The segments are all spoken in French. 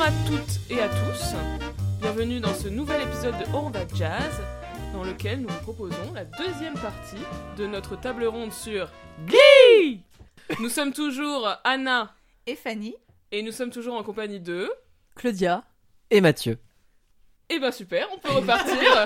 à toutes et à tous. Bienvenue dans ce nouvel épisode de On va Jazz, dans lequel nous vous proposons la deuxième partie de notre table ronde sur Glee. Nous sommes toujours Anna et Fanny. Et nous sommes toujours en compagnie de Claudia et Mathieu. Eh ben super, on peut repartir.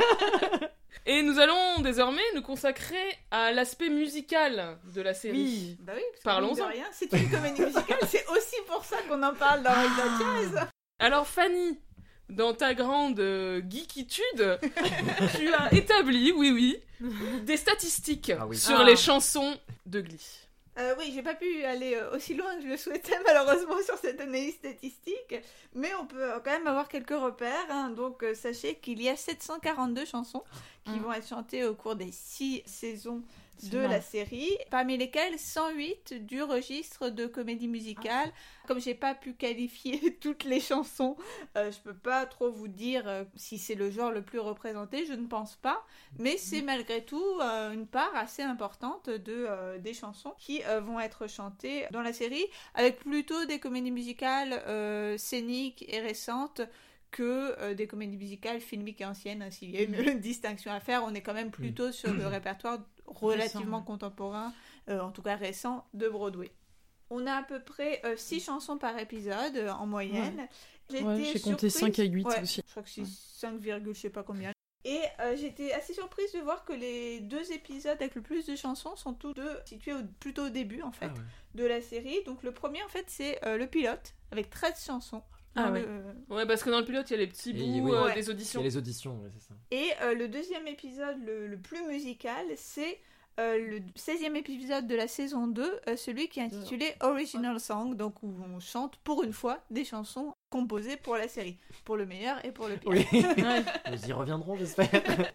Et nous allons désormais nous consacrer à l'aspect musical de la série. Oui, bah oui, parce que parlons-en. de rien, c'est une comédie musicale, c'est aussi pour ça qu'on en parle dans Rise Jazz. Alors Fanny, dans ta grande geekitude, tu as établi, oui, des statistiques sur les chansons de Glee. Oui, j'ai pas pu aller aussi loin que je le souhaitais malheureusement sur cette analyse statistique, mais on peut quand même avoir quelques repères. Hein. Donc sachez qu'il y a 742 chansons qui vont être chantées au cours des 6 saisons de la série, parmi lesquelles 108 du registre de comédie musicale. Comme j'ai pas pu qualifier toutes les chansons, je peux pas trop vous dire si c'est le genre le plus représenté, je ne pense pas, mais c'est malgré tout une part assez importante des chansons qui vont être chantées dans la série, avec plutôt des comédies musicales scéniques et récentes que des comédies musicales filmiques et anciennes, s'il y a une distinction à faire. On est quand même plutôt sur le répertoire relativement contemporain, en tout cas récent, de Broadway. On a à peu près 6 chansons par épisode en moyenne. J'ai compté 5 à 8 aussi. Je crois que c'est 5, je sais pas combien. Et j'étais assez surprise de voir que les 2 épisodes avec le plus de chansons sont tous deux situés plutôt au début en fait de la série. Donc le premier en fait c'est le pilote avec 13 chansons. Ouais, parce que dans le pilote, il y a les petits bouts des auditions. Il y a les auditions, c'est ça. Et le deuxième épisode, le plus musical, c'est le 16e épisode de la saison 2, celui qui est intitulé Original Song, donc où on chante pour une fois des chansons composées pour la série, pour le meilleur et pour le pire. Oui. Nous y reviendrons, j'espère.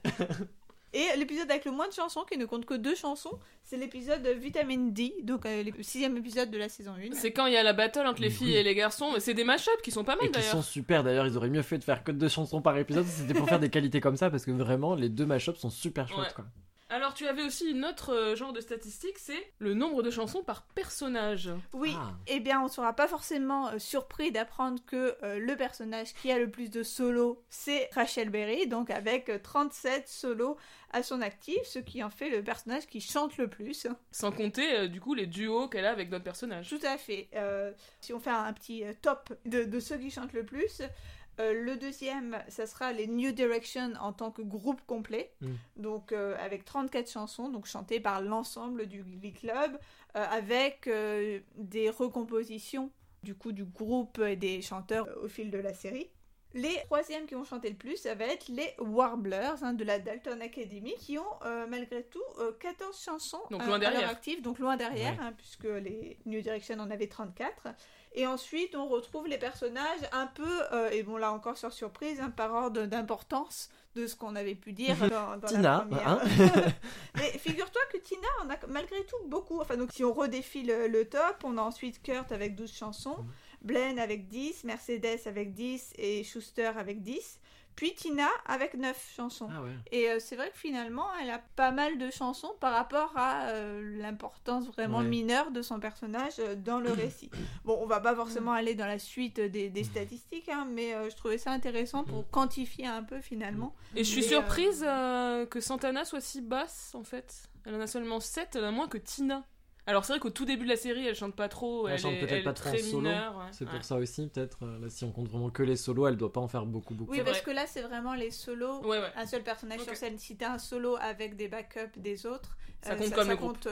Et l'épisode avec le moins de chansons, qui ne compte que 2 chansons, c'est l'épisode Vitamin D, donc le 6e épisode de la saison 1. C'est quand il y a la battle entre les filles et les garçons, c'est des mashups qui sont pas mal d'ailleurs. Et qui sont super d'ailleurs, ils auraient mieux fait de faire que 2 chansons par épisode, c'était pour faire des qualités comme ça, parce que vraiment, les 2 mashups sont super chouettes quoi. Alors tu avais aussi une autre genre de statistique, c'est le nombre de chansons par personnage. Oui, eh bien on sera pas forcément surpris d'apprendre que le personnage qui a le plus de solos, c'est Rachel Berry, donc avec 37 solos à son actif, ce qui en fait le personnage qui chante le plus. Sans compter du coup les duos qu'elle a avec d'autres personnages. Tout à fait. Si on fait un petit top de ceux qui chantent le plus... le deuxième, ça sera les New Direction en tant que groupe complet, donc avec 34 chansons, donc chantées par l'ensemble du Glee Club, avec des recompositions du coup du groupe et des chanteurs au fil de la série. Les troisièmes qui vont chanter le plus, ça va être les Warblers de la Dalton Academy, qui ont malgré tout 14 chansons donc loin derrière. À leur actif, donc loin derrière, puisque les New Direction en avaient 34. Et ensuite, on retrouve les personnages un peu, et bon là encore sur surprise, par ordre d'importance de ce qu'on avait pu dire dans Tina, la première. Mais figure-toi que Tina en a malgré tout beaucoup. Enfin, donc si on redéfile le top, on a ensuite Kurt avec 12 chansons, Blaine avec 10, Mercedes avec 10 et Schuster avec 10. Puis Tina avec 9 chansons. Et c'est vrai que finalement, elle a pas mal de chansons par rapport à l'importance vraiment mineure de son personnage dans le récit. Bon, on va pas forcément aller dans la suite des statistiques, mais je trouvais ça intéressant pour quantifier un peu finalement. Et je suis surprise que Santana soit si basse en fait. Elle en a seulement 7, elle en a moins que Tina. Alors c'est vrai qu'au tout début de la série, elle chante pas trop, elle chante peut-être pas trop en solo. Mineure, c'est pour ça aussi peut-être. Là, si on compte vraiment que les solos, elle doit pas en faire beaucoup. Oui, parce que là c'est vraiment les solos, un seul personnage sur scène. Si t'as un solo avec des backups des autres, ça compte comme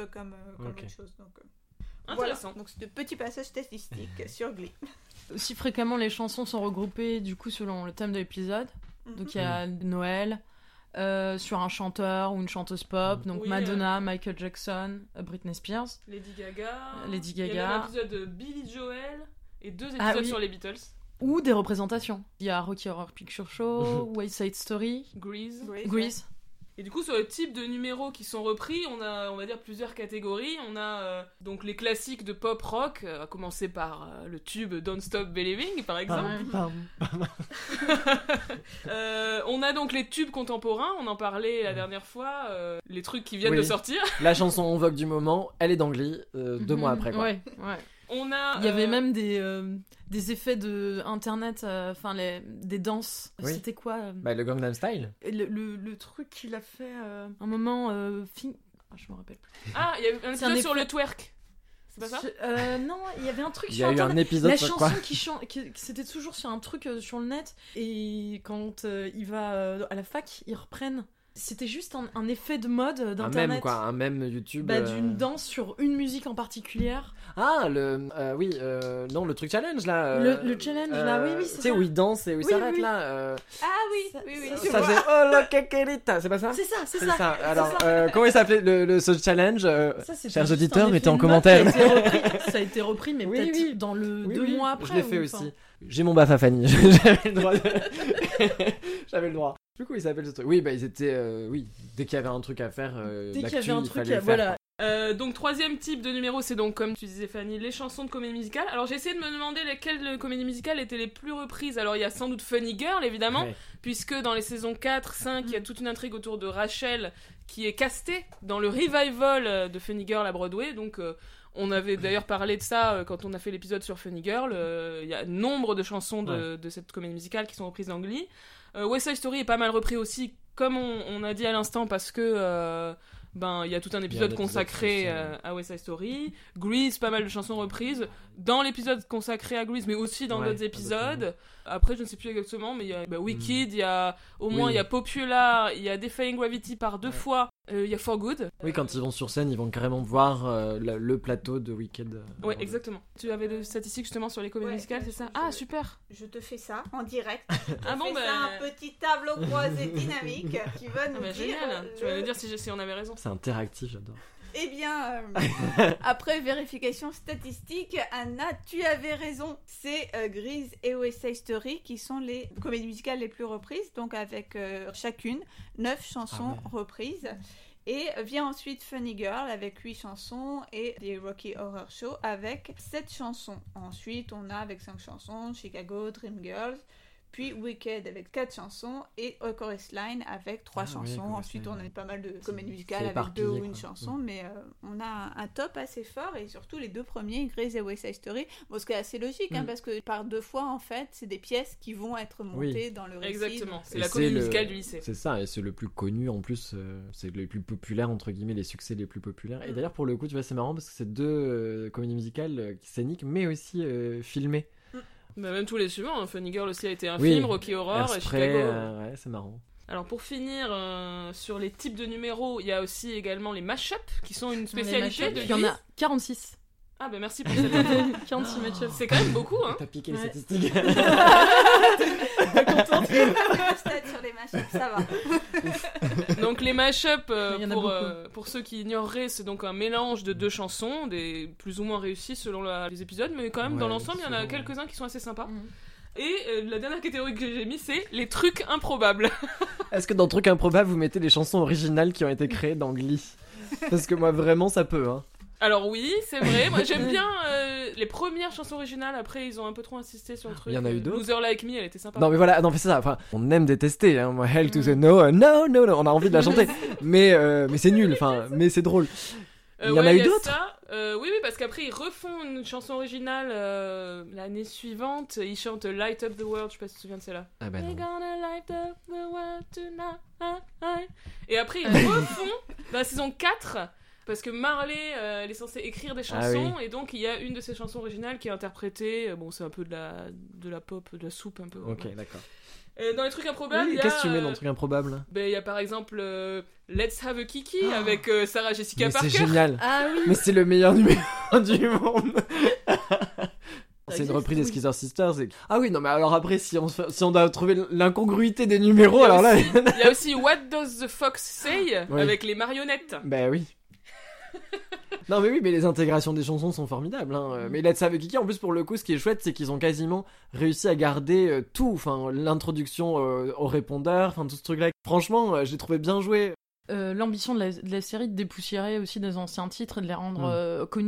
une chose. Donc, intéressant. Voilà. Donc c'est de petits passages statistiques sur Glee. Aussi fréquemment, les chansons sont regroupées du coup selon le thème de l'épisode. Donc il y a Noël. Sur un chanteur ou une chanteuse pop, donc Madonna, Michael Jackson, Britney Spears, Lady Gaga. Il y a un épisode de Billy Joel et 2 épisodes sur les Beatles. Ou des représentations. Il y a Rocky Horror Picture Show, West Side Story, Grease. Et du coup, sur le type de numéros qui sont repris, on a, on va dire, plusieurs catégories. On a donc les classiques de pop rock, à commencer par le tube Don't Stop Believing, par exemple. On a donc les tubes contemporains, on en parlait la dernière fois, les trucs qui viennent de sortir. La chanson en vogue du moment, elle est d'Angly, 2 mois après, quoi. On a... Il y avait même des effets de internet, des danses. Oui. C'était quoi Bah, le Gangnam Style. le truc qu'il a fait un moment... je me rappelle plus. Ah, il y a eu un C'est un épisode sur effet- le twerk. C'est pas ça Non, il y avait un truc Il y sur a eu internet. un épisode La sur chanson quoi c'était toujours sur un truc sur le net, et quand il va à la fac, ils reprennent. C'était juste un effet de mode Un d'internet. mème, quoi. Un mème YouTube. D'une danse sur une musique en particulière. Ah, non, le truc challenge, là. Le challenge, là, oui, c'est Tu sais, ça. où il danse et où il Oui, s'arrête, oui. là. Ah oui, oui. je Ça vois. faisait oh la cacarita, c'est pas ça? C'est ça, c'est C'est ça. ça. c'est Alors, ça. comment il s'appelait ce challenge Ça, c'était chers juste auditeurs, un mettez effet en de mode commentaire. qui a été repris. Ça a été repris, mais Oui, peut-être oui. dans le Oui, 2 oui, mois après. je l'ai fait ou- aussi. J'ai mon baf à Fanny. J'avais le droit. J'avais le droit. Du coup, il s'appelle ce truc. Oui, bah ils étaient. Oui, dès qu'il y avait un truc à faire. Dès qu'il y l'actu, avait un il truc, fallait le faire, voilà. Donc troisième type de numéro, c'est donc comme tu disais Fanny, les chansons de comédie musicale. Alors j'ai essayé de me demander lesquelles comédies musicales étaient les plus reprises. Alors il y a sans doute Funny Girl évidemment, Ouais. puisque dans les saisons 4, 5, il y a toute une intrigue autour de Rachel qui est castée dans le revival de Funny Girl à Broadway. Donc on avait d'ailleurs parlé de ça quand on a fait l'épisode sur Funny Girl. Il y a nombre de chansons de cette comédie musicale qui sont reprises dans Glee. West Side Story est pas mal repris aussi, comme on a dit à l'instant, parce que il y a tout un épisode consacré à West Side Story. Grease, pas mal de chansons reprises dans l'épisode consacré à Grease, mais aussi dans d'autres épisodes. Après, je ne sais plus exactement, mais il y a Wicked, il y a au moins il y a Popular, il y a Defying Gravity par 2 fois, il y a For Good. Oui, quand ils vont sur scène, ils vont carrément voir le plateau de Wicked. Ouais, exactement. Tu avais des statistiques justement sur les comédies musicales, c'est ça? Ah, super. Je te fais ça en direct. Ah bon, un petit tableau croisé dynamique qui va nous dire. génial. Tu vas nous dire si on avait raison. C'est interactif, j'adore. Eh bien, après vérification statistique, Anna, tu avais raison. C'est Grease et West Side Story qui sont les comédies musicales les plus reprises, donc avec chacune 9 chansons reprises. Et vient ensuite Funny Girl avec 8 chansons et The Rocky Horror Show avec 7 chansons. Ensuite, on a avec 5 chansons Chicago, Dreamgirls, puis Wicked avec 4 chansons et A Chorus Line avec 3 chansons. Ensuite, on a pas mal de comédies musicales avec 2 ou 1 chanson, mais on a un top assez fort et surtout les 2 premiers, Grease et West Side Story. Bon, ce qui est assez logique, parce que par 2 fois, en fait, c'est des pièces qui vont être montées dans le récit. Exactement, c'est Et la comédie musicale du lycée. C'est ça, et c'est le plus connu en plus, c'est le plus populaire, entre guillemets, les succès les plus populaires. Et d'ailleurs, pour le coup, tu vois, c'est marrant parce que c'est 2 comédies musicales scéniques, mais aussi filmées. Même tous les suivants, hein. Funny Girl aussi a été un film, Rocky Horror et Chicago. Ouais, c'est marrant. Alors pour finir sur les types de numéros, il y a aussi également les mash-up qui sont une spécialité de Il y en a 46. Ah bah merci pour cette 46 match-up. C'est quand même beaucoup, hein. T'as piqué les statistiques. Contente. Sur les mashups, ça va. Donc les mash-up, Il y en a pour ceux qui ignoreraient, c'est donc un mélange de 2 chansons, des plus ou moins réussis selon les épisodes, mais quand même dans l'ensemble, il y en a quelques-uns qui sont assez sympas. Et la dernière catégorie que j'ai mis, c'est les trucs improbables. Est-ce que dans Trucs Improbables, vous mettez les chansons originales qui ont été créées dans Glee? Parce que moi, vraiment, ça peut, hein. Alors oui, c'est vrai, moi j'aime bien les premières chansons originales, après ils ont un peu trop insisté sur le truc. Il y en a eu d'autres. Loser Like Me, elle était sympa. Non mais voilà, non mais c'est ça, enfin, on aime détester, hein. Moi, Hell to the No, no, no, no, on a envie de la chanter, mais c'est nul, enfin, mais c'est drôle. Il y en a eu d'autres. Oui, parce qu'après ils refont une chanson originale l'année suivante, ils chantent Light Up the World, je sais pas si tu te souviens de celle-là. Ah bah non. We're gonna light up the world tonight. Et après ils refont dans la saison 4, parce que Marley elle est censée écrire des chansons, et donc il y a une de ses chansons originales qui est interprétée, bon c'est un peu de la pop, de la soupe un peu. Ok, d'accord. Dans les trucs improbables, il y a... Qu'est-ce que tu mets dans le truc improbable? Il y a par exemple Let's Have a Kiki avec Sarah Jessica Mais Parker. c'est génial. Ah oui. Mais c'est le meilleur numéro du monde. C'est une existe, reprise des oui. Skeezer Sisters. Ah oui, non mais alors après, si on doit trouver l'incongruité des numéros, alors là... Il y a aussi What Does the Fox Say avec les marionnettes. Bah oui. Non mais oui, mais les intégrations des chansons sont formidables, hein. Mais Let's Have a Kiki, en plus pour le coup, ce qui est chouette, c'est qu'ils ont quasiment réussi à garder tout, enfin l'introduction au répondeur, enfin tout ce truc là. Franchement, j'ai trouvé bien joué. L'ambition de la série de dépoussiérer aussi des anciens titres et de les rendre connus.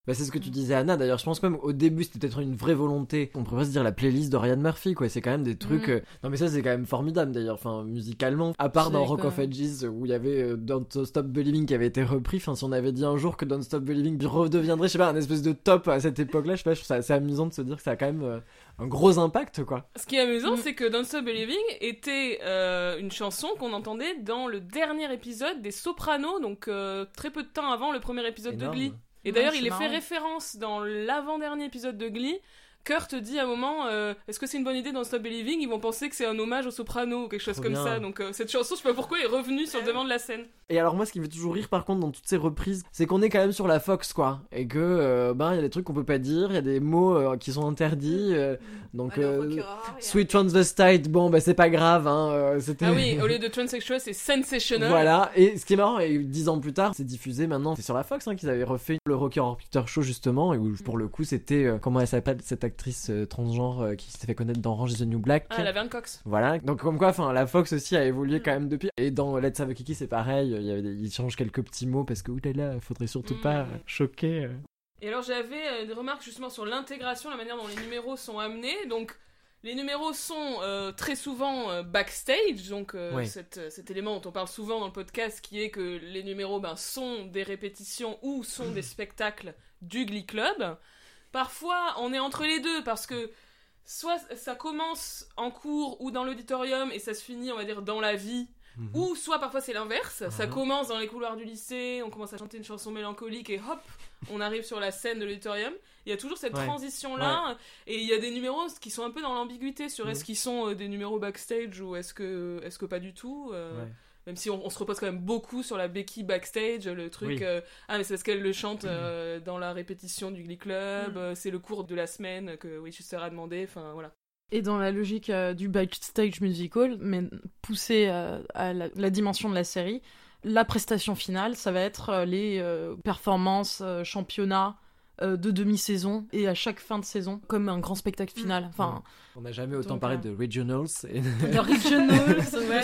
Bah, c'est ce que tu disais, Anna. D'ailleurs, je pense même au début, c'était peut-être une vraie volonté. On pourrait se dire la playlist de Ryan Murphy, quoi. C'est quand même des trucs. Non, mais ça, c'est quand même formidable, d'ailleurs. Enfin, musicalement. À part dans Rock of Ages, où il y avait Don't Stop Believing qui avait été repris. Enfin, si on avait dit un jour que Don't Stop Believing redeviendrait, je sais pas, un espèce de top à cette époque-là, je sais pas, je trouve ça assez amusant de se dire que ça a quand même un gros impact, quoi. Ce qui est amusant, c'est que Don't Stop Believing était une chanson qu'on entendait dans le dernier épisode des Sopranos, donc très peu de temps avant le premier épisode de Glee. Et d'ailleurs, il est fait référence dans l'avant-dernier épisode de Glee. Kurt dit à un moment est-ce que c'est une bonne idée dans Stop Believing? Ils vont penser que c'est un hommage aux Sopranos ou quelque chose comme ça. Donc cette chanson, je sais pas pourquoi, est revenue sur le devant de la scène. Et alors moi, ce qui me fait toujours rire par contre dans toutes ces reprises, c'est qu'on est quand même sur la Fox, quoi. Et que il y a des trucs qu'on peut pas dire, il y a des mots qui sont interdits. Donc Sweet Transvestite, bon bah c'est pas grave, hein. C'était... Ah oui, au lieu de transsexual, c'est sensational. Voilà. Et ce qui est marrant, et 10 ans plus tard, c'est diffusé maintenant. C'est sur la Fox, hein, qu'ils avaient refait le Rocky Horror Picture Show justement, et où pour le coup c'était comment elle s'appelle cette actrice transgenre qui s'est fait connaître dans Orange is the New Black. Ah, Laverne Cox. Voilà. Donc comme quoi, enfin la Fox aussi a évolué quand même depuis. Et dans Let's Have a Kiki, c'est pareil. Ils changent quelques petits mots parce que oulala, faudrait surtout pas choquer. Et alors j'avais des remarques justement sur l'intégration, la manière dont les numéros sont amenés. Donc les numéros sont très souvent backstage, donc cet élément dont on parle souvent dans le podcast, qui est que les numéros sont des répétitions ou sont des spectacles du Glee Club. Parfois, on est entre les deux, parce que soit ça commence en cours ou dans l'auditorium et ça se finit, on va dire, dans la vie, ou soit parfois c'est l'inverse, ça commence dans les couloirs du lycée, on commence à chanter une chanson mélancolique et hop, on arrive sur la scène de l'auditorium. Il y a toujours cette transition-là, et il y a des numéros qui sont un peu dans l'ambiguïté sur est-ce qu'ils sont des numéros backstage ou est-ce que pas du tout. Même si on se repose quand même beaucoup sur la Becky backstage, le truc mais c'est parce qu'elle le chante dans la répétition du Glee Club, c'est le cours de la semaine que Winchester a demandé, enfin voilà. Et dans la logique du backstage musical, mais poussé à la dimension de la série, la prestation finale, ça va être les performances, championnats de demi-saison et à chaque fin de saison comme un grand spectacle final. Enfin, on n'a jamais autant parlé de regionals et de regionals,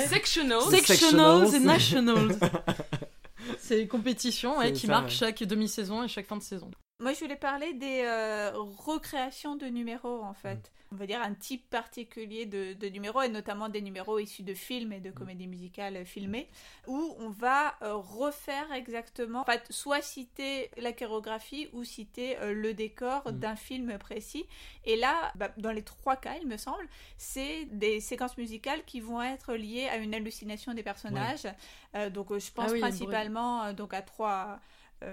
sectionals et nationals. C'est les compétitions qui marquent chaque demi-saison et chaque fin de saison. Moi, je voulais parler des recréations de numéros, en fait. On va dire un type particulier de numéros, et notamment des numéros issus de films et de comédies musicales filmées, où on va refaire exactement, en fait, soit citer la chorégraphie ou citer le décor d'un film précis. Et là, dans les 3 cas, il me semble, c'est des séquences musicales qui vont être liées à une hallucination des personnages. Donc, je pense principalement donc à 3...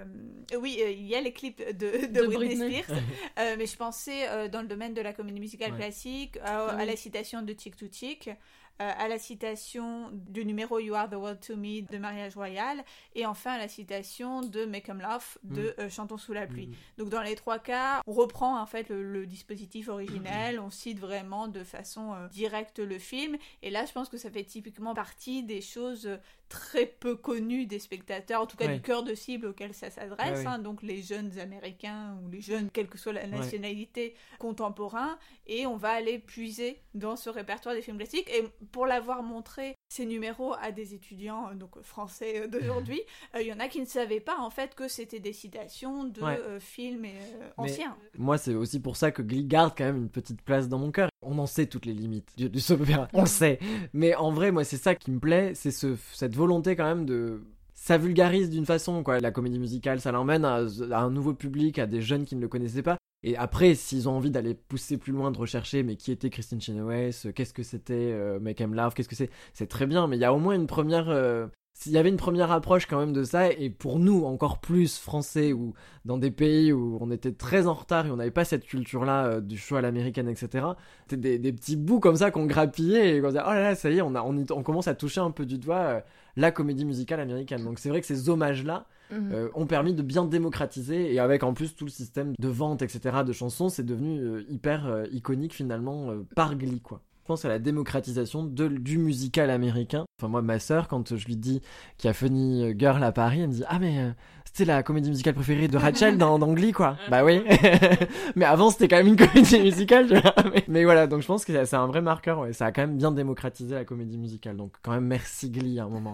il y a les clips de Britney Spears, mais je pensais dans le domaine de la comédie musicale classique à la citation de Chick to Chick, à la citation du numéro You Are the World to Me de Mariage Royal, et enfin à la citation de Make 'em Laugh de Chantons sous la pluie. Donc dans les 3 cas, on reprend en fait le dispositif originel, on cite vraiment de façon directe le film, et là je pense que ça fait typiquement partie des choses très peu connues des spectateurs, en tout cas du cœur de cible auquel ça s'adresse, donc les jeunes américains ou les jeunes, quelle que soit la nationalité, contemporains, et on va aller puiser dans ce répertoire des films classiques. Et pour l'avoir montré ces numéros à des étudiants donc français d'aujourd'hui, il y en a qui ne savaient pas en fait que c'était des citations de films anciens. Moi, c'est aussi pour ça que Glee garde quand même une petite place dans mon cœur. On en sait toutes les limites du soap opéra, on le sait. Mais en vrai, moi, c'est ça qui me plaît, c'est cette volonté quand même de... Ça vulgarise d'une façon, quoi. La comédie musicale, ça l'emmène à un nouveau public, à des jeunes qui ne le connaissaient pas. Et après, s'ils ont envie d'aller pousser plus loin, de rechercher, mais qui était Christine Chenoweth, qu'est-ce que c'était Make 'em Laugh, qu'est-ce que c'est très bien, mais il y a au moins une première... S'il y avait une première approche quand même de ça, et pour nous, encore plus français, ou dans des pays où on était très en retard et on n'avait pas cette culture-là du show à l'américaine, etc., c'était des petits bouts comme ça qu'on grappillait, et qu'on disait, oh là là, ça y est, on commence à toucher un peu du doigt la comédie musicale américaine. Donc c'est vrai que ces hommages-là ont permis de bien démocratiser, et avec en plus tout le système de vente, etc., de chansons, c'est devenu hyper iconique finalement par Glee, quoi. Je pense à la démocratisation du musical américain. Enfin, moi, ma sœur, quand je lui dis qu'il y a Funny Girl à Paris, elle me dit « Ah, mais c'était la comédie musicale préférée de Rachel dans Glee, quoi. » Bah oui. Mais avant, c'était quand même une comédie musicale, tu vois. Mais voilà, donc je pense que c'est un vrai marqueur. Ouais. Ça a quand même bien démocratisé la comédie musicale. Donc quand même, merci Glee à un moment.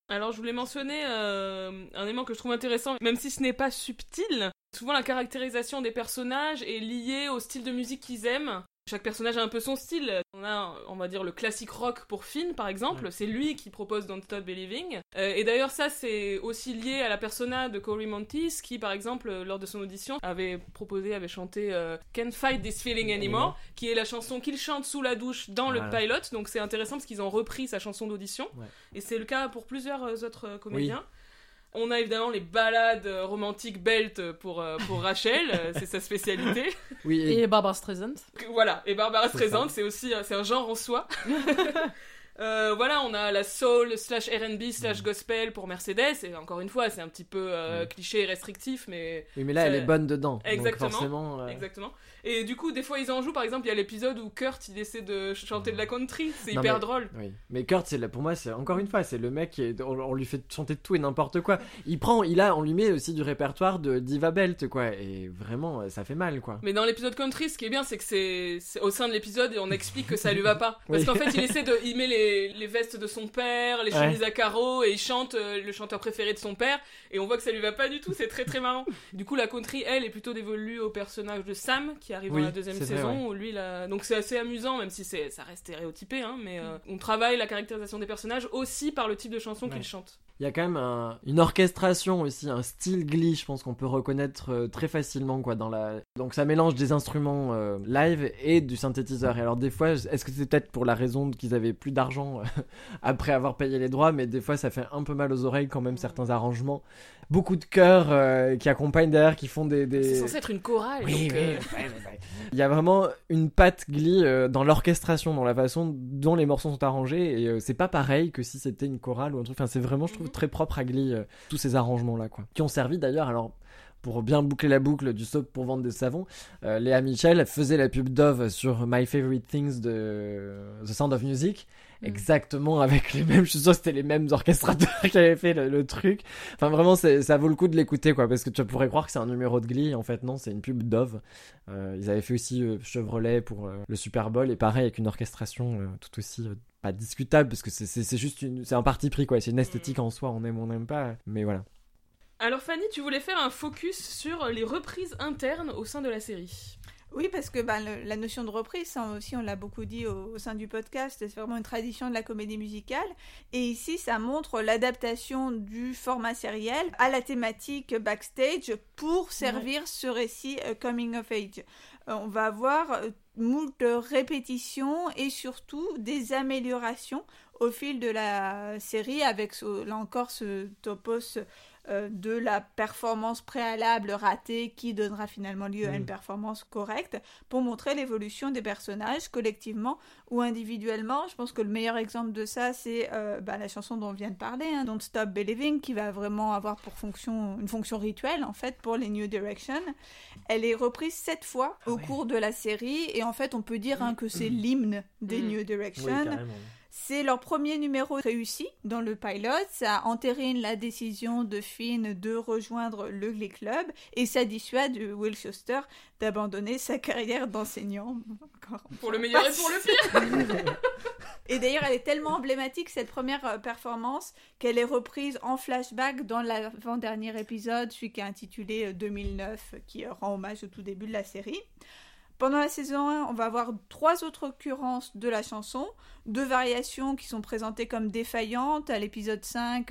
Alors je voulais mentionner un élément que je trouve intéressant, même si ce n'est pas subtil. Souvent la caractérisation des personnages est liée au style de musique qu'ils aiment. Chaque personnage a un peu son style. On a, on va dire, le classique rock pour Finn, par exemple. Ouais. C'est lui qui propose Don't Stop Believing. Et d'ailleurs, ça, c'est aussi lié à la persona de Cory Monteith, qui, par exemple, lors de son audition, avait chanté Can't Fight This Feeling Anymore, qui est la chanson qu'il chante sous la douche dans le pilot. Donc c'est intéressant parce qu'ils ont repris sa chanson d'audition. Ouais. Et c'est le cas pour plusieurs autres comédiens. Oui. On a évidemment les ballades romantiques belt pour Rachel, c'est sa spécialité. Oui, et Barbara Streisand. Voilà, et Barbara Streisand, c'est aussi c'est un genre en soi. Voilà, on a la soul / R&B / gospel pour Mercedes, et encore une fois, c'est un petit peu cliché et restrictif, mais... Oui, mais là, elle est bonne dedans. Exactement, donc forcément, exactement. Et du coup, des fois, ils en jouent. Par exemple, il y a l'épisode où Kurt, il essaie de chanter de la country. C'est hyper drôle. Oui. Mais Kurt, pour moi, c'est encore une fois, c'est le mec on lui fait chanter de tout et n'importe quoi. On lui met aussi du répertoire de Diva Belt, quoi. Et vraiment, ça fait mal, quoi. Mais dans l'épisode country, ce qui est bien, c'est que c'est au sein de l'épisode et on explique que ça lui va pas. Parce qu'en fait, il met les vestes de son père, les chemises à carreaux, et il chante le chanteur préféré de son père. Et on voit que ça lui va pas du tout. C'est très très marrant. Du coup, la country, elle, est plutôt dévolue au personnage de Sam, qui arrive dans la deuxième saison, où lui, donc c'est assez amusant, même si ça reste stéréotypé, hein, mais on travaille la caractérisation des personnages aussi par le type de chanson qu'ils chantent. Il y a quand même une orchestration aussi, un style Glee, je pense qu'on peut reconnaître très facilement, quoi, donc ça mélange des instruments live et du synthétiseur. Et alors des fois, est-ce que c'est peut-être pour la raison qu'ils avaient plus d'argent après avoir payé les droits, mais des fois ça fait un peu mal aux oreilles quand même, certains arrangements. Beaucoup de chœurs qui accompagnent derrière, qui font des... C'est censé être une chorale. Oui, donc, Il y a vraiment une patte Glee dans l'orchestration, dans la façon dont les morceaux sont arrangés, et c'est pas pareil que si c'était une chorale ou un truc. Enfin, c'est vraiment, je trouve, très propre à Glee, tous ces arrangements-là, quoi. Qui ont servi d'ailleurs, alors... Pour bien boucler la boucle du soap pour vendre des savons, Léa Michel faisait la pub Dove sur My Favorite Things de The Sound of Music, exactement avec les mêmes, je suis sûr que c'était les mêmes orchestrateurs qui avaient fait le truc. Enfin vraiment, ça vaut le coup de l'écouter, quoi, parce que tu pourrais croire que c'est un numéro de Glee, en fait non, c'est une pub Dove. Ils avaient fait aussi Chevrolet pour le Super Bowl, et pareil avec une orchestration tout aussi... pas discutable, parce que c'est juste c'est un parti pris, quoi, c'est une esthétique en soi, on aime ou on n'aime pas, mais voilà. Alors Fanny, tu voulais faire un focus sur les reprises internes au sein de la série. Oui, parce que la notion de reprise, ça aussi on l'a beaucoup dit au sein du podcast, c'est vraiment une tradition de la comédie musicale. Et ici, ça montre l'adaptation du format sériel à la thématique backstage pour servir ce récit coming of age. On va avoir moult répétitions et surtout des améliorations au fil de la série avec là encore ce topos de la performance préalable ratée qui donnera finalement lieu à une performance correcte pour montrer l'évolution des personnages collectivement ou individuellement. Je pense que le meilleur exemple de ça c'est la chanson dont on vient de parler, Don't Stop Believing, qui va vraiment avoir pour une fonction rituelle en fait pour les New Direction. Elle est reprise 7 fois au cours de la série et en fait on peut dire que c'est l'hymne des New Direction. Oui, carrément. C'est leur premier numéro réussi dans le pilot, ça entérine la décision de Finn de rejoindre le Glee Club et ça dissuade Will Schuester d'abandonner sa carrière d'enseignant. Pour le meilleur et pour le pire. Et d'ailleurs, elle est tellement emblématique, cette première performance, qu'elle est reprise en flashback dans l'avant-dernier épisode, celui qui est intitulé 2009, qui rend hommage au tout début de la série. Pendant la saison 1, on va avoir 3 autres occurrences de la chanson, 2 variations qui sont présentées comme défaillantes. À l'épisode 5,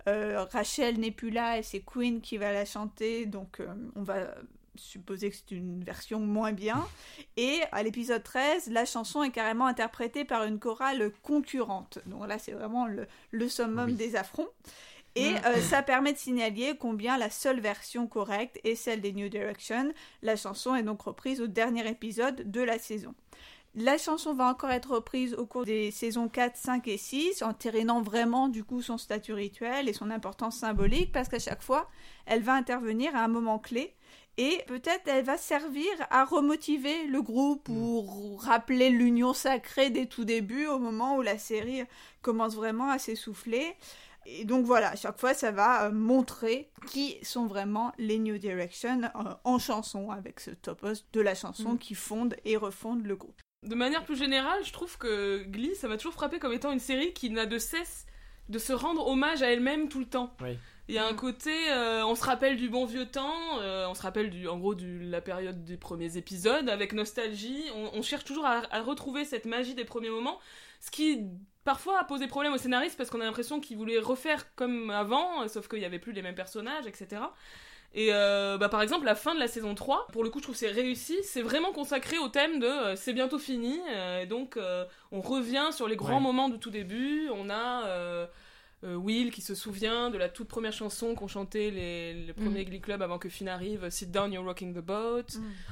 Rachel n'est plus là et c'est Queen qui va la chanter, donc on va supposer que c'est une version moins bien. Et à l'épisode 13, la chanson est carrément interprétée par une chorale concurrente. Donc là, c'est vraiment le summum des affronts. Et ça permet de signaler combien la seule version correcte est celle des New Direction. La chanson est donc reprise au dernier épisode de la saison. La chanson va encore être reprise au cours des saisons 4, 5 et 6, entérinant vraiment du coup son statut rituel et son importance symbolique, parce qu'à chaque fois, elle va intervenir à un moment clé. Et peut-être elle va servir à remotiver le groupe ou rappeler l'union sacrée des tout débuts au moment où la série commence vraiment à s'essouffler. Et donc voilà, à chaque fois, ça va montrer qui sont vraiment les New Direction en chanson, avec ce topos de la chanson qui fonde et refonde le groupe. De manière plus générale, je trouve que Glee, ça m'a toujours frappé comme étant une série qui n'a de cesse de se rendre hommage à elle-même tout le temps. Oui. Il y a un côté, on se rappelle du bon vieux temps, on se rappelle la période des premiers épisodes avec nostalgie. On cherche toujours à retrouver cette magie des premiers moments, ce qui parfois a posé problème aux scénaristes parce qu'on a l'impression qu'ils voulaient refaire comme avant, sauf qu'il n'y avait plus les mêmes personnages, etc. Et par exemple, la fin de la saison 3, pour le coup, je trouve que c'est réussi, c'est vraiment consacré au thème de c'est bientôt fini, et donc on revient sur les grands moments du tout début. On a Will qui se souvient de la toute première chanson qu'ont chanté les premiers Glee Club avant que Finn arrive, Sit Down, You're Rocking the Boat.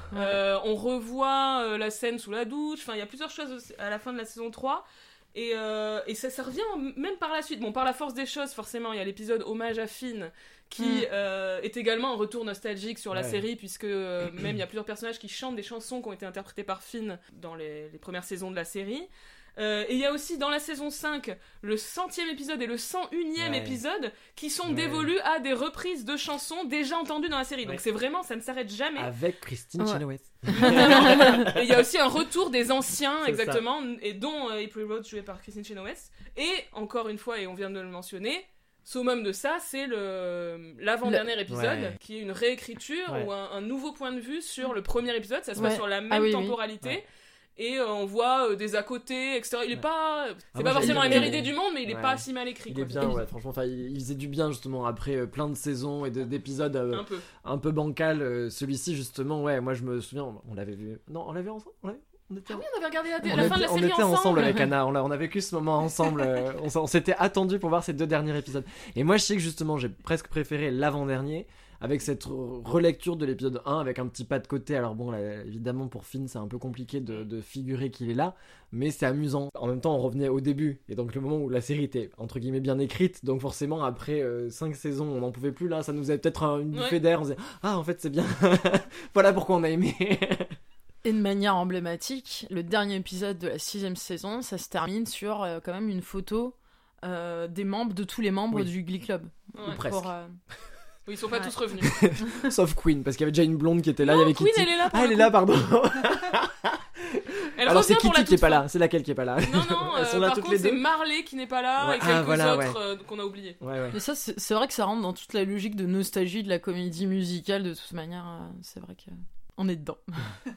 On revoit la scène sous la douche, enfin il y a plusieurs choses à la fin de la saison 3. Et ça revient même par la suite. Bon, par la force des choses, forcément, il y a l'épisode Hommage à Finn qui est également un retour nostalgique sur la série, puisque même il y a plusieurs personnages qui chantent des chansons qui ont été interprétées par Finn dans les premières saisons de la série. Et il y a aussi dans la saison 5 le 100e épisode et le 101e épisode qui sont dévolus à des reprises de chansons déjà entendues dans la série. Donc c'est vraiment, ça ne s'arrête jamais. Avec Christine Chenoweth. Et il y a aussi un retour des anciens, exactement, et dont April Rhodes jouée par Christine Chenoweth. Et encore une fois, et on vient de le mentionner, summum de ça, c'est l'avant-dernier épisode, qui est une réécriture ou un nouveau point de vue sur le premier épisode. Ça se passe sur la même temporalité. Oui. Et on voit des à côté, etc. Il est pas... C'est pas forcément la meilleure idée du monde, mais il est pas si mal écrit. Il est bien, franchement. Il faisait du bien, justement, après plein de saisons et d'épisodes un peu bancal. Celui-ci, justement, moi je me souviens, on l'avait vu... Non, on l'avait ensemble on avait regardé la fin de la série ensemble. On était ensemble avec Anna, on a vécu ce moment ensemble. On s'était attendus pour voir ces 2 derniers épisodes. Et moi, je sais que, justement, j'ai presque préféré l'avant-dernier, avec cette relecture de l'épisode 1 avec un petit pas de côté. Alors bon, là, évidemment pour Finn c'est un peu compliqué de figurer qu'il est là, mais c'est amusant. En même temps on revenait au début, et donc le moment où la série était entre guillemets bien écrite, donc forcément après 5 saisons on n'en pouvait plus, là ça nous avait peut-être une bouffée d'air, on se disait en fait c'est bien. Voilà pourquoi on a aimé. Et de manière emblématique, le dernier épisode de la 6e saison, ça se termine sur quand même une photo de tous les membres du Glee Club. Ou presque. Oui, ils sont pas tous revenus. Sauf Queen, parce qu'il y avait déjà une blonde qui était là. Non, il y avait Queen, Kitty. elle est là. Elle est là, pardon. Alors c'est Kitty qui est pas là. C'est laquelle qui est pas là? Non, elles sont là par toutes contre les deux. c'est Marley qui n'est pas là et quelques autres qu'on a oubliés. Mais ça, c'est vrai que ça rentre dans toute la logique de nostalgie de la comédie musicale. De toute manière, c'est vrai qu'on est dedans.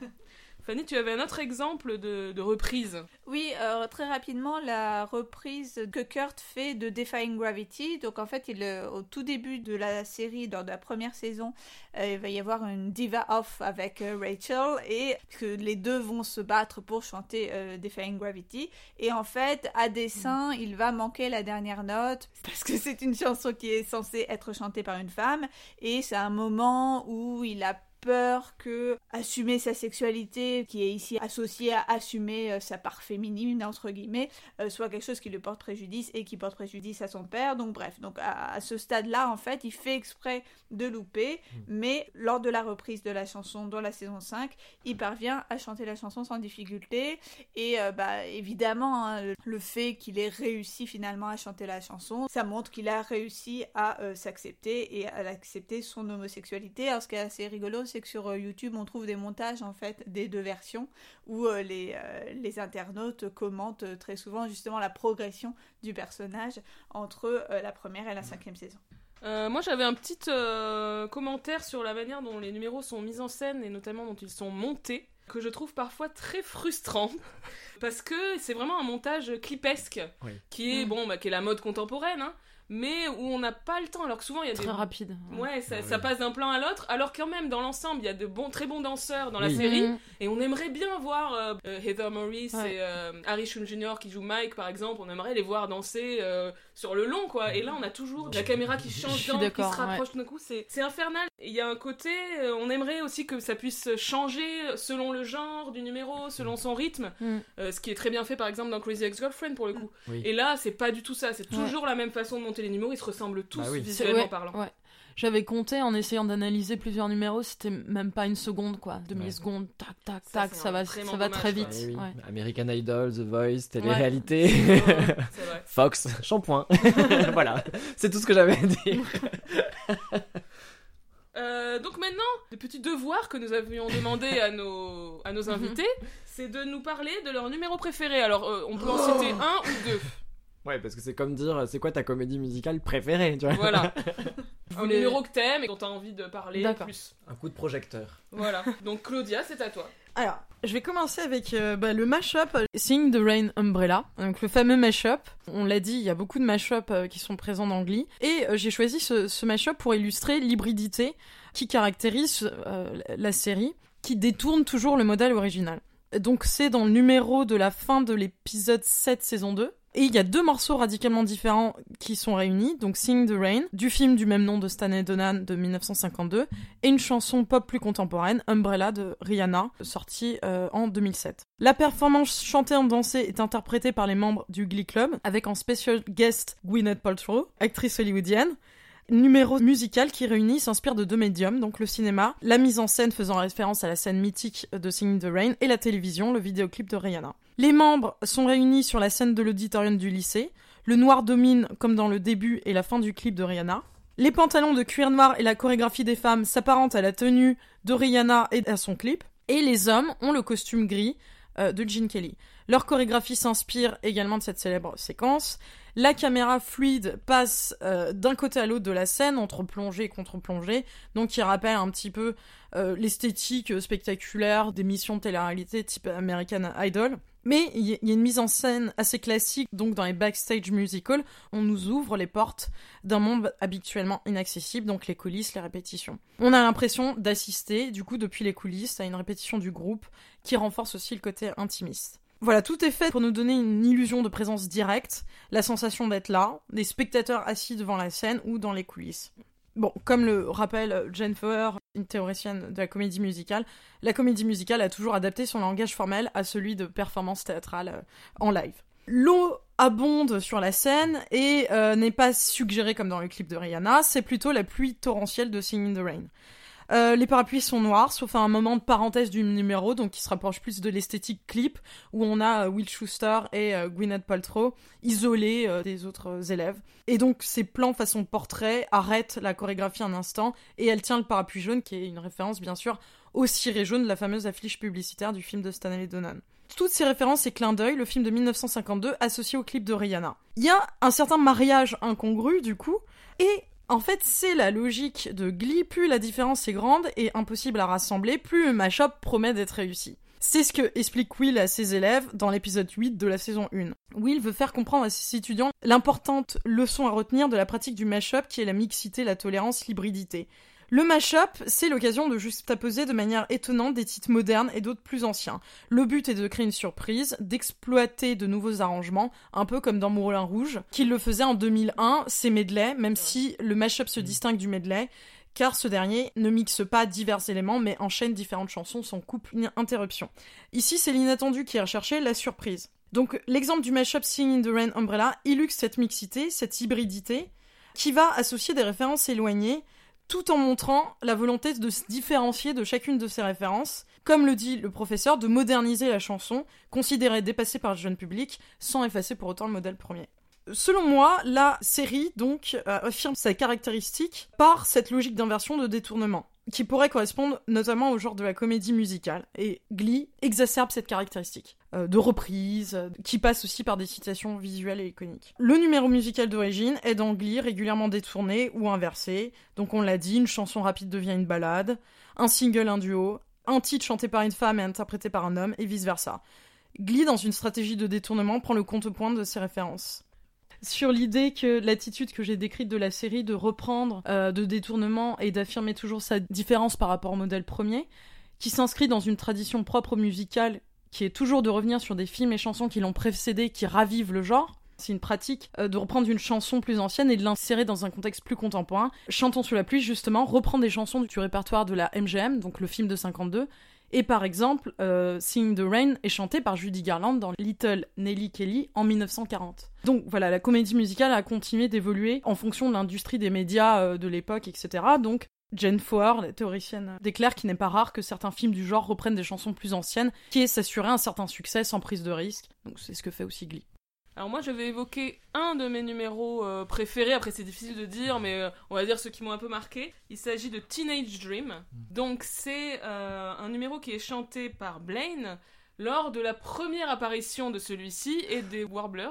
Fanny, tu avais un autre exemple de reprise. Oui, très rapidement, la reprise que Kurt fait de Defying Gravity. Donc en fait, au tout début de la série, dans la première saison, il va y avoir une diva off avec Rachel, et que les deux vont se battre pour chanter Defying Gravity. Et en fait, à dessein, il va manquer la dernière note, parce que c'est une chanson qui est censée être chantée par une femme, et c'est un moment où il a peur que assumer sa sexualité, qui est ici associée à assumer sa part féminine entre guillemets, soit quelque chose qui lui porte préjudice et qui porte préjudice à son père. Donc bref, à ce stade-là en fait il fait exprès de louper, mais lors de la reprise de la chanson dans la saison 5 il parvient à chanter la chanson sans difficulté. Et évidemment le fait qu'il ait réussi finalement à chanter la chanson, ça montre qu'il a réussi à s'accepter et à accepter son homosexualité. Alors ce qui est assez rigolo, c'est que sur YouTube on trouve des montages en fait des 2 versions où les internautes commentent très souvent justement la progression du personnage entre la première et la 5e saison. Moi j'avais un petit commentaire sur la manière dont les numéros sont mis en scène et notamment dont ils sont montés, que je trouve parfois très frustrant parce que c'est vraiment un montage clipesque qui est qui est la mode contemporaine, mais où on n'a pas le temps, alors que souvent il y a très rapide. Ça passe d'un plan à l'autre, alors quand même dans l'ensemble il y a de très bons danseurs dans la série, et on aimerait bien voir Heather Morris et Harry Shum Jr. qui joue Mike par exemple, on aimerait les voir danser sur le long quoi, et là on a toujours la caméra qui change d'angle, qui se rapproche tout d'un coup, c'est infernal. Il y a un côté, on aimerait aussi que ça puisse changer selon le genre du numéro, selon son rythme, ce qui est très bien fait par exemple dans Crazy Ex-Girlfriend pour le coup. Et là c'est pas du tout ça, c'est toujours la même façon de monter les numéros, ils se ressemblent tous visuellement parlant. J'avais compté en essayant d'analyser plusieurs numéros, c'était même pas une seconde quoi, 2 millisecondes, tac, ça va très vite. American Idol, The Voice, télé-réalité, Fox, shampoing. Voilà, c'est tout ce que j'avais à dire. Donc maintenant, le petit devoir que nous avions demandé à nos invités, c'est de nous parler de leur numéro préféré. Alors, on peut en citer 1 ou 2. Ouais, parce que c'est comme dire, c'est quoi ta comédie musicale préférée, tu vois. Voilà. Un voulez- numéro que t'aimes et dont t'as envie de parler D'accord. plus. Un coup de projecteur. Voilà. Donc Claudia, c'est à toi. Alors, je vais commencer avec le mashup Sing the Rain Umbrella, donc le fameux mashup. On l'a dit, il y a beaucoup de mashup qui sont présents dans Glee. Et j'ai choisi ce mashup pour illustrer l'hybridité qui caractérise la série, qui détourne toujours le modèle original. Donc c'est dans le numéro de la fin de l'épisode 7 saison 2. Et il y a 2 morceaux radicalement différents qui sont réunis, donc Sing the Rain, du film du même nom de Stanley Donen de 1952, et une chanson pop plus contemporaine, Umbrella de Rihanna, sortie en 2007. La performance chantée en dansée est interprétée par les membres du Glee Club, avec en special guest Gwyneth Paltrow, actrice hollywoodienne. Numéro musical qui réunit s'inspire de 2 médiums, donc le cinéma, la mise en scène faisant référence à la scène mythique de Singing the Rain, et la télévision, le vidéoclip de Rihanna. Les membres sont réunis sur la scène de l'auditorium du lycée. Le noir domine comme dans le début et la fin du clip de Rihanna. Les pantalons de cuir noir et la chorégraphie des femmes s'apparentent à la tenue de Rihanna et à son clip. Et les hommes ont le costume gris de Gene Kelly. Leur chorégraphie s'inspire également de cette célèbre séquence. La caméra fluide passe d'un côté à l'autre de la scène, entre plongée et contre-plongée, donc qui rappelle un petit peu l'esthétique spectaculaire d'émissions de télé-réalité type American Idol. Mais il y a une mise en scène assez classique, donc dans les backstage musicals, on nous ouvre les portes d'un monde habituellement inaccessible, donc les coulisses, les répétitions. On a l'impression d'assister, du coup, depuis les coulisses, à une répétition du groupe, qui renforce aussi le côté intimiste. Voilà, tout est fait pour nous donner une illusion de présence directe, la sensation d'être là, des spectateurs assis devant la scène ou dans les coulisses. Bon, comme le rappelle Jane Foer, une théoricienne de la comédie musicale a toujours adapté son langage formel à celui de performance théâtrale en live. L'eau abonde sur la scène et n'est pas suggérée comme dans le clip de Rihanna, c'est plutôt la pluie torrentielle de Singing the Rain. Les parapluies sont noirs, sauf à un moment de parenthèse du numéro, donc qui se rapproche plus de l'esthétique clip, où on a Will Schuester et Gwyneth Paltrow isolés des autres élèves. Et donc ces plans façon portrait arrêtent la chorégraphie un instant, et elle tient le parapluie jaune, qui est une référence bien sûr au ciré jaune de la fameuse affiche publicitaire du film de Stanley Donen. Toutes ces références et clins d'œil, le film de 1952 associé au clip de Rihanna. Il y a un certain mariage incongru du coup, et en fait, c'est la logique de Glee, plus la différence est grande et impossible à rassembler, plus le mashup promet d'être réussi. C'est ce que explique Will à ses élèves dans l'épisode 8 de la saison 1. Will veut faire comprendre à ses étudiants l'importante leçon à retenir de la pratique du mashup qui est la mixité, la tolérance, l'hybridité. Le mashup, c'est l'occasion de juxtaposer de manière étonnante des titres modernes et d'autres plus anciens. Le but est de créer une surprise, d'exploiter de nouveaux arrangements, un peu comme dans Moulin Rouge, qu'il le faisait en 2001, c'est medley, même si le mashup se distingue du medley, car ce dernier ne mixe pas divers éléments, mais enchaîne différentes chansons sans coupe ni interruption. Ici, c'est l'inattendu qui est recherché, la surprise. Donc, l'exemple du mashup Singing the Rain Umbrella illustre cette mixité, cette hybridité, qui va associer des références éloignées, tout en montrant la volonté de se différencier de chacune de ces références, comme le dit le professeur, de moderniser la chanson, considérée dépassée par le jeune public, sans effacer pour autant le modèle premier. Selon moi, la série, donc, affirme sa caractéristique par cette logique d'inversion de détournement, qui pourrait correspondre notamment au genre de la comédie musicale. Et Glee exacerbe cette caractéristique de reprise, qui passe aussi par des citations visuelles et iconiques. Le numéro musical d'origine est dans Glee régulièrement détourné ou inversé. Donc on l'a dit, une chanson rapide devient une ballade, un single, un duo, un titre chanté par une femme et interprété par un homme, et vice-versa. Glee, dans une stratégie de détournement, prend le contrepoint de ces références. Sur l'idée que l'attitude que j'ai décrite de la série de reprendre de détournement et d'affirmer toujours sa différence par rapport au modèle premier, qui s'inscrit dans une tradition propre musicale qui est toujours de revenir sur des films et chansons qui l'ont précédé, qui ravivent le genre. C'est une pratique de reprendre une chanson plus ancienne et de l'insérer dans un contexte plus contemporain. Chantons sous la pluie, justement, reprend des chansons du répertoire de la MGM, donc le film de 52, et par exemple, Sing the Rain est chanté par Judy Garland dans Little Nelly Kelly en 1940. Donc voilà, la comédie musicale a continué d'évoluer en fonction de l'industrie des médias de l'époque, etc. Donc Jane Foer, la théoricienne, déclare qu'il n'est pas rare que certains films du genre reprennent des chansons plus anciennes, qui est s'assurer un certain succès sans prise de risque. Donc c'est ce que fait aussi Glee. Alors moi je vais évoquer un de mes numéros préférés, après c'est difficile de dire, mais on va dire ceux qui m'ont un peu marqué. Il s'agit de Teenage Dream. Donc c'est un numéro qui est chanté par Blaine lors de la première apparition de celui-ci et des Warblers.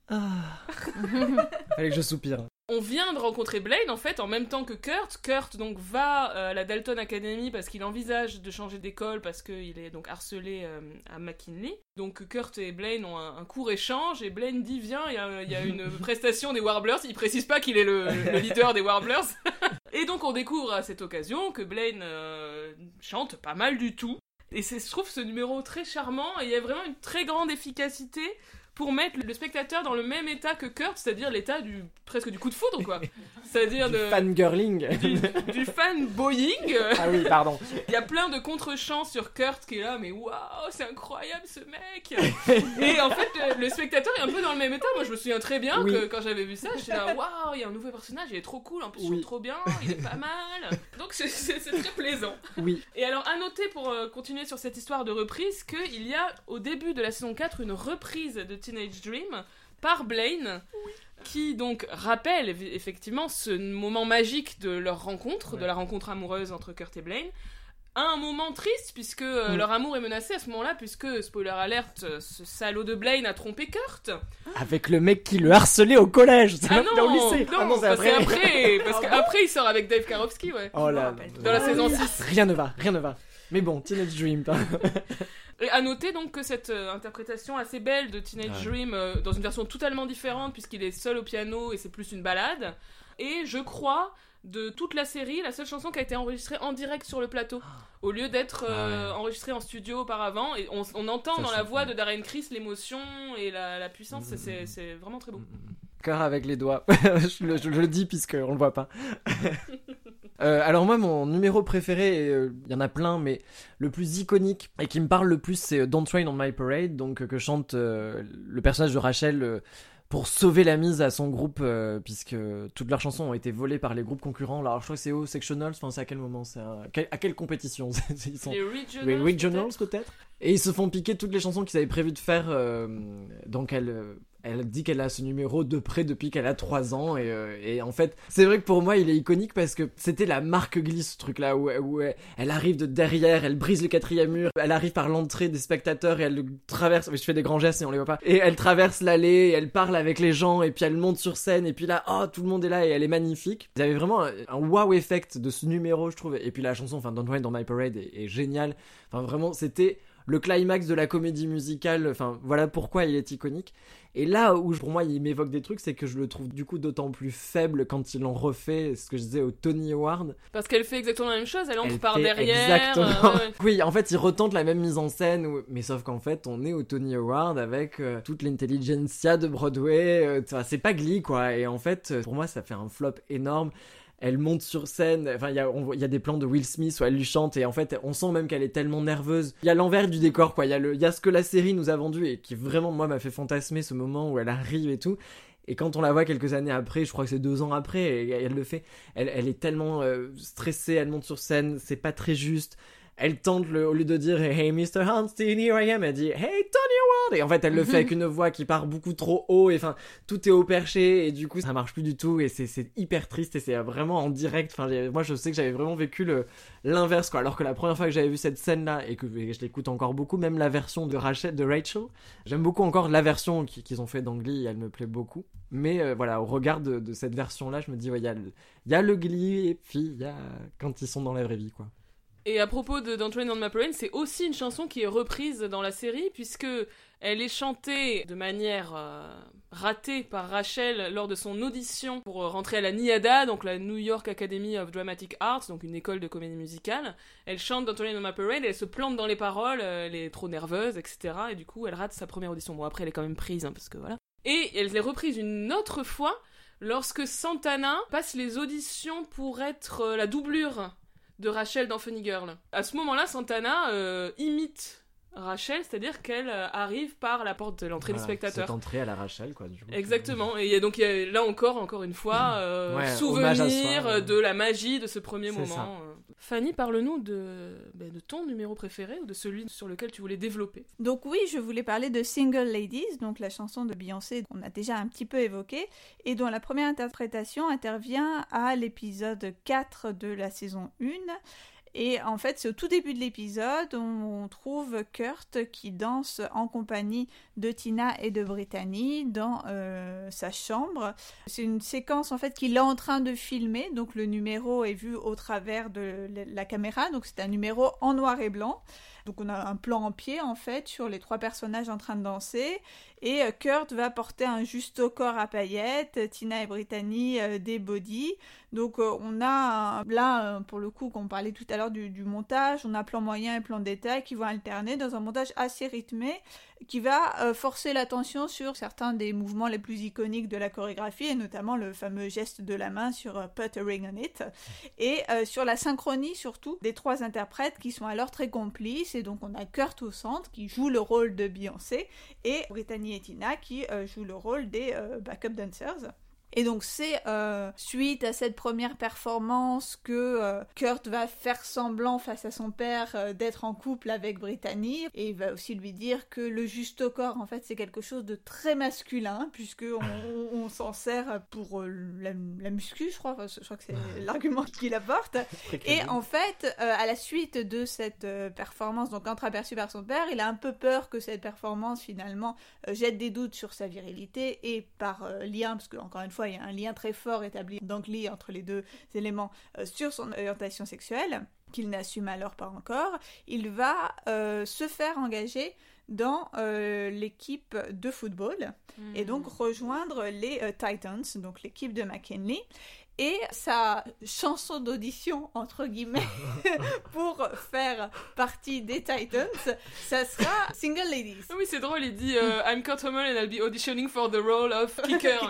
Fallait que je soupire. On vient de rencontrer Blaine en fait en même temps que Kurt. Kurt donc va à la Dalton Academy parce qu'il envisage de changer d'école parce qu'il est donc harcelé à McKinley. Donc Kurt et Blaine ont un court échange et Blaine dit viens, il y a une prestation des Warblers. Il précise pas qu'il est le leader des Warblers. Et donc on découvre à cette occasion que Blaine chante pas mal du tout. Et je trouve ce numéro très charmant et il y a vraiment une très grande efficacité pour mettre le spectateur dans le même état que Kurt, c'est-à-dire l'état presque du coup de foudre, quoi. C'est-à-dire du fangirling. Du fanboying. Ah oui, pardon. Il y a plein de contre-chants sur Kurt qui est là, mais waouh, c'est incroyable ce mec. Et en fait, le spectateur est un peu dans le même état. Moi, je me souviens très bien que quand j'avais vu ça, j'étais là, waouh, il y a un nouveau personnage, il est trop cool, en plus il chante trop bien, il est pas mal. Donc c'est très plaisant. Oui. Et alors, à noter pour continuer sur cette histoire de reprise, qu'il y a au début de la saison 4 une reprise de Teenage Dream par Blaine, qui donc rappelle effectivement ce moment magique de leur rencontre, de la rencontre amoureuse entre Kurt et Blaine, à un moment triste puisque leur amour est menacé à ce moment-là, puisque, spoiler alert, ce salaud de Blaine a trompé Kurt. Avec le mec qui le harcelait au collège, c'est non, au lycée. Non, c'est après. Parce qu'après il sort avec Dave Karofsky, ouais. Oh là, dans la saison 6. Rien ne va. Mais bon, Teenage Dream. Et à noter donc que cette interprétation assez belle de Teenage Dream, dans une version totalement différente, puisqu'il est seul au piano et c'est plus une ballade, et je crois, de toute la série, la seule chanson qui a été enregistrée en direct sur le plateau, au lieu d'être enregistrée en studio auparavant, et on entend dans la voix de Darren Criss l'émotion et la puissance, c'est vraiment très beau. Cœur avec les doigts, je le dis puisqu'on le voit pas. Alors moi, mon numéro préféré, il y en a plein, mais le plus iconique et qui me parle le plus, c'est Don't Rain on My Parade, donc que chante le personnage de Rachel pour sauver la mise à son groupe, puisque toutes leurs chansons ont été volées par les groupes concurrents. Alors je crois que c'est au Sectionals, enfin c'est à quel moment, à quelle compétition ils sont... Les Regionals peut-être. Et ils se font piquer toutes les chansons qu'ils avaient prévu de faire, donc elle dit qu'elle a ce numéro de près depuis qu'elle a 3 ans et en fait c'est vrai que pour moi il est iconique parce que c'était la marque Glee, ce truc là où elle arrive de derrière, elle brise le 4e mur, elle arrive par l'entrée des spectateurs et elle traverse, je fais des grands gestes et on les voit pas, et elle traverse l'allée et elle parle avec les gens et puis elle monte sur scène et puis là tout le monde est là et elle est magnifique. Il y avait vraiment un wow effect de ce numéro, je trouve, et puis la chanson, enfin Don't Rain on My Parade est géniale, enfin vraiment c'était le climax de la comédie musicale, enfin voilà pourquoi il est iconique. Et là où pour moi il m'évoque des trucs, c'est que je le trouve du coup d'autant plus faible quand il en refait, ce que je disais au Tony Award. Parce qu'elle fait exactement la même chose, elle entre par derrière. Exactement. Oui, en fait il retente la même mise en scène, mais sauf qu'en fait on est au Tony Award avec toute l'intelligentsia de Broadway, c'est pas Glee quoi, et en fait pour moi ça fait un flop énorme. Elle monte sur scène, enfin il y a des plans de Will Smith où elle lui chante et en fait on sent même qu'elle est tellement il y a l'envers du décor quoi, il y a ce que la série nous a vendu et qui vraiment moi m'a fait fantasmer, ce moment où elle arrive et tout, et quand on la voit quelques années après, je crois que c'est 2 ans après, et elle le fait, elle est tellement stressée, elle monte sur scène, c'est pas très juste. Elle tente, au lieu de dire « Hey Mr. Hanstein, here I am », elle dit « Hey Tony Award !» Et en fait, elle le fait avec une voix qui part beaucoup trop haut, et enfin, tout est au perché, et du coup, ça marche plus du tout, et c'est hyper triste, et c'est vraiment en direct. Enfin, moi, je sais que j'avais vraiment vécu l'inverse, quoi. Alors que la première fois que j'avais vu cette scène-là, et que je l'écoute encore beaucoup, même la version de Rachel, j'aime beaucoup encore la version qu'ils ont fait dans Glee, elle me plaît beaucoup. Mais voilà, au regard de cette version-là, je me dis, ouais, il y a le Glee, et puis il y a quand ils sont dans la vraie vie, quoi. Et à propos de Don't Rain on My Parade, c'est aussi une chanson qui est reprise dans la série, puisque elle est chantée de manière ratée par Rachel lors de son audition pour rentrer à la NYADA, donc la New York Academy of Dramatic Arts, donc une école de comédie musicale. Elle chante Don't Rain on My Parade et elle se plante dans les paroles, elle est trop nerveuse, etc. Et du coup, elle rate sa première audition. Bon, après, elle est quand même prise, parce que voilà. Et elle est reprise une autre fois lorsque Santana passe les auditions pour être la doublure de Rachel dans Funny Girl. À ce moment-là, Santana imite Rachel, c'est-à-dire qu'elle arrive par la porte de l'entrée des spectateurs. Cette entrée à la Rachel, quoi, du coup. Exactement. Et donc, il y a là encore une fois, souvenir de la magie de ce premier moment. Fanny, parle-nous de ton numéro préféré, ou de celui sur lequel tu voulais développer. Donc oui, je voulais parler de Single Ladies, donc la chanson de Beyoncé qu'on a déjà un petit peu évoquée, et dont la première interprétation intervient à l'épisode 4 de la saison 1. Et en fait, c'est au tout début de l'épisode, on trouve Kurt qui danse en compagnie de Tina et de Brittany dans sa chambre. C'est une séquence en fait qu'il est en train de filmer, donc le numéro est vu au travers de la caméra, donc c'est un numéro en noir et blanc. Donc on a un plan en pied en fait sur les 3 personnages en train de danser et Kurt va porter un juste corps à paillettes, Tina et Brittany des bodys. Donc on a là pour le coup qu'on parlait tout à l'heure du montage, on a plan moyen et plan détail qui vont alterner dans un montage assez rythmé qui va forcer l'attention sur certains des mouvements les plus iconiques de la chorégraphie et notamment le fameux geste de la main sur Put a Ring on It et sur la synchronie surtout des 3 interprètes qui sont alors très complices. Et donc on a Kurt au centre qui joue le rôle de Beyoncé et Brittany et Tina qui jouent le rôle des backup dancers. Et donc c'est suite à cette première performance que Kurt va faire semblant face à son père d'être en couple avec Brittany et il va aussi lui dire que le juste corps en fait c'est quelque chose de très masculin puisque on s'en sert pour la muscu je crois que c'est l'argument qu'il apporte. Et en fait à la suite de cette performance donc entreaperçue par son père, il a un peu peur que cette performance finalement jette des doutes sur sa virilité et par lien parce que encore une fois il y a un lien très fort établi d'Angly entre les 2 éléments sur son orientation sexuelle, qu'il n'assume alors pas encore. Il va se faire engager dans l'équipe de football et donc rejoindre les Titans, donc l'équipe de McKinley. Et sa chanson d'audition, entre guillemets, pour faire partie des Titans, ça sera Single Ladies. Oui, c'est drôle, il dit I'm Kurt Hummel and I'll be auditioning for the role of kicker.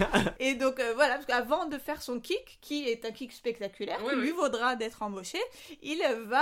Et donc voilà, parce qu'avant de faire son kick, qui est un kick spectaculaire, qui lui vaudra d'être embauché, il va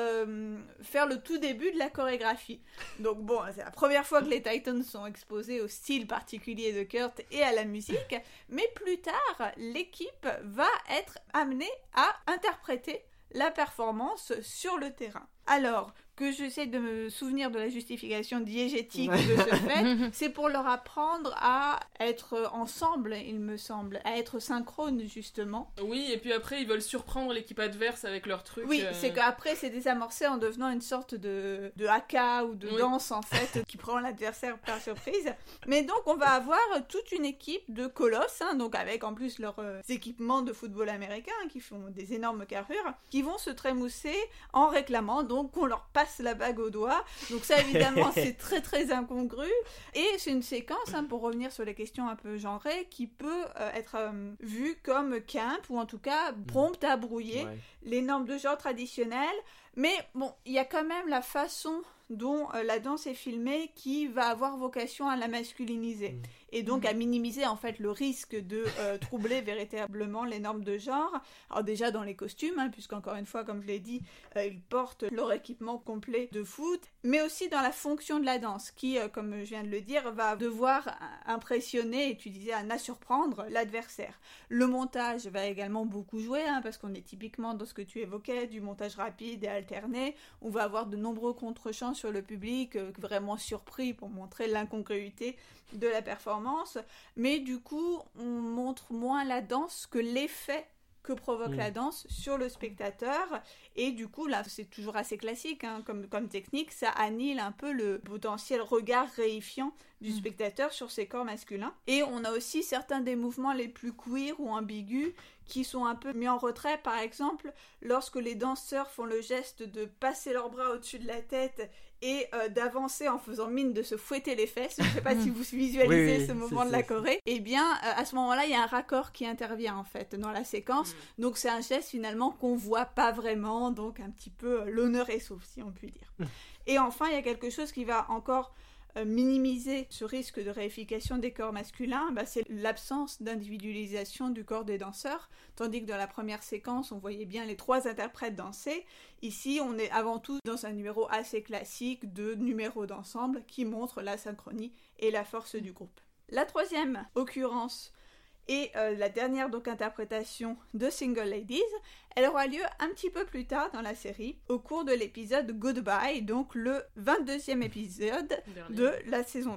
faire le tout début de la chorégraphie. Donc bon, c'est la première fois que les Titans sont exposés au style particulier de Kurt et à la musique, mais plus tard, l'équipe va être amenée à interpréter la performance sur le terrain. Alors que j'essaie de me souvenir de la justification diégétique de ce fait, c'est pour leur apprendre à être ensemble, il me semble, à être synchrone justement. Oui, et puis après ils veulent surprendre l'équipe adverse avec leur truc. Oui, c'est qu'après c'est désamorcé en devenant une sorte de haka ou de danse en fait qui prend l'adversaire par surprise. Mais donc on va avoir toute une équipe de colosses, donc avec en plus leurs équipements de football américain qui font des énormes carrures, qui vont se trémousser en réclamant donc qu'on leur passe la bague au doigt. Donc ça évidemment c'est très très incongru et c'est une séquence pour revenir sur les questions un peu genrées qui peut être vue comme camp ou en tout cas prompte à brouiller les normes de genre traditionnelles. Mais bon, il y a quand même la façon dont la danse est filmée qui va avoir vocation à la masculiniser et donc à minimiser en fait le risque de troubler véritablement les normes de genre. Alors déjà dans les costumes, puisqu'encore une fois comme je l'ai dit, ils portent leur équipement complet de foot, mais aussi dans la fonction de la danse qui, comme je viens de le dire, va devoir impressionner et tu disais à surprendre l'adversaire. Le montage va également beaucoup jouer parce qu'on est typiquement dans ce que tu évoquais, du montage rapide et alterné. On va avoir de nombreux contre-champs sur le public, vraiment surpris pour montrer l'incongruité de la performance, mais du coup on montre moins la danse que l'effet que provoque la danse sur le spectateur, et du coup là c'est toujours assez classique comme technique, ça annule un peu le potentiel regard réifiant du spectateur sur ses corps masculins. Et on a aussi certains des mouvements les plus queer ou ambigus qui sont un peu mis en retrait, par exemple lorsque les danseurs font le geste de passer leurs bras au-dessus de la tête et d'avancer en faisant mine de se fouetter les fesses. Je ne sais pas si vous visualisez ce moment de la choré. Et bien, à ce moment-là, il y a un raccord qui intervient en fait dans la séquence. Donc c'est un geste finalement qu'on voit pas vraiment, donc un petit peu l'honneur est sauf, si on peut dire. Et enfin, il y a quelque chose qui va encore minimiser ce risque de réification des corps masculins, c'est l'absence d'individualisation du corps des danseurs, tandis que dans la première séquence on voyait bien les 3 interprètes danser. Ici on est avant tout dans un numéro assez classique de numéro d'ensemble qui montre la synchronie et la force du groupe. La troisième occurrence et la dernière donc interprétation de Single Ladies, elle aura lieu un petit peu plus tard dans la série, au cours de l'épisode Goodbye, donc le 22e épisode de la saison 3.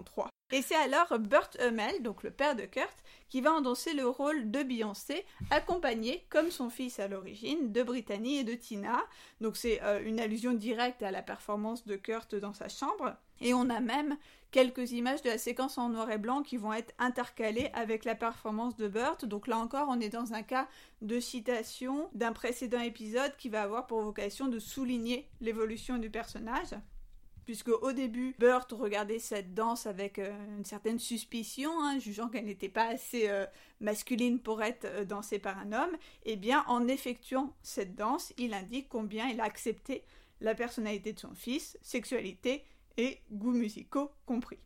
Et c'est alors Burt Hummel, donc le père de Kurt, qui va endosser le rôle de Beyoncé, accompagné, comme son fils à l'origine, de Brittany et de Tina. Donc c'est une allusion directe à la performance de Kurt dans sa chambre. Et on a même quelques images de la séquence en noir et blanc qui vont être intercalées avec la performance de Burt. Donc là encore, on est dans un cas de citation d'un précédent épisode qui va avoir pour vocation de souligner l'évolution du personnage. Puisque au début, Burt regardait cette danse avec une certaine suspicion, jugeant qu'elle n'était pas assez masculine pour être dansée par un homme, et bien en effectuant cette danse, il indique combien il a accepté la personnalité de son fils, sexualité et goûts musicaux compris.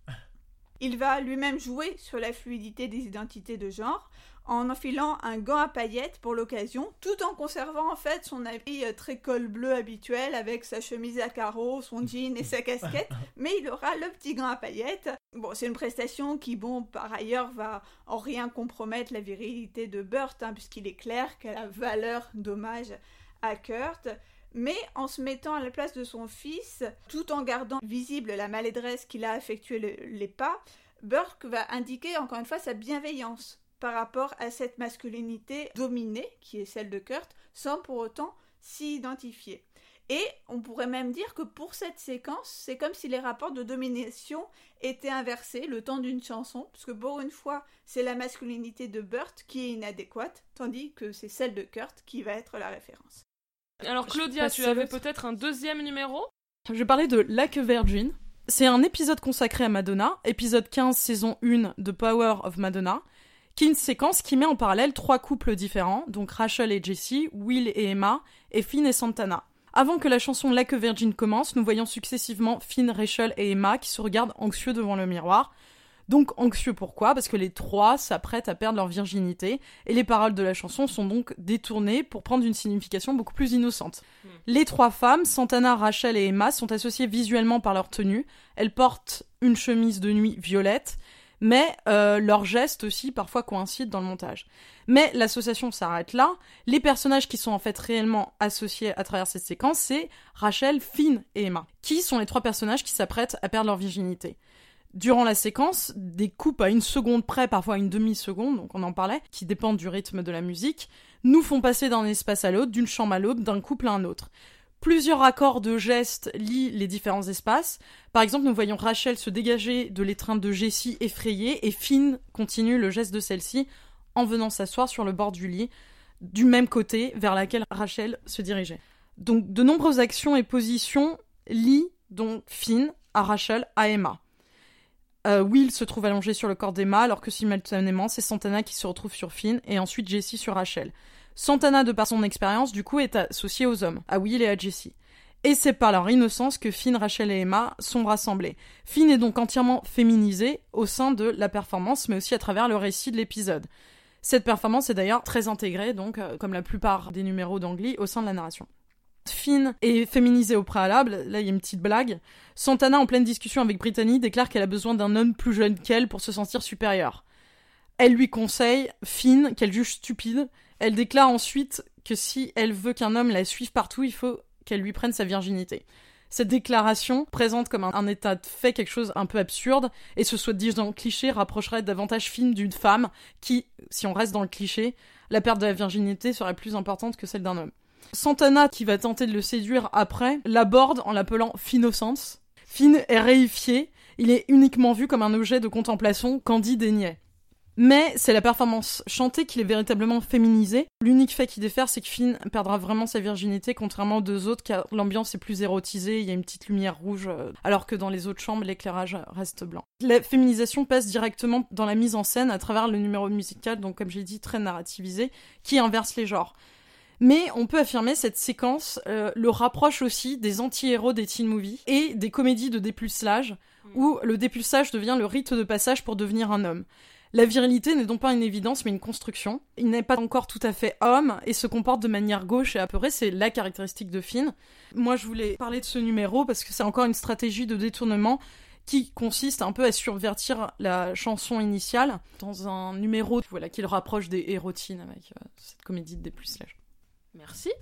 Il va lui-même jouer sur la fluidité des identités de genre, en enfilant un gant à paillettes pour l'occasion, tout en conservant en fait son habit très col bleu habituel avec sa chemise à carreaux, son jean et sa casquette, mais il aura le petit gant à paillettes. Bon, c'est une prestation qui, par ailleurs, va en rien compromettre la virilité de Burt, puisqu'il est clair qu'elle a valeur d'hommage à Kurt. Mais en se mettant à la place de son fils, tout en gardant visible la maladresse qu'il a effectué les pas, Burt va indiquer encore une fois sa bienveillance par rapport à cette masculinité dominée, qui est celle de Kurt, sans pour autant s'y identifier. Et on pourrait même dire que pour cette séquence, c'est comme si les rapports de domination étaient inversés le temps d'une chanson, parce que pour une fois, c'est la masculinité de Burt qui est inadéquate, tandis que c'est celle de Kurt qui va être la référence. Alors Claudia, tu avais peut-être un deuxième numéro ? Je vais parler de Like a Virgin. C'est un épisode consacré à Madonna, épisode 15, saison 1 de Power of Madonna, qui est une séquence qui met en parallèle 3 couples différents, donc Rachel et Jessie, Will et Emma, et Finn et Santana. Avant que la chanson Like a Virgin commence, nous voyons successivement Finn, Rachel et Emma qui se regardent anxieux devant le miroir. Donc anxieux pourquoi ? Parce que les 3 s'apprêtent à perdre leur virginité, et les paroles de la chanson sont donc détournées pour prendre une signification beaucoup plus innocente. Les 3 femmes, Santana, Rachel et Emma, sont associées visuellement par leur tenue. Elles portent une chemise de nuit violette, mais leurs gestes aussi parfois coïncident dans le montage. Mais l'association s'arrête là. Les personnages qui sont en fait réellement associés à travers cette séquence, c'est Rachel, Finn et Emma, qui sont les 3 personnages qui s'apprêtent à perdre leur virginité. Durant la séquence, des coupes à 1 seconde près, parfois 1 demi-seconde, donc on en parlait, qui dépendent du rythme de la musique, nous font passer d'un espace à l'autre, d'une chambre à l'autre, d'un couple à un autre. Plusieurs raccords de gestes lient les différents espaces. Par exemple, nous voyons Rachel se dégager de l'étreinte de Jessie effrayée et Finn continue le geste de celle-ci en venant s'asseoir sur le bord du lit, du même côté vers laquelle Rachel se dirigeait. Donc de nombreuses actions et positions lient donc Finn à Rachel à Emma. Will se trouve allongé sur le corps d'Emma alors que simultanément c'est Santana qui se retrouve sur Finn et ensuite Jessie sur Rachel. Santana, de par son expérience, du coup, est associé aux hommes, à Will et à Jessie. Et c'est par leur innocence que Finn, Rachel et Emma sont rassemblés. Finn est donc entièrement féminisé au sein de la performance, mais aussi à travers le récit de l'épisode. Cette performance est d'ailleurs très intégrée, donc, comme la plupart des numéros d'Angly, au sein de la narration. Finn est féminisé au préalable, là il y a une petite blague. Santana, en pleine discussion avec Brittany, déclare qu'elle a besoin d'un homme plus jeune qu'elle pour se sentir supérieure. Elle lui conseille, Finn, qu'elle juge stupide. Elle déclare ensuite que si elle veut qu'un homme la suive partout, il faut qu'elle lui prenne sa virginité. Cette déclaration présente comme un état de fait quelque chose un peu absurde, et ce soi-disant cliché rapprocherait davantage Finn d'une femme qui, si on reste dans le cliché, la perte de la virginité serait plus importante que celle d'un homme. Santana, qui va tenter de le séduire après, l'aborde en l'appelant Finnocence. Finn est réifié, il est uniquement vu comme un objet de contemplation, candide et niais. Mais c'est la performance chantée qui l'est véritablement féminisée. L'unique fait qui diffère, c'est que Finn perdra vraiment sa virginité, contrairement aux 2 autres, car l'ambiance est plus érotisée, il y a une petite lumière rouge, alors que dans les autres chambres, l'éclairage reste blanc. La féminisation passe directement dans la mise en scène à travers le numéro musical, donc comme j'ai dit, très narrativisé, qui inverse les genres. Mais on peut affirmer cette séquence le rapproche aussi des anti-héros des teen movies et des comédies de dépucelage, où le dépucelage devient le rite de passage pour devenir un homme. La virilité n'est donc pas une évidence, mais une construction. Il n'est pas encore tout à fait homme et se comporte de manière gauche et apeurée, c'est la caractéristique de Finn. Moi, je voulais parler de ce numéro parce que c'est encore une stratégie de détournement qui consiste un peu à subvertir la chanson initiale dans un numéro qui le rapproche des hérotines avec cette comédie de dépucelage. Merci.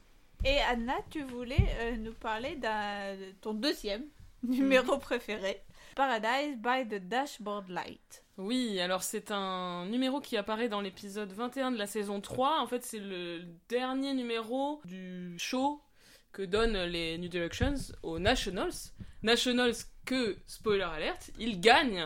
Et Anna, tu voulais nous parler de ton deuxième numéro préféré. Paradise by the Dashboard Light. Oui, alors c'est un numéro qui apparaît dans l'épisode 21 de la saison 3. En fait, c'est le dernier numéro du show que donnent les New Directions aux Nationals. Nationals que, spoiler alert, ils gagnent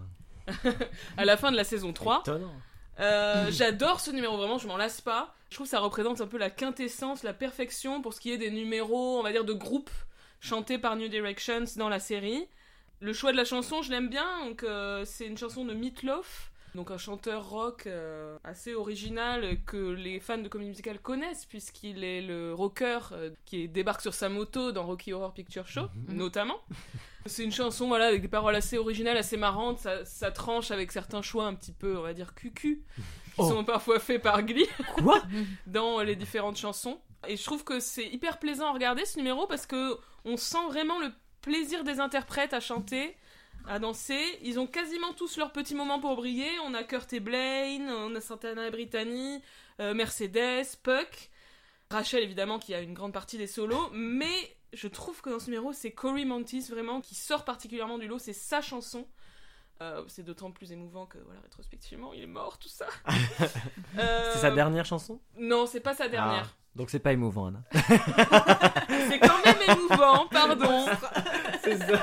à la fin de la saison 3. Étonnant. J'adore ce numéro, vraiment, je m'en lasse pas. Je trouve que ça représente un peu la quintessence, la perfection pour ce qui est des numéros, on va dire, de groupe chantés par New Directions dans la série. Le choix de la chanson, je l'aime bien, donc c'est une chanson de Meat Loaf, donc un chanteur rock assez original que les fans de comédie musicale connaissent, puisqu'il est le rocker qui débarque sur sa moto dans Rocky Horror Picture Show, notamment. C'est une chanson, voilà, avec des paroles assez originales, assez marrantes, ça tranche avec certains choix un petit peu, on va dire, cucu, qui sont parfois faits par Glee. Quoi dans les différentes chansons. Et je trouve que c'est hyper plaisant à regarder ce numéro, parce que on sent vraiment le plaisir des interprètes à chanter, à danser. Ils ont quasiment tous leur petit moment pour briller. On a Kurt et Blaine, on a Santana et Brittany, Mercedes, Puck, Rachel évidemment qui a une grande partie des solos, mais je trouve que dans ce numéro c'est Cory Monteith vraiment qui sort particulièrement du lot, c'est sa chanson. C'est d'autant plus émouvant que, voilà, rétrospectivement, il est mort, tout ça. C'est sa dernière chanson ? Non, c'est pas sa dernière. Donc c'est pas émouvant, Anna. C'est quand même émouvant, pardon. C'est ça.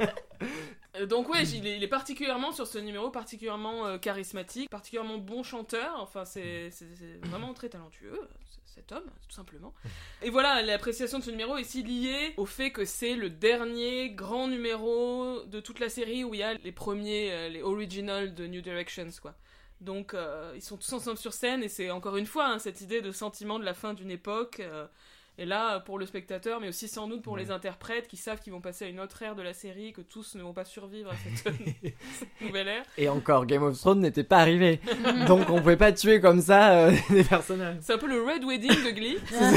Donc ouais, il est particulièrement sur ce numéro, particulièrement charismatique, particulièrement bon chanteur. Enfin, c'est vraiment très talentueux, cet homme, tout simplement. Et voilà, l'appréciation de ce numéro est aussi liée au fait que c'est le dernier grand numéro de toute la série où il y a les premiers, les originals de New Directions, quoi. Donc ils sont tous ensemble sur scène et c'est encore une fois cette idée de sentiment de la fin d'une époque. Et là, pour le spectateur, mais aussi sans doute pour les interprètes qui savent qu'ils vont passer à une autre ère de la série, que tous ne vont pas survivre à cette nouvelle ère. Et encore, Game of Thrones n'était pas arrivé. Donc on pouvait pas tuer comme ça des personnages. C'est un peu le Red Wedding de Glee.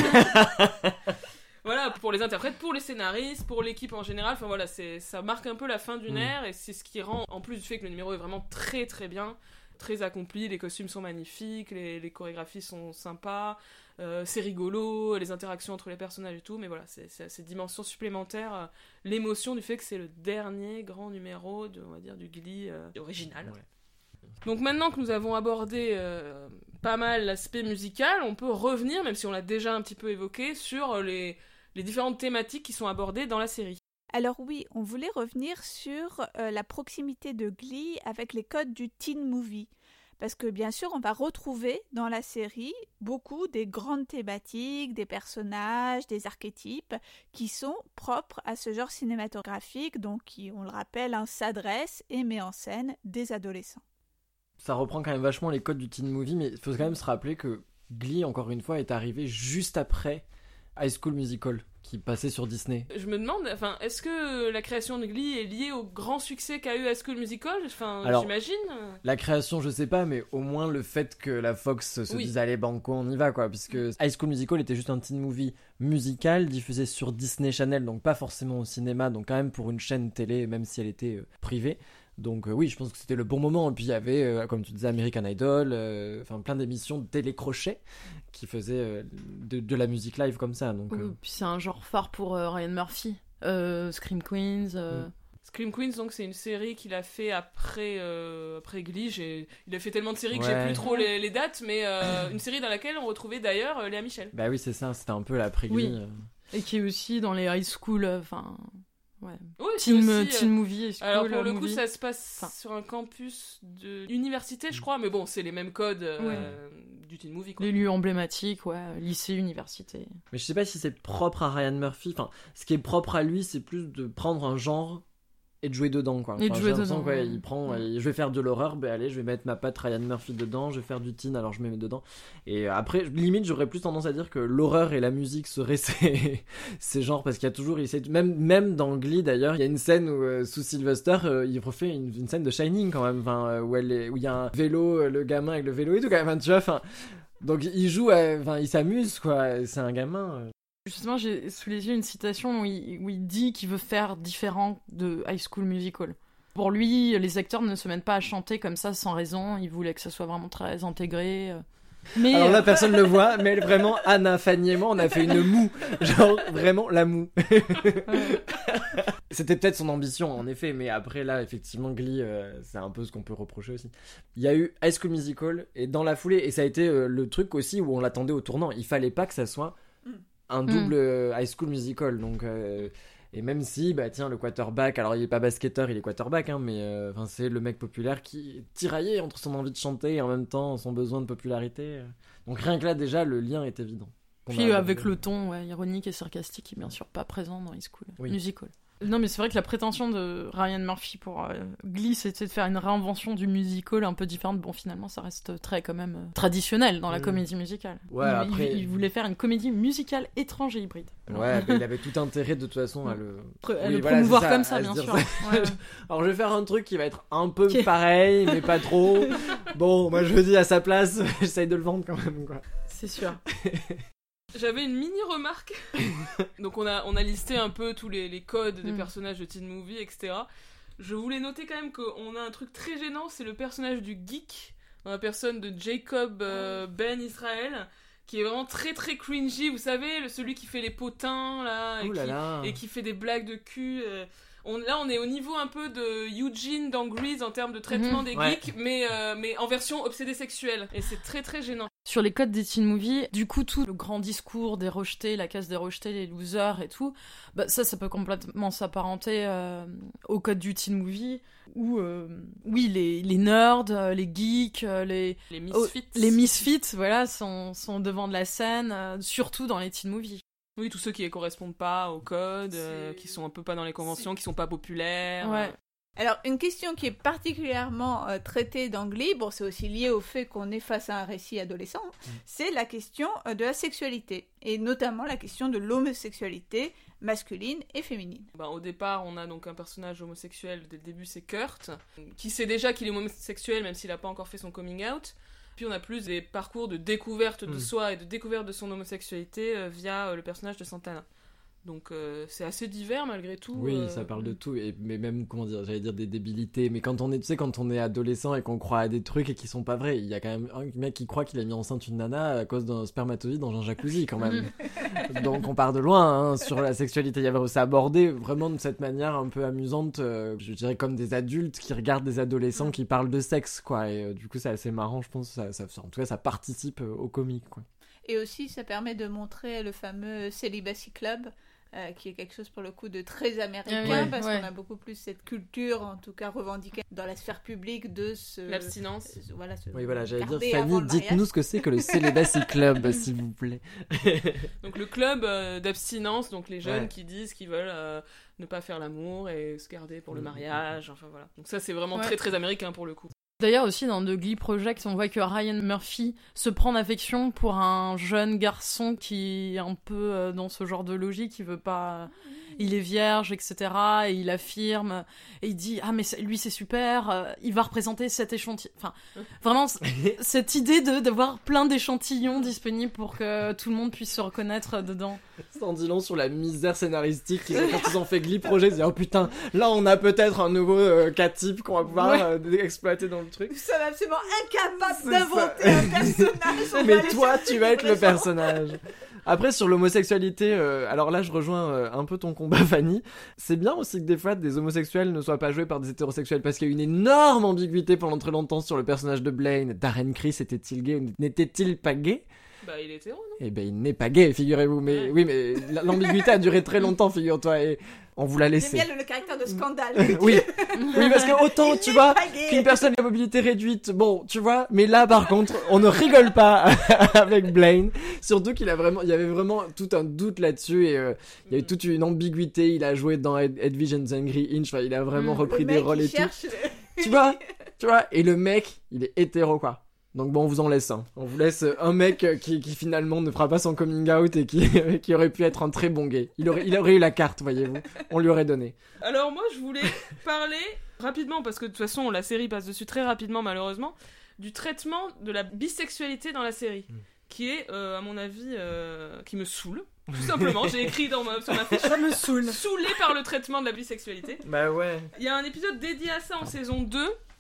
Voilà, pour les interprètes, pour les scénaristes, pour l'équipe en général. Enfin voilà, ça marque un peu la fin d'une ère et c'est ce qui rend, en plus du fait que le numéro est vraiment très très bien, très accompli, les costumes sont magnifiques, les chorégraphies sont sympas, c'est rigolo, les interactions entre les personnages et tout, mais voilà, c'est cette dimension supplémentaire, l'émotion du fait que c'est le dernier grand numéro on va dire, du Glee original. Ouais. Donc maintenant que nous avons abordé pas mal l'aspect musical, on peut revenir, même si on l'a déjà un petit peu évoqué, sur les différentes thématiques qui sont abordées dans la série. Alors oui, on voulait revenir sur la proximité de Glee avec les codes du teen movie. Parce que bien sûr, on va retrouver dans la série beaucoup des grandes thématiques, des personnages, des archétypes qui sont propres à ce genre cinématographique, donc qui, on le rappelle, s'adresse et met en scène des adolescents. Ça reprend quand même vachement les codes du teen movie, mais il faut quand même se rappeler que Glee, encore une fois, est arrivé juste après High School Musical, qui passait sur Disney. Je me demande, enfin, est-ce que la création de Glee est liée au grand succès qu'a eu High School Musical ? Enfin, alors, j'imagine. La création, je sais pas, mais au moins le fait que la Fox se dise allez banco, on y va quoi, puisque High School Musical était juste un teen movie musical diffusé sur Disney Channel, donc pas forcément au cinéma, donc quand même pour une chaîne télé, même si elle était privée. Donc oui, je pense que c'était le bon moment. Et puis il y avait, comme tu disais, American Idol, enfin plein d'émissions de télé-crochet qui faisaient de la musique live comme ça. Donc, puis c'est un genre phare pour Ryan Murphy, Scream Queens. Scream Queens, donc c'est une série qu'il a fait après Glee. Il a fait tellement de séries que j'ai plus trop les dates, mais une série dans laquelle on retrouvait d'ailleurs Léa Michel. Bah oui, c'est ça, c'était un peu l'après-Glee. Oui. Et qui est aussi dans les high school, enfin... Ouais. Oui, teen movie. Alors pour le coup, ça se passe sur un campus d'université, je crois, mais bon, c'est les mêmes codes du teen movie, quoi. Les lieux emblématiques, lycée, université. Mais je sais pas si c'est propre à Ryan Murphy. Enfin, ce qui est propre à lui, c'est plus de prendre un genre et de jouer dedans, quoi. Et de jouer dedans. Il prend, je vais faire de l'horreur, ben allez, je vais mettre ma patte Ryan Murphy dedans, je vais faire du teen, alors je me mets dedans. Et après, limite, j'aurais plus tendance à dire que l'horreur et la musique seraient ces genres, parce qu'il y a toujours, même dans Glee d'ailleurs, il y a une scène où, sous Sylvester, il refait une scène de Shining quand même, où il y a un vélo, le gamin avec le vélo et tout, quand même, tu vois, enfin. Donc il joue, il s'amuse, quoi, c'est un gamin. Justement, j'ai sous les yeux une citation où il dit qu'il veut faire différent de High School Musical. Pour lui, les acteurs ne se mettent pas à chanter comme ça sans raison. Il voulait que ça soit vraiment très intégré. Mais Alors là, personne ne le voit, mais vraiment, Anna, Fanny et moi, on a fait une moue. Genre, vraiment, la moue. C'était peut-être son ambition, en effet, mais après, là, effectivement, Glee, c'est un peu ce qu'on peut reprocher aussi. Il y a eu High School Musical, et dans la foulée, et ça a été le truc aussi où on l'attendait au tournant. Il fallait pas que ça soit un double High School Musical, donc... Et même si, bah tiens, le quarterback, alors il est pas basketteur, il est quarterback, hein, mais c'est le mec populaire qui est tiraillé entre son envie de chanter et en même temps son besoin de popularité. Donc rien que là, déjà, le lien est évident. Puis avec le ton ironique et sarcastique qui est bien sûr pas présent dans High School Musical. Non, mais c'est vrai que la prétention de Ryan Murphy pour Glee, c'était de faire une réinvention du musical un peu différente. Bon, finalement, ça reste très quand même traditionnel dans la comédie musicale. Ouais, après... il voulait faire une comédie musicale étrange et hybride. Ouais, mais il avait tout intérêt de toute façon à le promouvoir ça, comme ça, bien sûr. Ouais. Alors je vais faire un truc qui va être un peu pareil, mais pas trop. Bon, moi je me dis à sa place, j'essaye de le vendre quand même, quoi. C'est sûr. J'avais une mini remarque. Donc on a listé un peu tous les codes des personnages de teen movie, etc. Je voulais noter quand même qu'on a un truc très gênant, c'est le personnage du geek, dans la personne de Jacob Ben Israel, qui est vraiment très très cringy, vous savez, celui qui fait les potins là, et qui fait des blagues de cul. Là on est au niveau un peu de Eugene dans Grease en termes de traitement des geeks, mais en version obsédé sexuelle, et c'est très très gênant. Sur les codes des teen movies, du coup tout le grand discours des rejetés, la case des rejetés, les losers et tout, bah ça peut complètement s'apparenter au code du teen movie, où oui les nerds, les geeks, les misfits, les misfits, voilà, sont au devant de la scène, surtout dans les teen movies. Oui, tous ceux qui ne correspondent pas au code, qui sont un peu pas dans les conventions, qui sont pas populaires. Ouais. Alors, une question qui est particulièrement traitée dans Glee, bon, c'est aussi lié au fait qu'on est face à un récit adolescent, c'est la question de la sexualité, et notamment la question de l'homosexualité masculine et féminine. Au départ, on a donc un personnage homosexuel, dès le début c'est Kurt, qui sait déjà qu'il est homosexuel, même s'il n'a pas encore fait son coming out. Puis on a plus des parcours de découverte de soi et de découverte de son homosexualité via le personnage de Santana. Donc c'est assez divers malgré tout. Oui, ça parle de tout, mais même, comment dire, j'allais dire des débilités, mais quand on est adolescent et qu'on croit à des trucs et qui sont pas vrais, il y a quand même un mec qui croit qu'il a mis enceinte une nana à cause d'un spermatozoïde dans un jacuzzi quand même. Donc on part de loin sur la sexualité, c'est abordé vraiment de cette manière un peu amusante, je dirais comme des adultes qui regardent des adolescents qui parlent de sexe, quoi, et du coup c'est assez marrant, je pense, en tout cas ça participe au comique, quoi. Et aussi ça permet de montrer le fameux Celibacy Club, qui est quelque chose pour le coup de très américain, parce qu'on a beaucoup plus cette culture, en tout cas revendiquée dans la sphère publique, de l'abstinence. J'allais dire, Fanny, dites-nous ce que c'est que le Celibacy Club, s'il vous plaît. Donc le club d'abstinence, donc les jeunes qui disent qu'ils veulent ne pas faire l'amour et se garder pour le mariage, enfin voilà. Donc ça c'est vraiment très très américain pour le coup. D'ailleurs aussi dans The Glee Project, on voit que Ryan Murphy se prend d'affection pour un jeune garçon qui est un peu dans ce genre de logique, qui veut pas... Il est vierge, etc. Et il affirme, et il dit « Ah mais lui c'est super, il va représenter cet échantillon... » Enfin, vraiment, cette idée d'avoir plein d'échantillons disponibles pour que tout le monde puisse se reconnaître dedans. Ça en dit long sur la misère scénaristique quand ils ont fait Glee Project, ils disent « Oh putain, là on a peut-être un nouveau cas type qu'on va pouvoir exploiter dans le truc. » Nous sommes absolument incapables d'inventer un personnage. Mais toi, tu vas être le personnage. Après, sur l'homosexualité, alors là, je rejoins un peu ton combat, Fanny. C'est bien aussi que des fois, des homosexuels ne soient pas joués par des hétérosexuels, parce qu'il y a eu une énorme ambiguïté pendant très longtemps sur le personnage de Blaine. Darren Criss était-il gay ou n'était-il pas gay ? Il est hétéro, non ? Eh ben, il n'est pas gay, figurez-vous. Mais oui, mais l'ambiguïté a duré très longtemps, figure-toi. Et on vous l'a laissé. J'aime bien le caractère de scandale. Oui, parce que autant, tu vois, qu'une personne à mobilité réduite, bon, tu vois, mais là, par contre, on ne rigole pas avec Blaine. Surtout qu'il y avait vraiment tout un doute là-dessus, et il y a eu toute une ambiguïté. Il a joué dans Hedwig and the Angry Inch, il a vraiment repris des rôles et tout. Tu vois, et le mec, il est hétéro, quoi. Donc bon, on vous en laisse un. On vous laisse un mec qui finalement ne fera pas son coming out et qui aurait pu être un très bon gay. Il aurait eu la carte, voyez-vous. On lui aurait donné. Alors moi, je voulais parler rapidement, parce que de toute façon, la série passe dessus très rapidement, malheureusement, du traitement de la bisexualité dans la série. Qui est, à mon avis, qui me saoule. Tout simplement, j'ai écrit sur ma fiche. Ça me saoule. Saoulé par le traitement de la bisexualité. Bah ouais. Il y a un épisode dédié à ça en saison 2.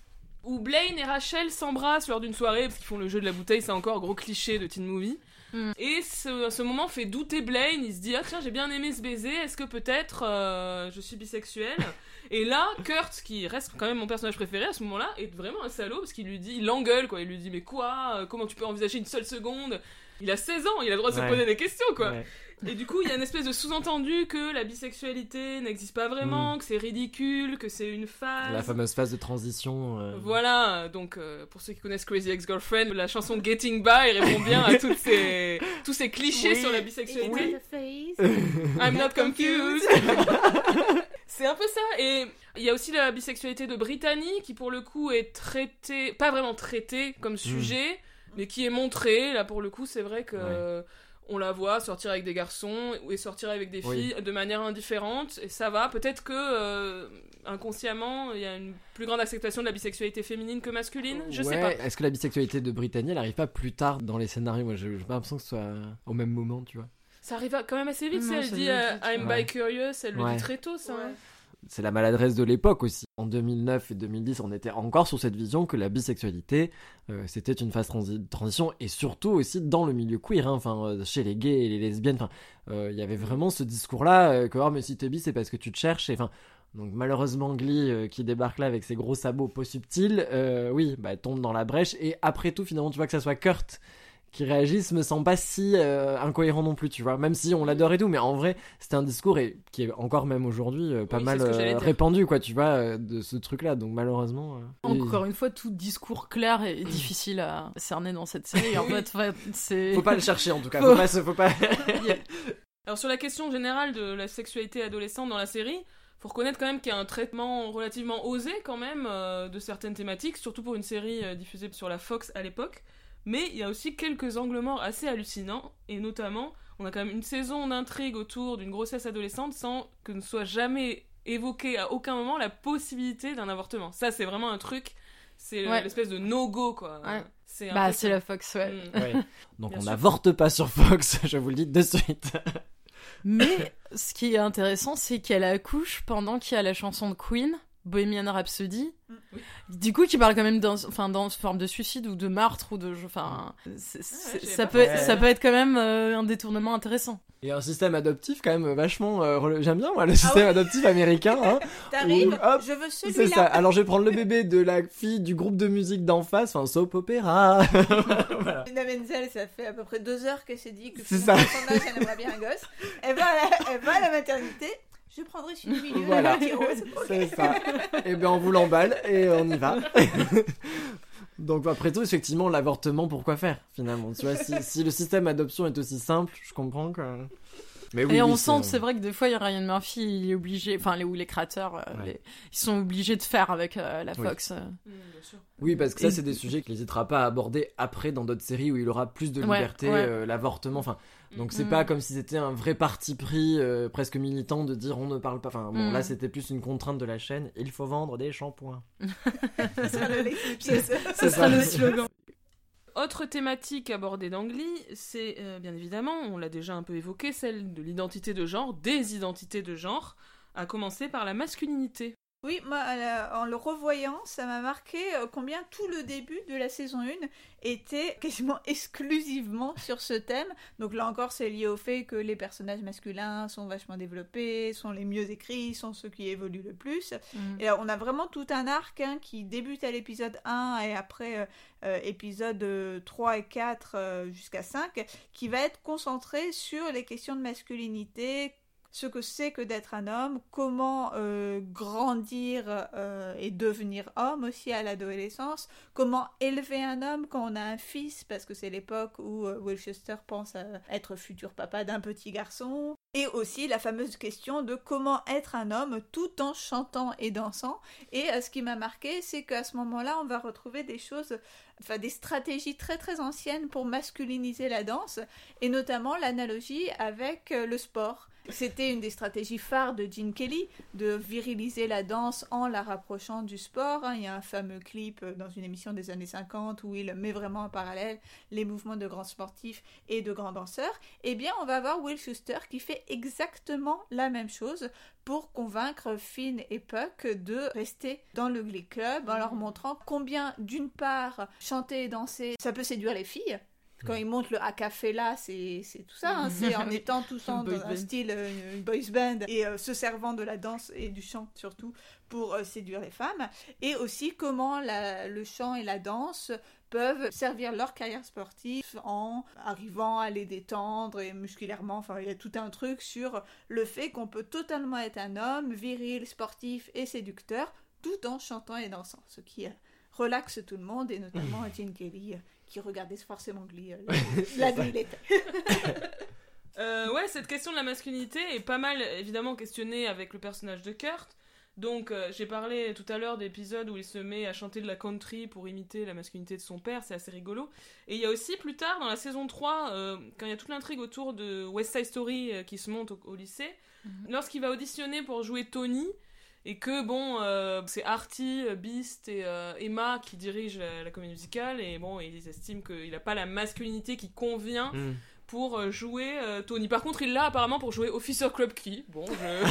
où Blaine et Rachel s'embrassent lors d'une soirée, parce qu'ils font le jeu de la bouteille, c'est encore gros cliché de teen movie. Et ce moment fait douter Blaine, il se dit « Ah tiens, j'ai bien aimé ce baiser, est-ce que peut-être je suis bisexuel ?» Et là, Kurt, qui reste quand même mon personnage préféré à ce moment-là, est vraiment un salaud, parce qu'il lui dit, il l'engueule, quoi, il lui dit « Mais quoi comment tu peux envisager une seule seconde ?» Il a 16 ans, il a le droit de se poser des questions, quoi. Ouais. Et du coup, il y a une espèce de sous-entendu que la bisexualité n'existe pas vraiment, que c'est ridicule, que c'est une phase. La fameuse phase de transition. Voilà, donc pour ceux qui connaissent Crazy Ex-Girlfriend, la chanson Getting By répond bien à tous ces clichés sur la bisexualité. I'm not confused. C'est un peu ça. Et il y a aussi la bisexualité de Brittany, qui pour le coup est traitée, pas vraiment traitée comme sujet, mais qui est montrée. Là, pour le coup, c'est vrai que... On la voit sortir avec des garçons et sortir avec des filles de manière indifférente, et ça va. Peut-être que inconsciemment, il y a une plus grande acceptation de la bisexualité féminine que masculine. Je sais pas. Est-ce que la bisexualité de Brittany, elle arrive pas plus tard dans les scénarios? Moi, j'ai pas l'impression que ce soit au même moment, tu vois. Ça arrive quand même assez vite. Elle dit I'm bi-curious, elle le dit très tôt, ça. Ouais. C'est la maladresse de l'époque aussi. En 2009 et 2010, on était encore sur cette vision que la bisexualité, c'était une phase de transition, et surtout aussi dans le milieu queer, chez les gays et les lesbiennes. Il y avait vraiment ce discours-là que mais si t'es bi, c'est parce que tu te cherches. Donc malheureusement, Glee, qui débarque là avec ses gros sabots pas subtils, tombe dans la brèche. Et après tout, finalement, tu vois que ça soit Kurt qui réagissent me semble pas si incohérent non plus, tu vois, même si on l'adore et tout, mais en vrai c'était un discours qui est encore même aujourd'hui pas mal répandu, quoi, tu vois, de ce truc là, donc malheureusement encore une fois, tout discours clair est difficile à cerner dans cette série. En fait, c'est... faut pas le chercher, en tout cas, faut pas... Alors sur la question générale de la sexualité adolescente dans la série, faut reconnaître quand même qu'il y a un traitement relativement osé quand même de certaines thématiques, surtout pour une série diffusée sur la Fox à l'époque. Mais il y a aussi quelques angles morts assez hallucinants, et notamment, on a quand même une saison d'intrigue autour d'une grossesse adolescente sans que ne soit jamais évoquée à aucun moment la possibilité d'un avortement. Ça, c'est vraiment un truc, c'est l'espèce de no-go, quoi. Ouais. C'est la Fox, ouais. Donc bien on n'avorte pas sur Fox, je vous le dis de suite. Mais ce qui est intéressant, c'est qu'elle accouche pendant qu'il y a la chanson de Queen, Bohemian Rhapsody, du coup qui parle quand même dans forme de suicide ou de meurtre ou de ça peut être quand même un détournement intéressant. Et un système adoptif quand même vachement j'aime bien moi le système adoptif américain, T'arrives, je veux celui-là. C'est ça. Alors je vais prendre le bébé de la fille du groupe de musique d'en face, soap opéra. Voilà. Lina Menzel, ça fait à peu près 2 heures qu'elle s'est dit que c'est ça. Son âge, elle aimerait bien un gosse. Elle va à la maternité. Je prendrai celui du milieu, voilà. la rose. C'est ça. Et bien on vous l'emballe et on y va. Donc après tout, effectivement, l'avortement, pourquoi faire finalement, tu vois, si le système adoption est aussi simple, je comprends que... Mais oui, et on sent, c'est vrai que des fois, Ryan Murphy, il est obligé, les créateurs, ils sont obligés de faire avec la Fox. Bien sûr. Oui, parce que ça, c'est des sujets qu'il n'hésitera pas à aborder après dans d'autres séries où il aura plus de liberté, l'avortement, donc c'est pas comme si c'était un vrai parti pris presque militant de dire on ne parle pas, là c'était plus une contrainte de la chaîne, il faut vendre des shampoings. Ce sera le slogan. Autre thématique abordée dans Glee, c'est bien évidemment, on l'a déjà un peu évoqué, celle de l'identité de genre, des identités de genre, à commencer par la masculinité. Oui, moi, en le revoyant, ça m'a marqué combien tout le début de la saison 1 était quasiment exclusivement sur ce thème. Donc là encore, c'est lié au fait que les personnages masculins sont vachement développés, sont les mieux écrits, sont ceux qui évoluent le plus. Et on a vraiment tout un arc qui débute à l'épisode 1 et après épisode 3 et 4 jusqu'à 5, qui va être concentré sur les questions de masculinité, ce que c'est que d'être un homme, comment grandir et devenir homme aussi à l'adolescence, comment élever un homme quand on a un fils, parce que c'est l'époque où Wilchester pense à être futur papa d'un petit garçon, et aussi la fameuse question de comment être un homme tout en chantant et dansant. Et ce qui m'a marqué, c'est qu'à ce moment-là, on va retrouver des choses, des stratégies très très anciennes pour masculiniser la danse, et notamment l'analogie avec le sport, C'était une des stratégies phares de Gene Kelly, de viriliser la danse en la rapprochant du sport. Il y a un fameux clip dans une émission des années 50 où il met vraiment en parallèle les mouvements de grands sportifs et de grands danseurs. Eh bien, on va voir Will Schuester qui fait exactement la même chose pour convaincre Finn et Puck de rester dans le Glee Club en leur montrant combien, d'une part, chanter et danser, ça peut séduire les filles. Quand ils montent le acapella, c'est tout ça, hein. C'est en étant tous dans un style une boys band et se servant de la danse et du chant surtout pour séduire les femmes. Et aussi comment le chant et la danse peuvent servir leur carrière sportive en arrivant à les détendre et musculairement. Enfin, il y a tout un truc sur le fait qu'on peut totalement être un homme viril, sportif et séducteur tout en chantant et dansant. Ce qui relaxe tout le monde et notamment Gene Kelly qui regardait forcément Glee la nuit l'été. Ouais, cette question de la masculinité est pas mal évidemment questionnée avec le personnage de Kurt. Donc j'ai parlé tout à l'heure d'épisodes où il se met à chanter de la country pour imiter la masculinité de son père, c'est assez rigolo. Et il y a aussi plus tard dans la saison 3, quand il y a toute l'intrigue autour de West Side Story qui se monte au lycée, lorsqu'il va auditionner pour jouer Tony, et que bon, c'est Artie, Beast et Emma qui dirigent la comédie musicale, et bon, ils estiment qu'il n'a pas la masculinité qui convient pour jouer Tony. Par contre, il l'a apparemment pour jouer Officer Krupke. Bon,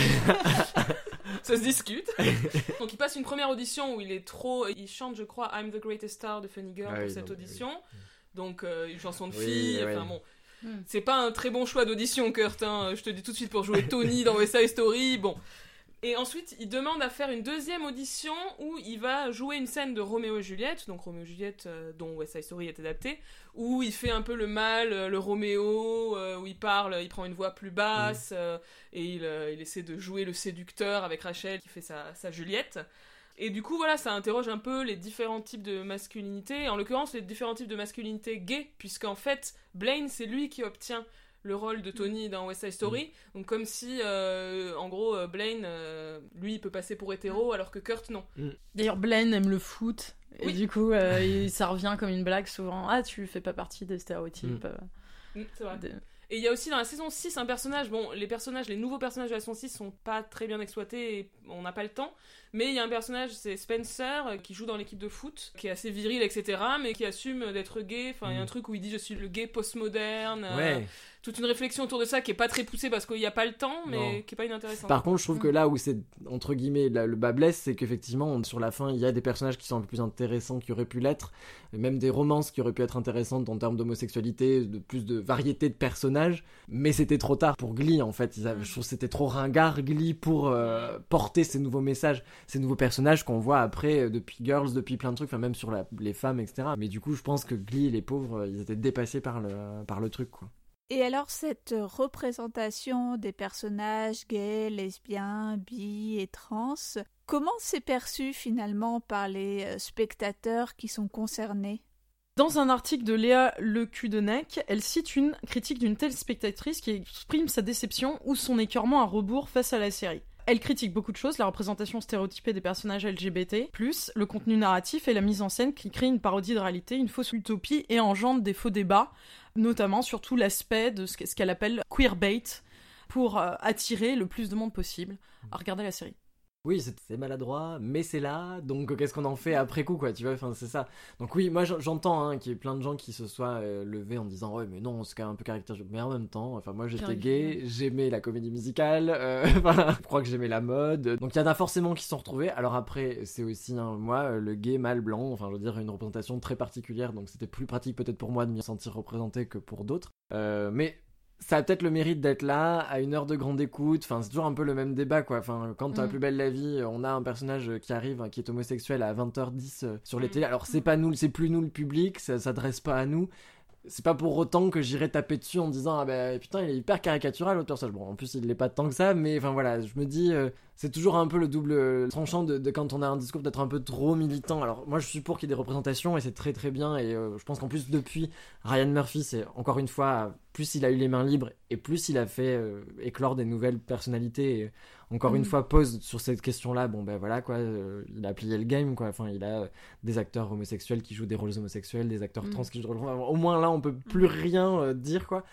ça se discute. Donc il passe une première audition où il chante, je crois, I'm the Greatest Star de Funny Girl pour cette audition. Donc une chanson de fille, enfin bon. C'est pas un très bon choix d'audition, Kurt, hein. Je te dis tout de suite, pour jouer Tony dans West Side Story, bon. Et ensuite, il demande à faire une deuxième audition où il va jouer une scène de Roméo et Juliette, donc Roméo et Juliette dont West Side Story est adapté, où il fait un peu le mâle, le Roméo, où il parle, il prend une voix plus basse, et il essaie de jouer le séducteur avec Rachel qui fait sa Juliette. Et du coup, voilà, ça interroge un peu les différents types de masculinité, en l'occurrence les différents types de masculinité gay, puisqu'en fait, Blaine, c'est lui qui obtient le rôle de Tony dans West Side Story, donc comme si en gros Blaine lui il peut passer pour hétéro alors que Kurt non. D'ailleurs Blaine aime le foot et du coup ça revient comme une blague souvent, tu fais pas partie des stéréotypes. C'est vrai. Et il y a aussi dans la saison 6 un personnage, bon les nouveaux personnages de la saison 6 sont pas très bien exploités et on n'a pas le temps, mais il y a un personnage, c'est Spencer, qui joue dans l'équipe de foot, qui est assez viril, etc., mais qui assume d'être gay. Enfin, il y a un truc où il dit je suis le gay postmoderne. Toute une réflexion autour de ça qui est pas très poussée parce qu'il n'y a pas le temps, mais qui est pas inintéressante. Par contre, je trouve que là où c'est, entre guillemets, le bas blesse, c'est qu'effectivement, sur la fin, il y a des personnages qui sont un peu plus intéressants qui auraient pu l'être, et même des romances qui auraient pu être intéressantes en termes d'homosexualité, de plus de variété de personnages, mais c'était trop tard pour Glee, en fait. Je trouve que c'était trop ringard, Glee, pour porter ces nouveaux messages, ces nouveaux personnages qu'on voit après, depuis Girls, depuis plein de trucs, enfin même sur les femmes, etc. Mais du coup, je pense que Glee, les pauvres, ils étaient dépassés par le truc, quoi. Et alors cette représentation des personnages gays, lesbiens, bi et trans, comment c'est perçu finalement par les spectateurs qui sont concernés ? Dans un article de Léa Lecudenec, elle cite une critique d'une telle spectatrice qui exprime sa déception ou son écœurement à rebours face à la série. Elle critique beaucoup de choses, la représentation stéréotypée des personnages LGBT+, le contenu narratif et la mise en scène qui crée une parodie de réalité, une fausse utopie et engendre des faux débats, notamment sur tout l'aspect de ce qu'elle appelle queerbait, pour attirer le plus de monde possible à regarder la série. Oui, c'est maladroit, mais c'est là, donc qu'est-ce qu'on en fait après coup, quoi, tu vois, enfin, c'est ça. Donc oui, moi j'entends qu'il y ait plein de gens qui se soient levés en disant « Ouais, mais non, c'est quand même un peu caricatural », mais en même temps, enfin, moi j'étais gay, j'aimais la comédie musicale, voilà, je crois que j'aimais la mode, donc il y en a forcément qui se sont retrouvés. Alors après, c'est aussi, moi, le gay mâle blanc, enfin, je veux dire, une représentation très particulière, donc c'était plus pratique peut-être pour moi de m'y sentir représenté que pour d'autres, mais... Ça a peut-être le mérite d'être là, à une heure de grande écoute, enfin c'est toujours un peu le même débat quoi, enfin quand à Plus belle la vie, on a un personnage qui arrive, qui est homosexuel à 20h10 sur les télés, alors c'est plus nous le public, ça s'adresse pas à nous, c'est pas pour autant que j'irai taper dessus en disant ah bah putain il est hyper caricatural l'autre personnage, bon en plus il l'est pas tant que ça, mais enfin voilà, je me dis c'est toujours un peu le double tranchant de quand on a un discours d'être un peu trop militant. Alors moi je suis pour qu'il y ait des représentations et c'est très très bien, et je pense qu'en plus depuis Ryan Murphy, c'est encore une fois, plus il a eu les mains libres et plus il a fait éclore des nouvelles personnalités, et encore une fois pose sur cette question là, bon ben voilà quoi, il a plié le game quoi, enfin il a des acteurs homosexuels qui jouent des rôles homosexuels, des acteurs trans qui jouent des rôles, au moins là on peut plus rien dire quoi.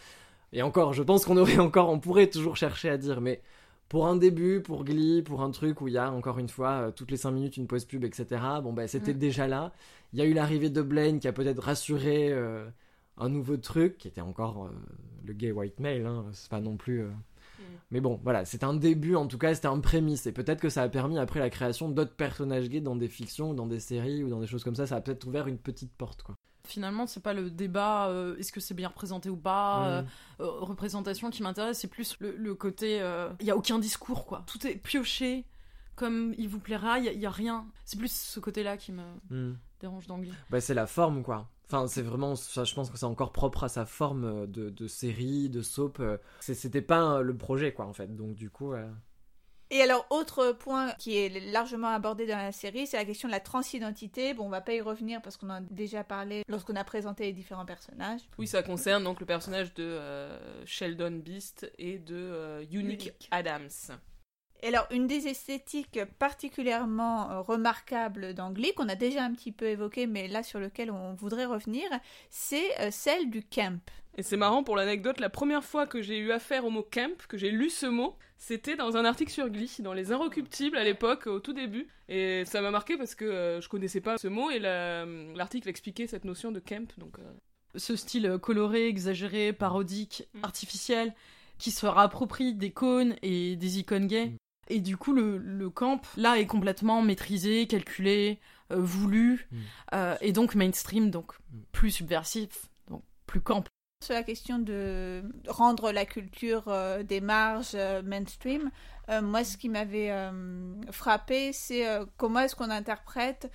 Et encore, je pense on pourrait toujours chercher à dire, mais pour un début, pour Glee, pour un truc où il y a encore une fois toutes les 5 minutes une pause pub, etc. Bon bah c'était déjà là. Il y a eu l'arrivée de Blaine qui a peut-être rassuré un nouveau truc, qui était encore le gay white male, hein, c'est pas non plus... Mais bon, voilà, c'était un début, en tout cas, c'était un prémisse. Et peut-être que ça a permis après la création d'autres personnages gays dans des fictions, ou dans des séries, ou dans des choses comme ça. Ça a peut-être ouvert une petite porte, quoi. Finalement, c'est pas le débat est-ce que c'est bien représenté ou pas, représentation qui m'intéresse, c'est plus le côté il y a aucun discours, quoi. Tout est pioché comme il vous plaira, il y a rien. C'est plus ce côté-là qui me dérange dans Glee. Bah, c'est la forme, quoi. Enfin, c'est vraiment, ça, je pense que c'est encore propre à sa forme de série, de soap. C'était pas le projet, quoi, en fait. Donc, du coup... Et alors, autre point qui est largement abordé dans la série, c'est la question de la transidentité. Bon, on va pas y revenir parce qu'on en a déjà parlé lorsqu'on a présenté les différents personnages. Oui, ça concerne donc le personnage de Sheldon Beast et de Unique Adams. Et alors, une des esthétiques particulièrement remarquables dans Glee, qu'on a déjà un petit peu évoqué, mais là sur lequel on voudrait revenir, c'est celle du camp. Et c'est marrant pour l'anecdote, la première fois que j'ai eu affaire au mot camp, que j'ai lu ce mot, c'était dans un article sur Glee, dans Les Inrecuptibles à l'époque, au tout début. Et ça m'a marqué parce que je connaissais pas ce mot et l'article expliquait cette notion de camp. Donc, ce style coloré, exagéré, parodique, artificiel, qui se réapproprie des cônes et des icônes gays. Et du coup, le camp, là, est complètement maîtrisé, calculé, voulu, et donc mainstream, donc plus subversif, donc plus camp. Sur la question de rendre la culture des marges mainstream, moi, ce qui m'avait frappé, c'est comment est-ce qu'on interprète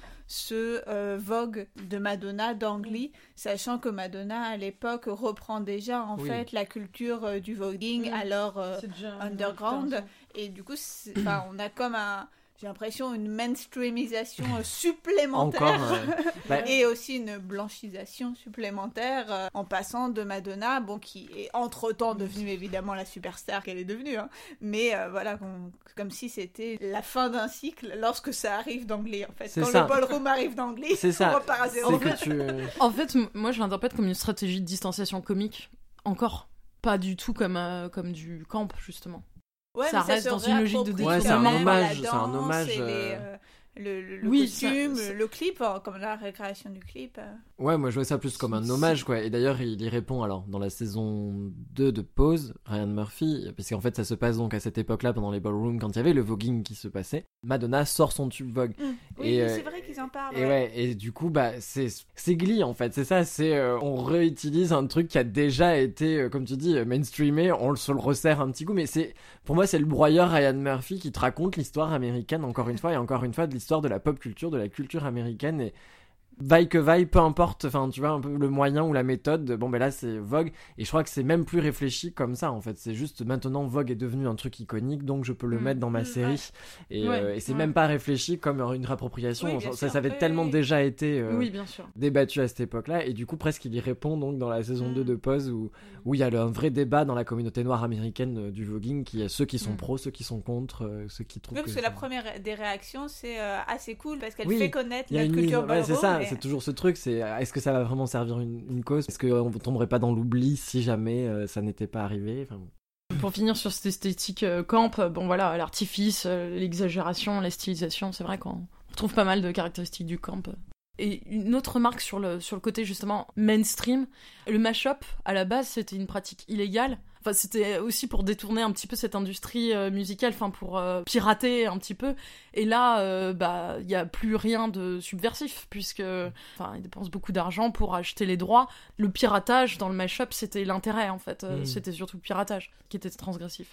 ce Vogue de Madonna dans Glee, sachant que Madonna, à l'époque, reprend déjà, en fait, la culture du voguing, alors underground. Et du coup, on a comme j'ai l'impression, une mainstreamisation supplémentaire. Encore, et aussi une blanchisation supplémentaire en passant de Madonna, qui est entre-temps devenue évidemment la superstar qu'elle est devenue, hein, mais voilà, comme si c'était la fin d'un cycle lorsque ça arrive dans Glee, en fait. Quand le ballroom arrive dans Glee, on repart à zéro. En fait, moi je l'interprète comme une stratégie de distanciation comique, encore. Pas du tout comme du camp, justement. Ouais, ça reste dans une logique de détournement. C'est un hommage. Le costume, le clip, comme la récréation du clip. Ouais, moi je vois ça plus comme un hommage, quoi. Et d'ailleurs, il y répond alors dans la saison 2 de Pose, Ryan Murphy, parce qu'en fait ça se passe donc à cette époque-là, pendant les ballrooms, quand il y avait le voguing qui se passait. Madonna sort son tube Vogue. Oui, c'est vrai qu'ils en parlent. Et du coup, c'est Glee en fait, c'est ça, on réutilise un truc qui a déjà été, comme tu dis, mainstreamé, on se le resserre un petit coup, mais pour moi, c'est le broyeur Ryan Murphy qui te raconte l'histoire américaine, encore une fois, de l'histoire de la pop culture, de la culture américaine, et vaille que vaille, peu importe, enfin tu vois un peu le moyen ou la méthode, là c'est Vogue, et je crois que c'est même plus réfléchi comme ça en fait, c'est juste maintenant Vogue est devenu un truc iconique, donc je peux le mettre dans ma série, et c'est même pas réfléchi comme une réappropriation, ça avait tellement déjà été débattu à cette époque-là, et du coup presque il y répond donc dans la saison 2 de Pose, où il y a un vrai débat dans la communauté noire américaine du voguing, qui est ceux qui sont pros, ceux qui sont contre, ceux qui trouvent parce que la première des réactions c'est assez cool, parce qu'elle fait connaître notre culture ballroom. C'est ça, c'est toujours ce truc, c'est est-ce que ça va vraiment servir une cause, est-ce qu'on ne tomberait pas dans l'oubli si jamais ça n'était pas arrivé, Pour finir sur cette esthétique camp, l'artifice, l'exagération, la stylisation, c'est vrai qu'on retrouve pas mal de caractéristiques du camp. Et une autre remarque sur le côté justement mainstream, le mash-up à la base c'était une pratique illégale. Enfin, c'était aussi pour détourner un petit peu cette industrie musicale, pour pirater un petit peu. Et là, y a plus rien de subversif, puisque ils dépensent beaucoup d'argent pour acheter les droits. Le piratage dans le mash-up, c'était l'intérêt en fait. C'était surtout le piratage qui était transgressif.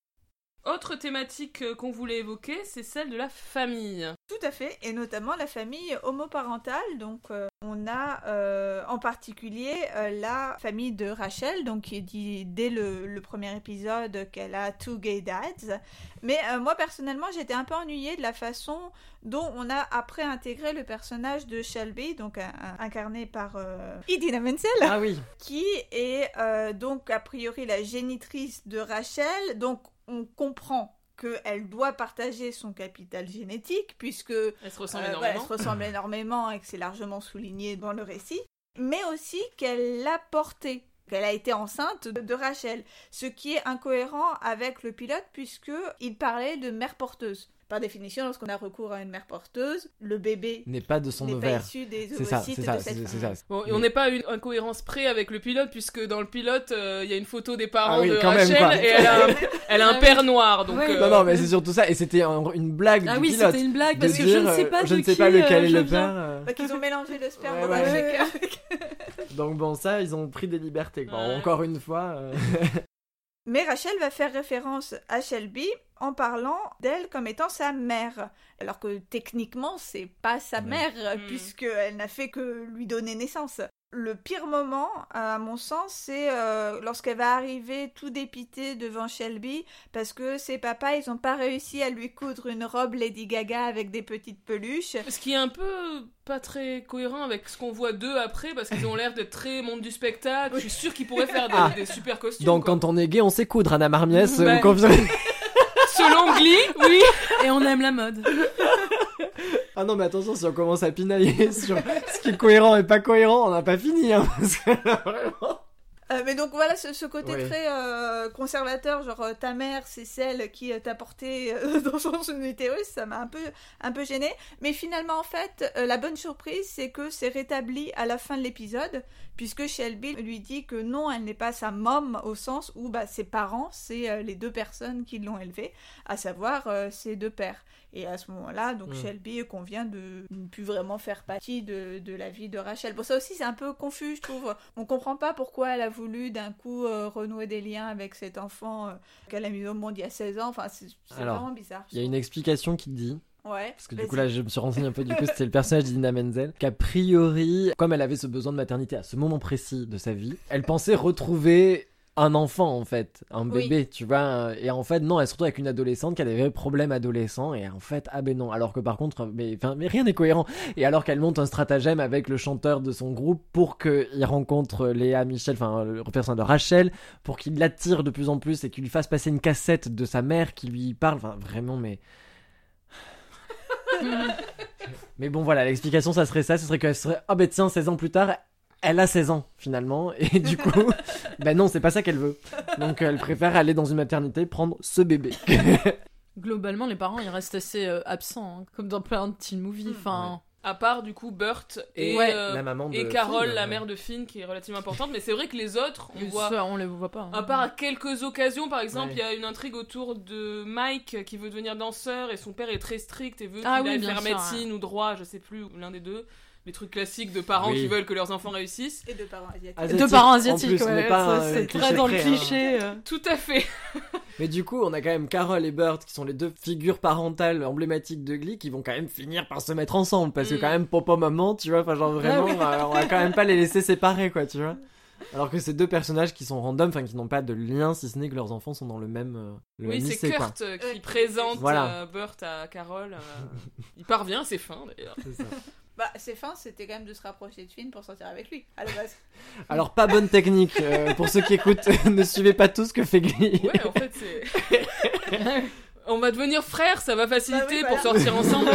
Autre thématique qu'on voulait évoquer, c'est celle de la famille. Tout à fait, et notamment la famille homoparentale. Donc, on a en particulier la famille de Rachel, donc qui dit dès le premier épisode qu'elle a 2 gay dads. Mais moi, personnellement, j'étais un peu ennuyée de la façon dont on a après intégré le personnage de Shelby, donc incarné par Idina Menzel, qui est donc a priori la génitrice de Rachel. Donc, on comprend qu'elle doit partager son capital génétique, puisque elle se ressemble énormément et que c'est largement souligné dans le récit, mais aussi qu'elle l'a porté qu'elle a été enceinte de Rachel, ce qui est incohérent avec le pilote puisqu'il parlait de mère porteuse. Par définition, lorsqu'on a recours à une mère porteuse, le bébé n'est pas de son n'est ovaire. pas issu des C'est ça, ovocytes c'est de ça, cette c'est femme. ça. Bon, et on n'est pas à une incohérence près avec le pilote, puisque dans le pilote, il y a une photo des parents Ah oui, de quand même, Rachel, quoi. et elle a un père noir, donc... Ouais. Non, mais c'est surtout ça, et c'était une blague Ah du oui, pilote. c'était une blague, de parce que dire, je ne sais pas je de ne sais qui, pas lequel est je le viens. père. Bah, qu'ils ont mélangé le sperme Ouais, dans ouais. un shaker. Donc bon, ça, ils ont pris des libertés, quoi. Ouais. Encore une fois. Mais Rachel va faire référence à Shelby en parlant d'elle comme étant sa mère. Alors que techniquement, c'est pas sa Ouais. mère, Mm. puisqu'elle n'a fait que lui donner naissance. Le pire moment, à mon sens, c'est lorsqu'elle va arriver tout dépitée devant Shelby, parce que ses papas, ils ont pas réussi à lui coudre une robe Lady Gaga avec des petites peluches. Ce qui est un peu pas très cohérent avec ce qu'on voit d'eux après, parce qu'ils ont l'air d'être très monde du spectacle. Je suis sûre qu'ils pourraient faire des super costumes. Donc quoi. quand on est gay, on sait coudre, Anna Marmiès, Bah. vous confirmez. Selon Glee, oui. Et on aime la mode. Ah non, mais attention, si on commence à pinailler sur ce qui est cohérent et pas cohérent, on n'a pas fini, hein, parce que là, vraiment... Mais donc voilà, ce côté Ouais. très conservateur, genre ta mère c'est celle qui t'a porté dans son utérus, ça m'a un peu gênée. Mais finalement en fait, la bonne surprise c'est que c'est rétabli à la fin de l'épisode, puisque Shelby lui dit que non, elle n'est pas sa mom au sens où ses parents c'est les deux personnes qui l'ont élevée, à savoir ses deux pères. Et à ce moment-là, donc Shelby convient de ne plus vraiment faire partie de la vie de Rachel. Bon, ça aussi, c'est un peu confus, je trouve. On comprend pas pourquoi elle a voulu d'un coup renouer des liens avec cet enfant qu'elle a mis au monde il y a 16 ans. Enfin, c'est Alors, vraiment bizarre. Il y a une explication qui dit, Ouais. parce que du coup là je me suis renseigné un peu, du coup c'était le personnage d'Idina Menzel, qu'a priori, comme elle avait ce besoin de maternité à ce moment précis de sa vie, elle pensait retrouver un enfant en fait, un bébé, tu vois, et en fait non, elle se retrouve avec une adolescente qui a des vrais problèmes adolescents, et en fait ah ben non, alors que par contre mais rien n'est cohérent, et alors qu'elle monte un stratagème avec le chanteur de son groupe pour qu'il rencontre Léa Michel, enfin le personnage de Rachel, pour qu'il l'attire de plus en plus et qu'il lui fasse passer une cassette de sa mère qui lui parle, enfin vraiment mais... Mais bon voilà, l'explication ça serait ça, ce serait qu'elle serait ah ben tiens 16 ans plus tard elle a 16 ans finalement, et du coup ben non c'est pas ça qu'elle veut, donc elle préfère aller dans une maternité prendre ce bébé. Globalement, les parents, ils restent assez absents, hein, comme dans plein de teen movies. Enfin, À part du coup Burt et, Ouais. La maman de et Carole, Finn, la ouais. mère de Finn, qui est relativement importante. Mais c'est vrai que les autres, on et voit... ça, on les voit pas. hein. À part à quelques occasions, par exemple, Ouais. il y a une intrigue autour de Mike qui veut devenir danseur et son père est très strict et veut Ah qu'il oui, aille bien faire sûr, médecine ou droit, je sais plus, ou l'un des deux. Les trucs classiques de parents Oui. qui veulent que leurs enfants réussissent. Et de parents asiatiques. Asiatique, Deux parents en asiatiques, plus, on ouais, n'est pas ça, un c'est cliché très dans le près, hein. cliché. Tout à fait. Mais du coup on a quand même Carole et Burt qui sont les deux figures parentales emblématiques de Glee qui vont quand même finir par se mettre ensemble, parce que quand même papa maman, tu vois, enfin genre vraiment on va quand même pas les laisser séparer quoi, tu vois. Alors que ces deux personnages qui sont random, enfin qui n'ont pas de lien si ce n'est que leurs enfants sont dans le même Oui, même c'est lycée, quoi. Kurt qui présente Voilà. Burt à Carole. Il parvient, c'est fin d'ailleurs. C'est ça. C'est fin, c'était quand même de se rapprocher de Finn pour sortir avec lui, à la base. Alors pas bonne technique, pour ceux qui écoutent, ne suivez pas tout ce que fait Glee. Ouais, en fait, c'est. On va devenir frères, ça va faciliter Bah oui, pour voilà. sortir ensemble.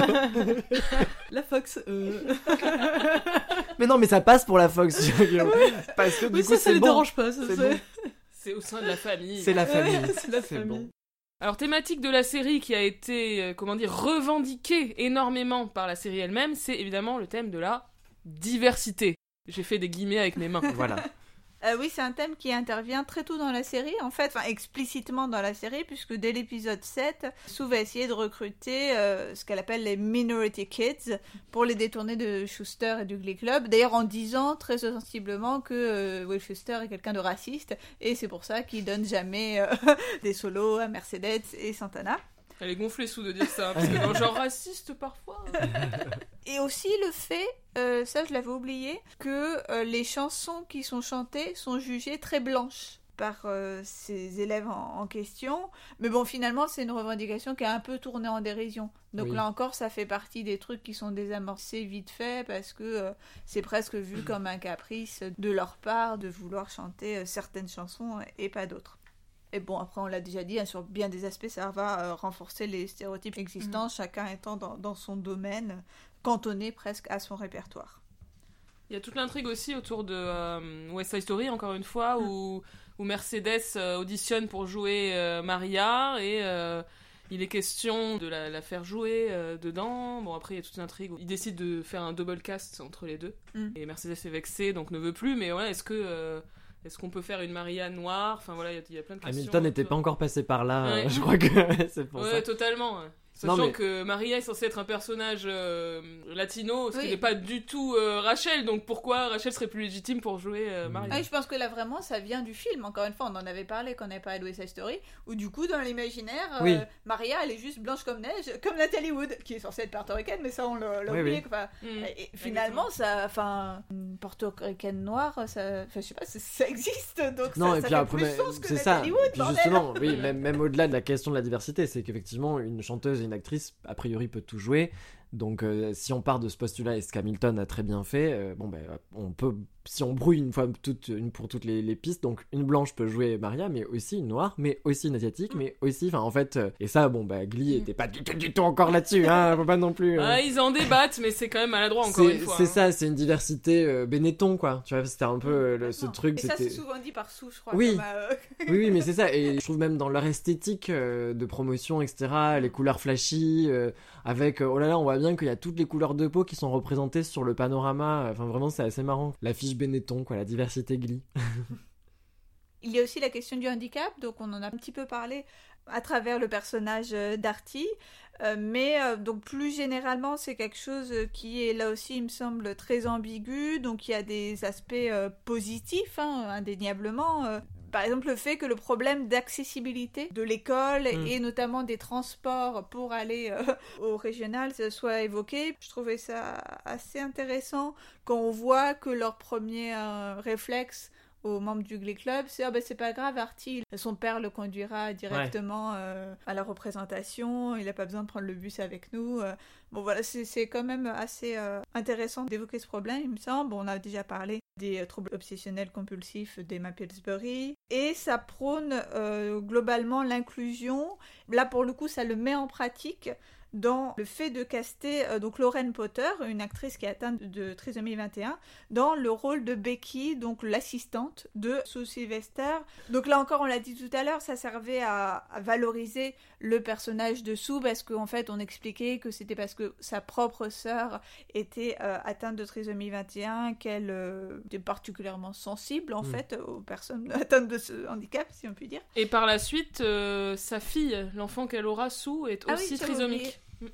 La Fox. Mais non, mais ça passe pour la Fox. Parce que du Oui, coup, ça c'est les bon. dérange pas. Ça, C'est c'est- bon. C'est au sein de la famille. C'est la famille. c'est la C'est famille. bon. Alors, thématique de la série qui a été, revendiquée énormément par la série elle-même, c'est évidemment le thème de la diversité. J'ai fait des guillemets avec mes mains. Voilà. Oui, c'est un thème qui intervient très tôt dans la série, en fait, enfin explicitement dans la série, puisque dès l'épisode 7, Sue va essayer de recruter ce qu'elle appelle les Minority Kids pour les détourner de Schuster et du Glee Club. D'ailleurs, en disant très sensiblement que Will Schuster est quelqu'un de raciste, et c'est pour ça qu'il donne jamais des solos à Mercedes et Santana. Elle est gonflée sous de dire ça, parce que dans le genre raciste parfois. Et aussi le fait, ça je l'avais oublié, que les chansons qui sont chantées sont jugées très blanches par ces élèves en question. Mais bon, finalement, c'est une revendication qui est un peu tournée en dérision. Donc Oui. là encore, ça fait partie des trucs qui sont désamorcés vite fait, parce que c'est presque vu comme un caprice de leur part de vouloir chanter certaines chansons et pas d'autres. Et bon, après, on l'a déjà dit, hein, sur bien des aspects, ça va renforcer les stéréotypes existants, chacun étant dans son domaine, cantonné presque à son répertoire. Il y a toute l'intrigue aussi autour de West Side Story, encore une fois, où Mercedes auditionne pour jouer Maria, et il est question de la faire jouer dedans. Bon, après, il y a toute une intrigue où il décide de faire un double cast entre les deux. Et Mercedes est vexée, donc ne veut plus, mais ouais, est-ce qu'on peut faire une Maria noire? Enfin voilà, il y a plein de questions. Hamilton n'était pas encore passé par là, Ouais. je crois que c'est pour ça. Ouais, totalement. Ouais. Sachant que Maria est censée être un personnage latino, ce qui n'est pas du tout Rachel, donc pourquoi Rachel serait plus légitime pour jouer Maria? Je pense que là vraiment ça vient du film, encore une fois on en avait parlé quand on avait parlé de West Side Story, où du coup dans l'imaginaire, Maria elle est juste blanche comme neige, comme Natalie Wood, qui est censée être portoricaine, mais ça on l'a oublié. Et finalement, une portoricaine noire, je sais pas, ça existe, donc non, ça fait plus sens que Natalie Wood, puis justement, oui, même au-delà de la question de la diversité, c'est qu'effectivement une chanteuse et une actrice, a priori, peut tout jouer. Donc, si on part de ce postulat, et ce qu'Hamilton a très bien fait, on peut, si on brouille une pour toutes les pistes, donc une blanche peut jouer Maria, mais aussi une noire, mais aussi une asiatique, mais aussi, enfin, en fait, et ça, Glee était pas du tout encore là-dessus, hein, faut pas non plus. Ils en débattent, mais c'est quand même maladroit, encore une fois. C'est ça, c'est une diversité Benetton, quoi. Tu vois, c'était un peu ce truc. Et ça, c'est souvent dit par Sou, je crois. Oui, oui, mais c'est ça. Et je trouve même dans leur esthétique de promotion, etc., les couleurs flashy, avec, oh là là, on voit bien qu'il y a toutes les couleurs de peau qui sont représentées sur le panorama. Enfin, vraiment, c'est assez marrant. La fiche Benetton, quoi, la diversité Glee. Il y a aussi la question du handicap, donc on en a un petit peu parlé à travers le personnage d'Artie, mais donc plus généralement c'est quelque chose qui est là aussi il me semble très ambigu, donc il y a des aspects positifs indéniablement. Par exemple, le fait que le problème d'accessibilité de l'école et notamment des transports pour aller au régional soit évoqué. Je trouvais ça assez intéressant quand on voit que leur premier réflexe aux membres du Glee Club, c'est pas grave, Artie, son père le conduira directement à la représentation, il a pas besoin de prendre le bus avec nous. Bon voilà, c'est quand même assez intéressant d'évoquer ce problème, il me semble. On a déjà parlé des troubles obsessionnels compulsifs d'Emma Pillsbury, et ça prône globalement l'inclusion. Là pour le coup ça le met en pratique dans le fait de caster donc Lauren Potter, une actrice qui est atteinte de trisomie 21, dans le rôle de Becky, donc l'assistante de Sue Sylvester. Donc là encore, on l'a dit tout à l'heure, ça servait à valoriser le personnage de Sue, parce qu'en fait, on expliquait que c'était parce que sa propre sœur était atteinte de trisomie 21 qu'elle était particulièrement sensible, en fait, aux personnes atteintes de ce handicap, si on peut dire. Et par la suite, sa fille, l'enfant qu'elle aura, Sue, est aussi trisomique.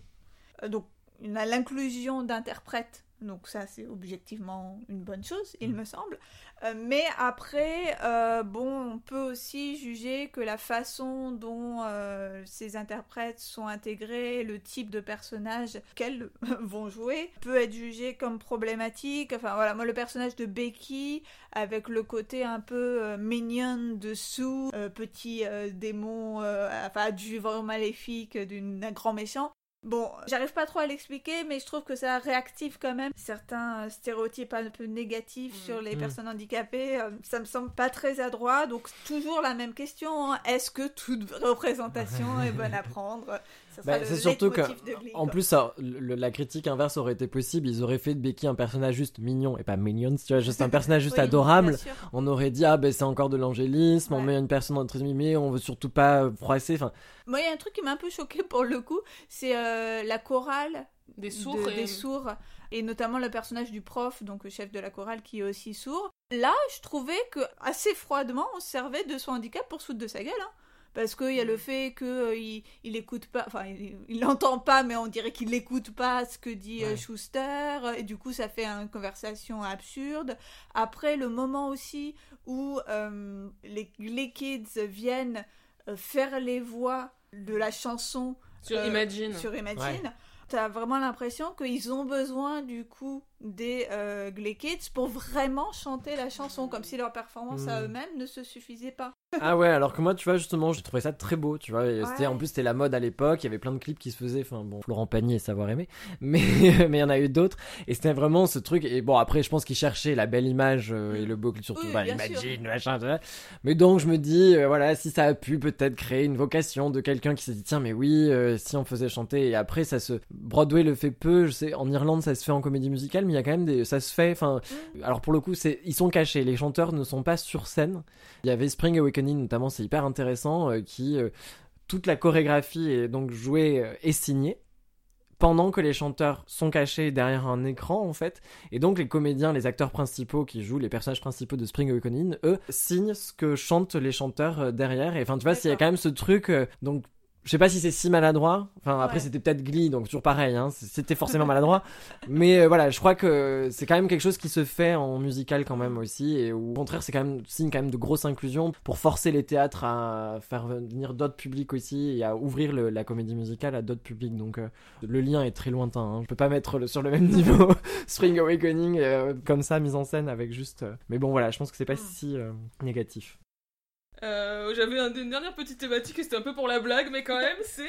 Donc, on a l'inclusion d'interprètes, donc ça c'est objectivement une bonne chose, il me semble. Mais après, on peut aussi juger que la façon dont ces interprètes sont intégrés, le type de personnage qu'elles vont jouer, peut être jugé comme problématique. Enfin voilà, moi le personnage de Becky, avec le côté un peu mignon de Sue, petit démon, adjuvant maléfique d'un grand méchant. Bon, j'arrive pas trop à l'expliquer, mais je trouve que ça réactive quand même certains stéréotypes un peu négatifs sur les personnes handicapées. Ça me semble pas très adroit, donc toujours la même question, hein. Est-ce que toute représentation est bonne à prendre ? C'est surtout que, en plus, la critique inverse aurait été possible. Ils auraient fait de Becky un personnage juste mignon, et pas mignon, tu vois, juste un personnage juste adorable. On aurait dit, c'est encore de l'angélisme, on met une personne en trisomie, mais on veut surtout pas froisser. Enfin, moi, il y a un truc qui m'a un peu choqué pour le coup, c'est la chorale des sourds, des sourds, et notamment le personnage du prof, donc le chef de la chorale qui est aussi sourd. Là, je trouvais que assez froidement, on se servait de son handicap pour se foutre de sa gueule, hein. Parce qu'il y a le fait qu'il écoute pas, enfin il l'entend pas, mais on dirait qu'il n'écoute pas ce que dit Schuster, et du coup ça fait une conversation absurde. Après, le moment aussi où les kids viennent faire les voix de la chanson sur Imagine. T'as vraiment l'impression qu'ils ont besoin du coup des Glee Kids pour vraiment chanter la chanson, comme si leur performance à eux-mêmes ne se suffisait pas. Ah ouais, alors que moi, tu vois, justement, j'ai trouvé ça très beau, tu vois. En plus, c'était la mode à l'époque, il y avait plein de clips qui se faisaient, Florent Pagny et Savoir Aimer, mais il y en a eu d'autres, et c'était vraiment ce truc, et bon, après, je pense qu'ils cherchaient la belle image, et le beau clip, surtout, Imagine, machin, mais donc, je me dis, voilà, si ça a pu peut-être créer une vocation de quelqu'un qui s'est dit, tiens, mais oui, si on faisait chanter, et après, Broadway le fait peu, je sais, en Irlande, ça se fait en comédie musicale, mais il y a quand même ça se fait, enfin, alors pour le coup, ils sont cachés, les chanteurs ne sont pas sur scène. Il y avait Spring Awakening notamment, c'est hyper intéressant, toute la chorégraphie est donc jouée et signée pendant que les chanteurs sont cachés derrière un écran en fait, et donc les comédiens, les acteurs principaux qui jouent les personnages principaux de Spring Awakening, eux signent ce que chantent les chanteurs derrière, et enfin tu vois, il y a quand même ce truc, donc je sais pas si c'est si maladroit, enfin après c'était peut-être Glee, donc toujours pareil, hein, c'était forcément maladroit, mais voilà, je crois que c'est quand même quelque chose qui se fait en musical quand même aussi, et au contraire c'est quand même signe quand même de grosse inclusion pour forcer les théâtres à faire venir d'autres publics aussi, et à ouvrir la comédie musicale à d'autres publics, donc le lien est très lointain, hein. Je peux pas mettre sur le même niveau Spring Awakening comme ça, mise en scène avec juste... Mais bon voilà, je pense que c'est pas si négatif. J'avais une dernière petite thématique et c'était un peu pour la blague, mais quand même, c'est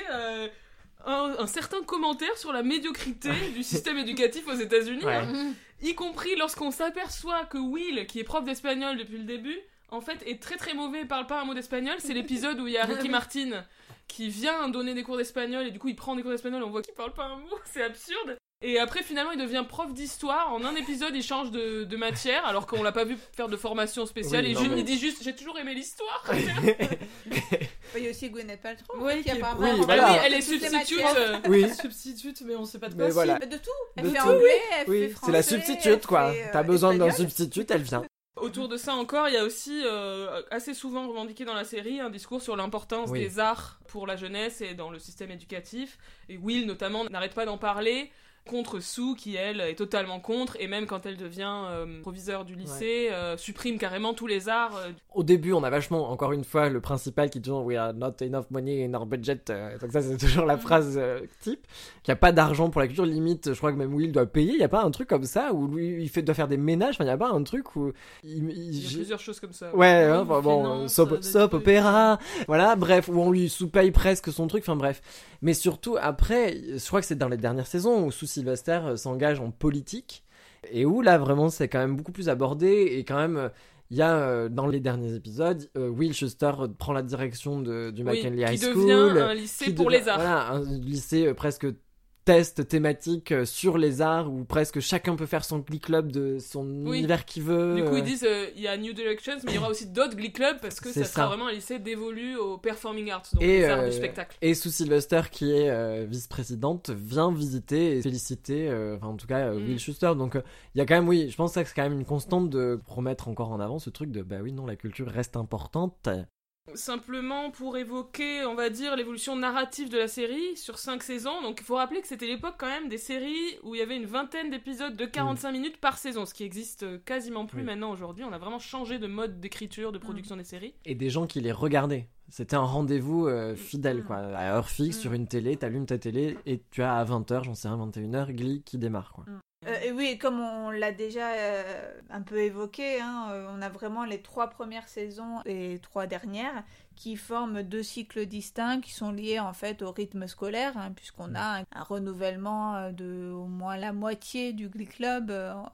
un certain commentaire sur la médiocrité du système éducatif aux États-Unis, y compris lorsqu'on s'aperçoit que Will, qui est prof d'espagnol depuis le début, en fait est très très mauvais et parle pas un mot d'espagnol. C'est l'épisode où il y a Ricky Martin qui vient donner des cours d'espagnol et du coup il prend des cours d'espagnol et on voit qu'il parle pas un mot, c'est absurde. Et après, finalement, il devient prof d'histoire. En un épisode, il change de matière, alors qu'on l'a pas vu faire de formation spéciale. Oui, il dit juste, j'ai toujours aimé l'histoire. Il y a aussi Gwyneth Paltrow, oui, qui apparemment... Oui, voilà. Elle est substitute. Oui, substitute, mais on sait pas de quoi. Mais voilà. De tout. Elle fait anglais, elle fait français. C'est la substitute, quoi. T'as besoin d'un substitute, elle vient. Autour de ça encore, il y a aussi assez souvent revendiqué dans la série un discours sur l'importance des arts pour la jeunesse et dans le système éducatif. Et Will, notamment, n'arrête pas d'en parler. Contre Sue qui elle est totalement contre, et même quand elle devient proviseur du lycée, supprime carrément tous les arts. Au début on a vachement, encore une fois, le principal qui dit we are not enough money in our budget, donc ça c'est toujours la phrase type, qu'il n'y a pas d'argent pour la culture, limite je crois que même Will doit payer, il n'y a pas un truc comme ça où lui doit faire des ménages, enfin il n'y a pas un truc où il y a plusieurs choses comme ça. Soap opéra, voilà, bref, où on lui sous-paye presque son truc, enfin bref. Mais surtout après, je crois que c'est dans les dernières saisons où Sylvester s'engage en politique, et où là vraiment c'est quand même beaucoup plus abordé, et quand même il y a dans les derniers épisodes Will Schuester prend la direction du McKinley High School, qui devient un lycée pour les arts, voilà, un lycée presque test thématique sur les arts, où presque chacun peut faire son Glee Club de son univers qu'il veut. Du coup ils disent il y a New Directions, mais il y aura aussi d'autres Glee Clubs, parce que ça sera vraiment un lycée dévolu au performing arts, donc les arts du spectacle. Et Sue Sylvester, qui est vice-présidente, vient visiter et féliciter en tout cas Will Schuester, donc il y a quand même, je pense que c'est quand même une constante de remettre encore en avant ce truc de la culture reste importante. Simplement pour évoquer, on va dire, l'évolution narrative de la série sur 5 saisons. Donc il faut rappeler que c'était l'époque quand même des séries où il y avait une vingtaine d'épisodes de 45 minutes par saison, ce qui existe quasiment plus maintenant aujourd'hui. On a vraiment changé de mode d'écriture, de production des séries. Et des gens qui les regardaient. C'était un rendez-vous fidèle, quoi. À heure fixe, sur une télé, t'allumes ta télé et tu as à 20h, j'en sais rien, 21h, Glee qui démarre, quoi. Et oui, comme on l'a déjà un peu évoqué, on a vraiment les 3 premières saisons et les 3 dernières qui forment 2 cycles distincts qui sont liés en fait au rythme scolaire, puisqu'on a un renouvellement de au moins la moitié du Glee Club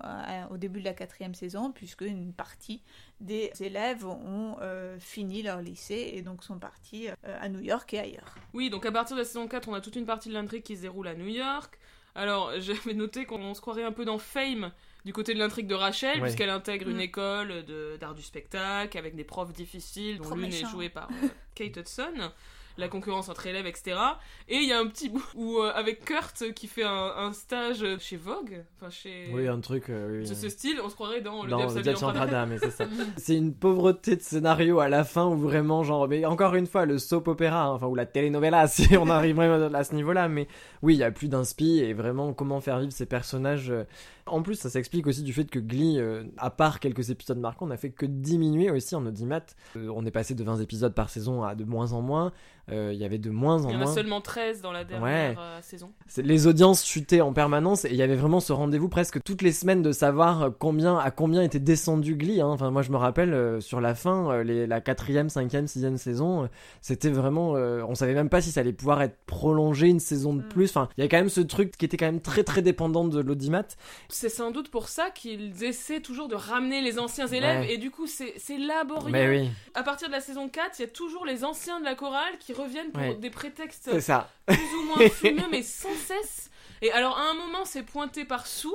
au début de la 4e saison, puisque une partie des élèves ont fini leur lycée et donc sont partis à New York et ailleurs. Oui, donc à partir de la saison 4, on a toute une partie de l'intrigue qui se déroule à New York. Alors, j'avais noté qu'on se croirait un peu dans Fame, du côté de l'intrigue de Rachel, puisqu'elle intègre une école d'art du spectacle, avec des profs difficiles, dont l'une est jouée par Kate Hudson, la concurrence entre élèves, etc. Et il y a un petit bout où, avec Kurt, qui fait un stage chez Vogue, enfin chez... Oui, un truc... de ce style, on se croirait dans Le Diable sans Prada, mais c'est ça. C'est une pauvreté de scénario à la fin, où vraiment, genre... Mais encore une fois, le soap opéra, ou la telenovela, si on arrive vraiment à ce niveau-là, mais oui, il n'y a plus d'inspi, et vraiment, comment faire vivre ces personnages... En plus, ça s'explique aussi du fait que Glee, à part quelques épisodes marquants, n'a fait que diminuer aussi en audimat. On est passé de 20 épisodes par saison à de moins en moins. Il y avait de moins en moins. Il y en a seulement 13 dans la dernière saison. Les audiences chutaient en permanence, et il y avait vraiment ce rendez-vous presque toutes les semaines de savoir à combien était descendu Glee. Enfin, moi, je me rappelle, sur la fin, la 4e, 5e, 6e saison, c'était vraiment... on savait même pas si ça allait pouvoir être prolongé une saison de plus. Enfin, il y a quand même ce truc qui était quand même très très dépendant de l'audimat. C'est sans doute pour ça qu'ils essaient toujours de ramener les anciens élèves, et du coup c'est laborieux. Mais oui. À partir de la saison 4, il y a toujours les anciens de la chorale qui reviennent pour des prétextes plus ou moins fumeux, mais sans cesse. Et alors à un moment c'est pointé par Sue,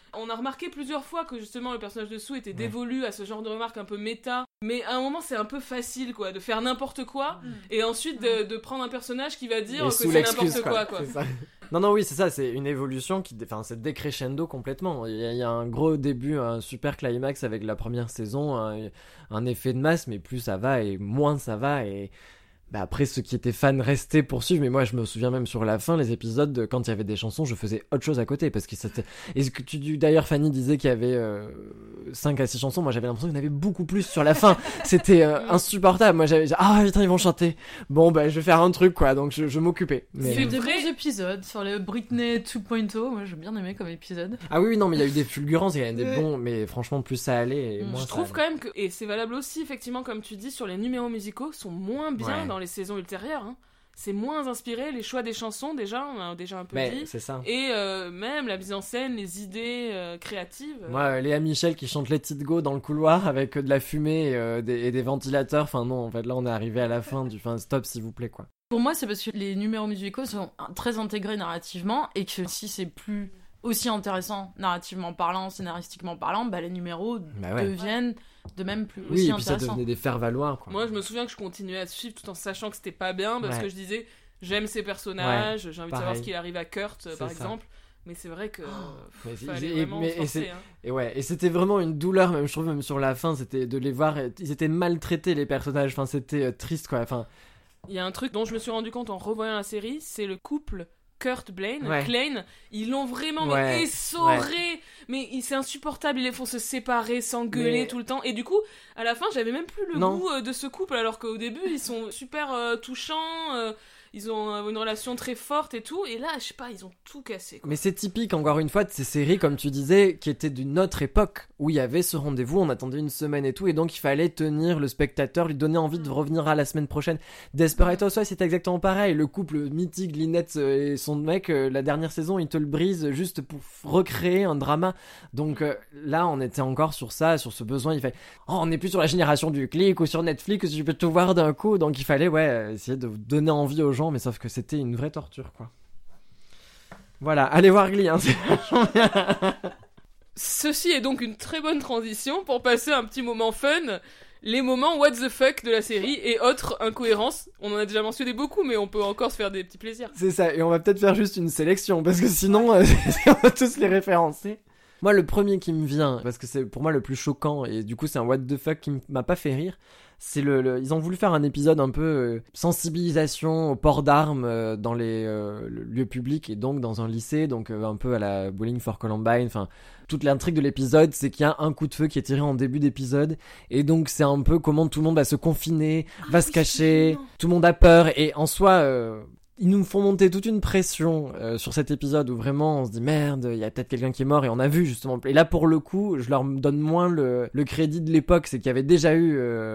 On a remarqué plusieurs fois que justement le personnage de Sue était dévolu à ce genre de remarques un peu méta, mais à un moment c'est un peu facile quoi, de faire n'importe quoi, et ensuite de prendre un personnage qui va dire que c'est n'importe quoi. C'est ça. Non, oui, c'est ça, c'est une évolution c'est décrescendo complètement. Il y a un gros début, un super climax avec la première saison, un effet de masse, mais plus ça va et moins ça va, et après, ceux qui étaient fans restaient pour suivre, mais moi je me souviens même sur la fin, les épisodes, quand il y avait des chansons, je faisais autre chose à côté, parce que c'était... Et ce que d'ailleurs, Fanny disait qu'il y avait 5 à 6 chansons, moi j'avais l'impression qu'il y en avait beaucoup plus sur la fin, c'était insupportable, moi j'avais dit, ah putain, ils vont chanter, bon je vais faire un truc quoi, donc je m'occupais. Mais... Il y a eu des bons épisodes, sur le Britney 2.0, moi j'ai bien aimé comme épisode. Ah oui, non, mais il y a eu des fulgurances, il y a eu des bons, mais franchement, plus ça allait, et moins je trouve quand même que, et c'est valable aussi, effectivement, comme tu dis, sur les numéros musicaux, sont moins bien dans les saisons ultérieures, hein. C'est moins inspiré, les choix des chansons déjà, on a déjà un peu dit, c'est ça. Et même la mise en scène, les idées créatives. Moi, Léa Michel qui chante Let It Go dans le couloir avec de la fumée et des ventilateurs, enfin non, en fait là on est arrivé à la fin stop s'il vous plaît quoi. Pour moi c'est parce que les numéros musicaux sont très intégrés narrativement, et que si c'est plus aussi intéressant narrativement parlant, scénaristiquement parlant, les numéros deviennent de même plus aussi intéressants. Oui, et puis ça devenait des faire-valoir quoi. Moi je me souviens que je continuais à suivre tout en sachant que c'était pas bien, parce que je disais j'aime ces personnages, j'ai envie de savoir ce qu'il arrive à Kurt par exemple, mais c'est vrai que fallait vraiment se forcer, et c'était vraiment une douleur, même je trouve, même sur la fin, c'était de les voir, ils étaient maltraités les personnages, c'était triste quoi, il y a un truc dont je me suis rendu compte en revoyant la série, c'est le couple Kurt Blaine, Klein, ils l'ont vraiment essoré, mais c'est insupportable, ils les font se séparer, s'engueuler tout le temps, et du coup, à la fin, j'avais même plus le goût de ce couple, alors qu'au début, ils sont super touchants, ils ont une relation très forte et tout, et là, je sais pas, ils ont tout cassé, quoi. Mais c'est typique, encore une fois, de ces séries, comme tu disais, qui étaient d'une autre époque, où il y avait ce rendez-vous, on attendait une semaine et tout, et donc il fallait tenir le spectateur, lui donner envie de revenir à la semaine prochaine. Desperate Housewives, c'est exactement pareil, le couple mythique, Lynette et son mec, la dernière saison, il te le brise juste pour recréer un drama. Donc là, on était encore sur ça, sur ce besoin, il fallait... on n'est plus sur la génération du clic, ou sur Netflix, où tu peux tout voir d'un coup, donc il fallait, essayer de donner envie aux gens, mais sauf que c'était une vraie torture quoi. Voilà, allez voir Glee, c'est vachement bien. Ceci est donc une très bonne transition pour passer un petit moment fun, les moments what the fuck de la série et autres incohérences. On en a déjà mentionné beaucoup, mais on peut encore se faire des petits plaisirs. C'est ça, et on va peut-être faire juste une sélection, parce que sinon on va tous les référencer. Moi, le premier qui me vient, parce que c'est pour moi le plus choquant, et du coup c'est un what the fuck qui m'a pas fait rire, c'est ils ont voulu faire un épisode un peu sensibilisation au port d'armes dans les lieux publics, et donc dans un lycée, donc un peu à la Bowling for Columbine, toute l'intrigue de l'épisode, c'est qu'il y a un coup de feu qui est tiré en début d'épisode, et donc c'est un peu comment tout le monde va se confiner, va se cacher, tout le monde a peur, et en soi... ils nous font monter toute une pression sur cet épisode où vraiment on se dit merde, il y a peut-être quelqu'un qui est mort, et on a vu justement. Et là pour le coup, je leur donne moins le crédit de l'époque, c'est qu'il y avait déjà eu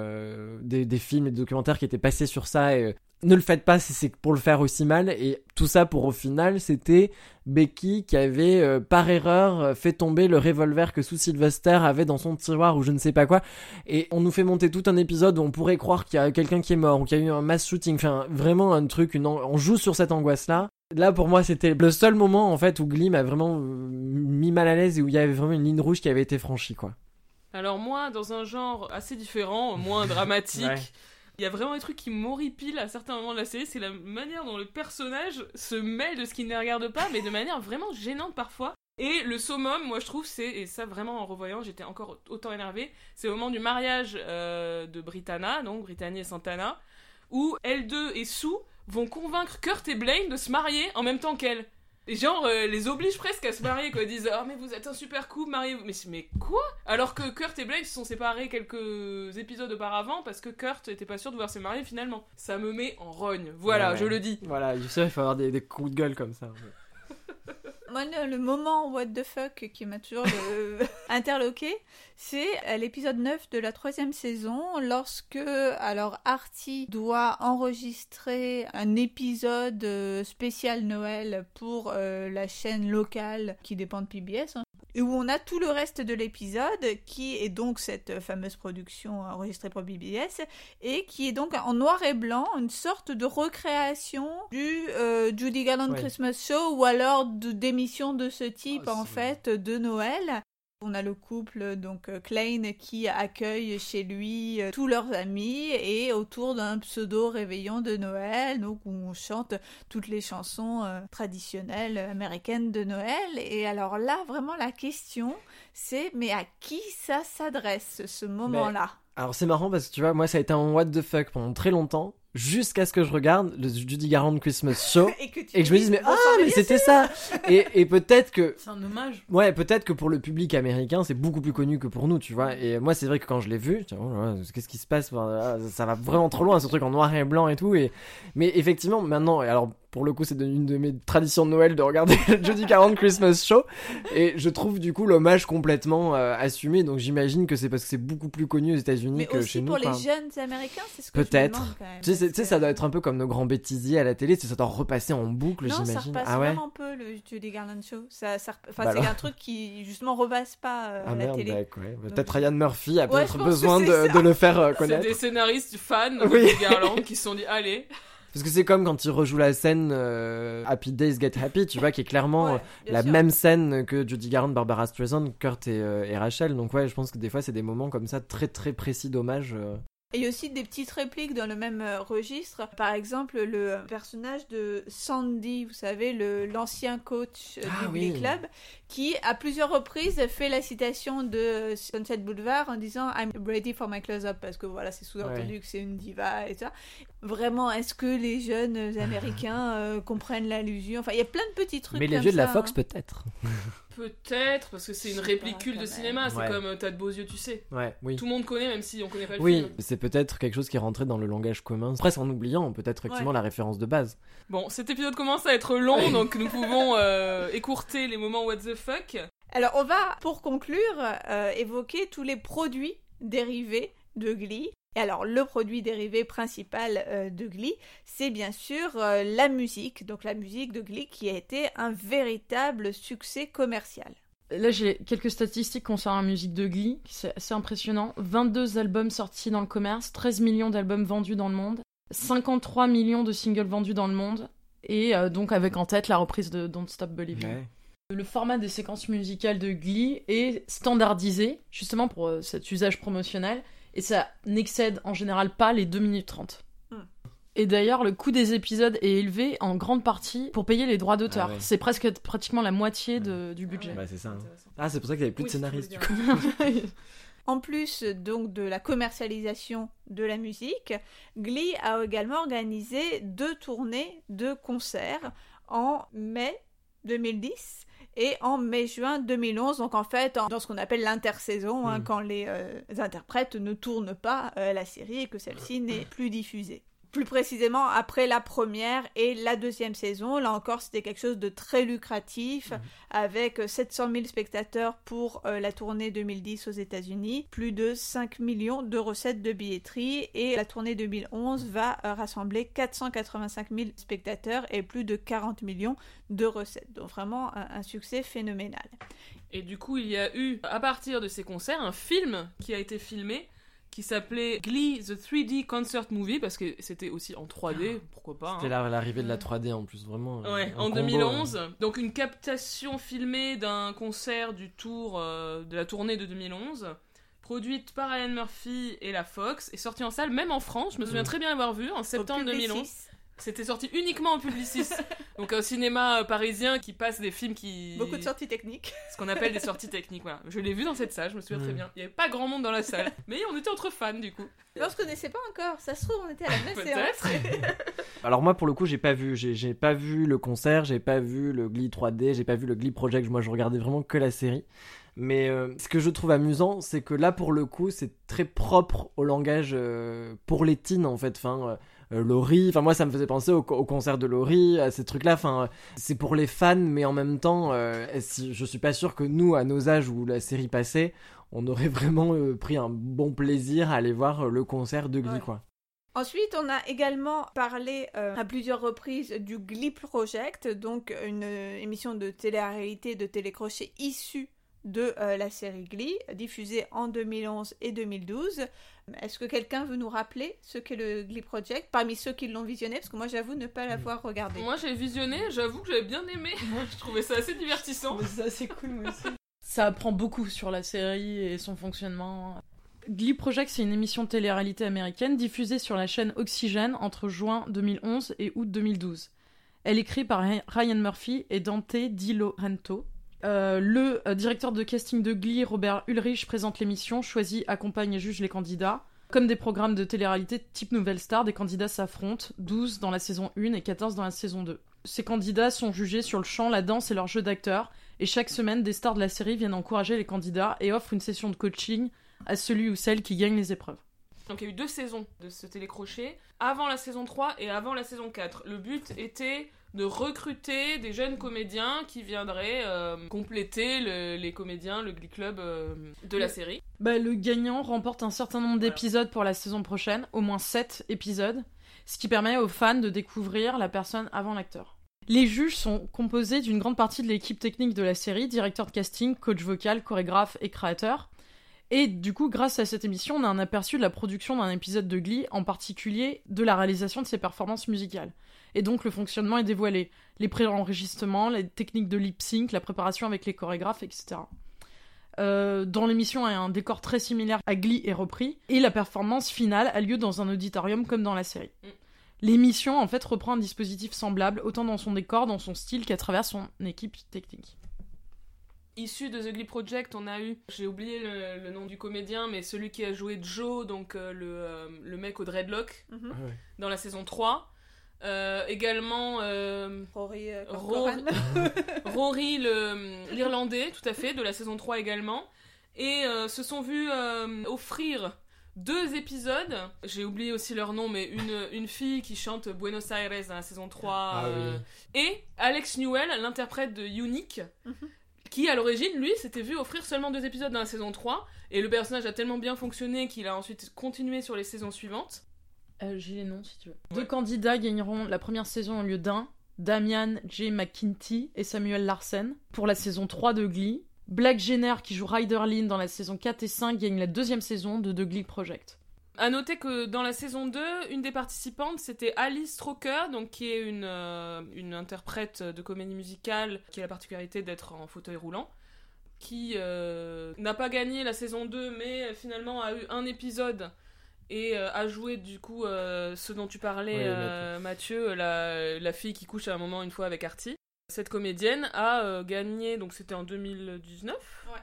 des films et des documentaires qui étaient passés sur ça, et ne le faites pas si c'est pour le faire aussi mal. Et tout ça pour au final c'était Becky qui avait par erreur fait tomber le revolver que Sue Sylvester avait dans son tiroir ou je ne sais pas quoi, et on nous fait monter tout un épisode où on pourrait croire qu'il y a quelqu'un qui est mort ou qu'il y a eu un mass shooting, vraiment un truc, on joue sur cette angoisse là pour moi c'était le seul moment en fait où Glee m'a vraiment mis mal à l'aise et où il y avait vraiment une ligne rouge qui avait été franchie quoi. Alors moi, dans un genre assez différent, moins dramatique, il y a vraiment des trucs qui m'horripilent à certains moments de la série, c'est la manière dont le personnage se mêle de ce qu'il ne regarde pas, mais de manière vraiment gênante parfois. Et le summum, moi je trouve, et ça vraiment en revoyant, j'étais encore autant énervée, c'est au moment du mariage de Brittana, donc Brittany et Santana, où elles deux et Sue vont convaincre Kurt et Blaine de se marier en même temps qu'elles. Et genre, les obligent presque à se marier, quoi. Ils disent « Ah, mais vous êtes un super couple, mariez-vous !» Mais quoi ? Alors que Kurt et Blaine se sont séparés quelques épisodes auparavant parce que Kurt était pas sûr de vouloir se marier finalement. Ça me met en rogne. Voilà, je le dis. Voilà, il faut avoir des coups de gueule comme ça. Moi, le moment what the fuck qui m'a toujours interloqué, c'est à l'épisode 9 de la 3e saison, lorsque Artie doit enregistrer un épisode spécial Noël pour la chaîne locale qui dépend de PBS. et où on a tout le reste de l'épisode, qui est donc cette fameuse production enregistrée pour BBS, et qui est donc en noir et blanc, une sorte de recréation du Judy Garland Christmas Show, ou alors d'émissions de ce type, en fait, de Noël. On a le couple, donc Klein, qui accueille chez lui tous leurs amis, et autour d'un pseudo réveillon de Noël, donc où on chante toutes les chansons traditionnelles américaines de Noël. Et alors là, vraiment la question, c'est mais à qui ça s'adresse, ce moment-là? Alors c'est marrant parce que tu vois, moi ça a été un what the fuck pendant très longtemps, jusqu'à ce que je regarde le Judy Garland Christmas Show et que je me dise mais c'était ça. Et peut-être que c'est un hommage. Ouais, peut-être que pour le public américain c'est beaucoup plus connu que pour nous, tu vois. Et moi c'est vrai que quand je l'ai vu, qu'est-ce qui se passe, ça va vraiment trop loin, ce truc en noir et blanc et tout. Mais effectivement maintenant, alors pour le coup, c'est une de mes traditions de Noël de regarder le Judy Garland Christmas Show. Et je trouve du coup l'hommage complètement assumé. Donc j'imagine que c'est parce que c'est beaucoup plus connu aux États-Unis que chez nous. Mais aussi pour les jeunes Américains, c'est ce que peut-être. Je me demande quand même. Tu sais, ça doit être un peu comme nos grands bêtisiers à la télé. Ça doit repasser en boucle, non, j'imagine. Ça repasse vraiment peu le Judy Garland Show. C'est un truc qui justement repasse pas à la télé. Peut-être Ryan Murphy a peut-être besoin de le faire connaître. C'est des scénaristes fans de Judy Garland qui se sont dit allez. Parce que c'est comme quand il rejoue la scène Happy Days Get Happy, tu vois, qui est clairement même scène que Judy Garland, Barbara Streisand, Kurt et Rachel. Donc ouais, je pense que des fois c'est des moments comme ça très très précis d'hommage. Et il y a aussi des petites répliques dans le même registre. Par exemple, le personnage de Sandy, vous savez, l'ancien coach du Glee Club, qui à plusieurs reprises fait la citation de Sunset Boulevard en disant I'm ready for my close-up, parce que voilà, c'est sous-entendu que c'est une diva et ça. Vraiment, est-ce que les jeunes américains comprennent l'allusion? Enfin, il y a plein de petits trucs. Mais les vieux de la Fox, peut-être. Peut-être, parce que c'est une réplique culte de cinéma, c'est comme T'as de beaux yeux, tu sais. Tout le monde connaît, même si on connaît pas le film. Oui, c'est peut-être quelque chose qui est rentré dans le langage commun, presque en oubliant peut-être effectivement la référence de base. Bon, cet épisode commence à être long, donc nous pouvons écourter les moments what the fuck. Alors on va, pour conclure, évoquer tous les produits dérivés de Glee. Et alors, le produit dérivé principal de Glee, c'est bien sûr la musique. Donc la musique de Glee qui a été un véritable succès commercial. Là, j'ai quelques statistiques concernant la musique de Glee, c'est assez impressionnant. 22 albums sortis dans le commerce, 13 millions d'albums vendus dans le monde, 53 millions de singles vendus dans le monde, et donc avec en tête la reprise de Don't Stop Believing. Ouais. Le format des séquences musicales de Glee est standardisé, justement pour cet usage promotionnel, et ça n'excède en général pas les 2 minutes 30. Et d'ailleurs, le coût des épisodes est élevé en grande partie pour payer les droits d'auteur. C'est pratiquement la moitié du budget. Bah, c'est ça. Hein. Ah, c'est pour ça qu'il n'y avait plus de scénaristes, du coup. En plus donc de la commercialisation de la musique, Glee a également organisé 2 tournées de concerts en mai 2010 et en mai-juin 2011, donc en fait dans ce qu'on appelle l'intersaison, quand les interprètes ne tournent pas la série et que celle-ci n'est plus diffusée. Plus précisément après la première et la deuxième saison, là encore c'était quelque chose de très lucratif, avec 700 000 spectateurs pour la tournée 2010 aux États-Unis, plus de 5 millions de recettes de billetterie, et la tournée 2011 va rassembler 485 000 spectateurs et plus de 40 millions de recettes. Donc vraiment un succès phénoménal. Et du coup il y a eu, à partir de ces concerts, un film qui a été filmé qui s'appelait Glee The 3D Concert Movie, parce que c'était aussi en 3D, pourquoi pas. C'était l'arrivée de la 3D en plus, vraiment. Ouais, en 2011. Donc une captation filmée d'un concert du tour de la tournée de 2011, produite par Ryan Murphy et la Fox, et sortie en salle, même en France, je me souviens très bien l'avoir vu, en septembre 2011. C'était sorti uniquement en Publicis, donc un cinéma parisien qui passe des films qui... Beaucoup de sorties techniques. Ce qu'on appelle des sorties techniques, voilà. Je l'ai vu dans cette salle, je me souviens très bien. Il n'y avait pas grand monde dans la salle, mais on était entre fans du coup. On se connaissait pas encore, ça se trouve on était à la même séance. Alors moi pour le coup j'ai pas vu le concert, j'ai pas vu le Glee 3D, j'ai pas vu le Glee Project, moi je regardais vraiment que la série. Mais ce que je trouve amusant, c'est que là pour le coup c'est très propre au langage pour les teens en fait, Laurie, moi ça me faisait penser au concert de Laurie, à ces trucs là, c'est pour les fans, mais en même temps je suis pas sûr que nous à nos âges où la série passait on aurait vraiment pris un bon plaisir à aller voir le concert de Glee quoi. Ensuite, on a également parlé à plusieurs reprises du Glee Project, donc une émission de télé-réalité, de télécrochet issue de la série Glee, diffusée en 2011 et 2012. Est-ce que quelqu'un veut nous rappeler ce qu'est le Glee Project, parmi ceux qui l'ont visionné, parce que moi j'avoue ne pas l'avoir regardé. Moi j'ai visionné, j'avoue que j'avais bien aimé. Je trouvais ça assez divertissant. C'est assez cool, moi aussi. Ça apprend beaucoup sur la série et son fonctionnement. Glee Project, c'est une émission de télé-réalité américaine diffusée sur la chaîne Oxygène entre juin 2011 et août 2012. Elle est créée par Ryan Murphy et Dante Di Laurento. Le directeur de casting de Glee, Robert Ulrich, présente l'émission, choisit, accompagne et juge les candidats. Comme des programmes de télé-réalité type Nouvelle Star, des candidats s'affrontent, 12 dans la saison 1 et 14 dans la saison 2. Ces candidats sont jugés sur le chant, la danse et leur jeu d'acteur, et chaque semaine, des stars de la série viennent encourager les candidats et offrent une session de coaching à celui ou celle qui gagne les épreuves. Donc il y a eu 2 saisons de ce télécrochet, avant la saison 3 et avant la saison 4. Le but était de recruter des jeunes comédiens qui viendraient compléter les comédiens, le Glee Club de la série. Le gagnant remporte un certain nombre d'épisodes pour la saison prochaine, au moins 7 épisodes, ce qui permet aux fans de découvrir la personne avant l'acteur. Les juges sont composés d'une grande partie de l'équipe technique de la série, directeur de casting, coach vocal, chorégraphe et créateur. Et du coup, grâce à cette émission, on a un aperçu de la production d'un épisode de Glee, en particulier de la réalisation de ses performances musicales. Et donc le fonctionnement est dévoilé. Les pré-enregistrements, les techniques de lip-sync, la préparation avec les chorégraphes, etc. Dans l'émission, un décor très similaire à Glee est repris, et la performance finale a lieu dans un auditorium comme dans la série. L'émission, en fait, reprend un dispositif semblable, autant dans son décor, dans son style, qu'à travers son équipe technique. Issu de The Glee Project, on a eu, j'ai oublié le nom du comédien, mais celui qui a joué Joe, donc le mec au dreadlock, dans la saison 3. Également Rory Rory l'Irlandais, tout à fait, de la saison 3 également. Et se sont vus offrir 2 épisodes. J'ai oublié aussi leur nom, mais une fille qui chante Buenos Aires dans la saison 3. Et Alex Newell, l'interprète de Unique, qui à l'origine, lui, s'était vu offrir seulement 2 épisodes dans la saison 3. Et le personnage a tellement bien fonctionné qu'il a ensuite continué sur les saisons suivantes. J'ai les noms si tu veux. 2 candidats gagneront la première saison au lieu d'un, Damian J. McKinty et Samuel Larsen, pour la saison 3 de Glee. Blake Jenner, qui joue Ryder Lynn dans la saison 4 et 5, gagne la 2e saison de The Glee Project. À noter que dans la saison 2, une des participantes, c'était Alice Stroker, donc qui est une interprète de comédie musicale qui a la particularité d'être en fauteuil roulant, qui n'a pas gagné la saison 2, mais finalement a eu un épisode et a joué du coup ce dont tu parlais, Mathieu, la fille qui couche à un moment une fois avec Artie. Cette comédienne a gagné, donc c'était en 2019,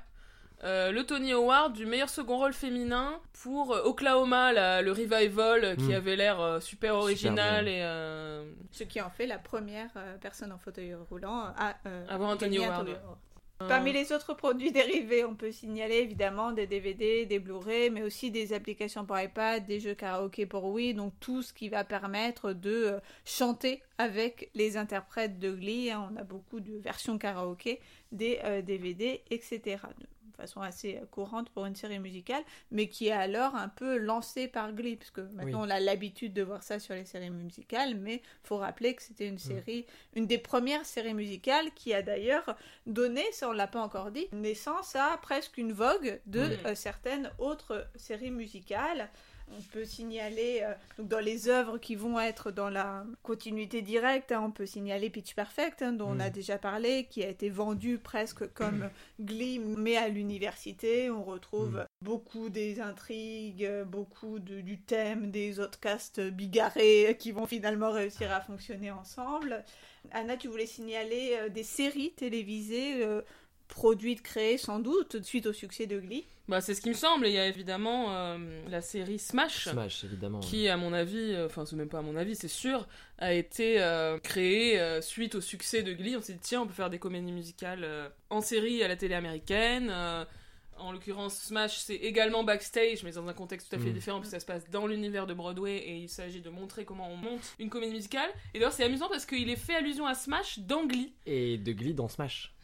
le Tony Award du meilleur second rôle féminin pour Oklahoma, le revival qui avait l'air super original. Ce qui en fait la première personne en fauteuil roulant à avoir un Tony Award. Parmi les autres produits dérivés, on peut signaler évidemment des DVD, des Blu-ray, mais aussi des applications pour iPad, des jeux karaoké pour Wii, donc tout ce qui va permettre de chanter avec les interprètes de Glee. On a beaucoup de versions karaoké, des DVD, etc. De façon assez courante pour une série musicale, mais qui est alors un peu lancée par Glee, parce que maintenant on a l'habitude de voir ça sur les séries musicales, mais il faut rappeler que c'était une série, une des premières séries musicales qui a d'ailleurs donné, ça on l'a pas encore dit, naissance à presque une vogue de certaines autres séries musicales. On peut signaler, donc dans les œuvres qui vont être dans la continuité directe, on peut signaler Pitch Perfect, dont on a déjà parlé, qui a été vendu presque comme Glee, mais à l'université. On retrouve beaucoup des intrigues, beaucoup du thème des autres castes bigarrés qui vont finalement réussir à fonctionner ensemble. Anna, tu voulais signaler des séries télévisées produites, créées sans doute, suite au succès de Glee. C'est ce qui me semble. Il y a évidemment la série Smash évidemment, qui, à mon avis, enfin c'est même pas à mon avis, c'est sûr, a été créée suite au succès de Glee. On s'est dit tiens, on peut faire des comédies musicales en série à la télé américaine. En l'occurrence, Smash, c'est également backstage, mais dans un contexte tout à fait différent, puisque ça se passe dans l'univers de Broadway, et il s'agit de montrer comment on monte une comédie musicale. Et d'ailleurs, c'est amusant parce qu'il est fait allusion à Smash dans Glee. Et de Glee dans Smash.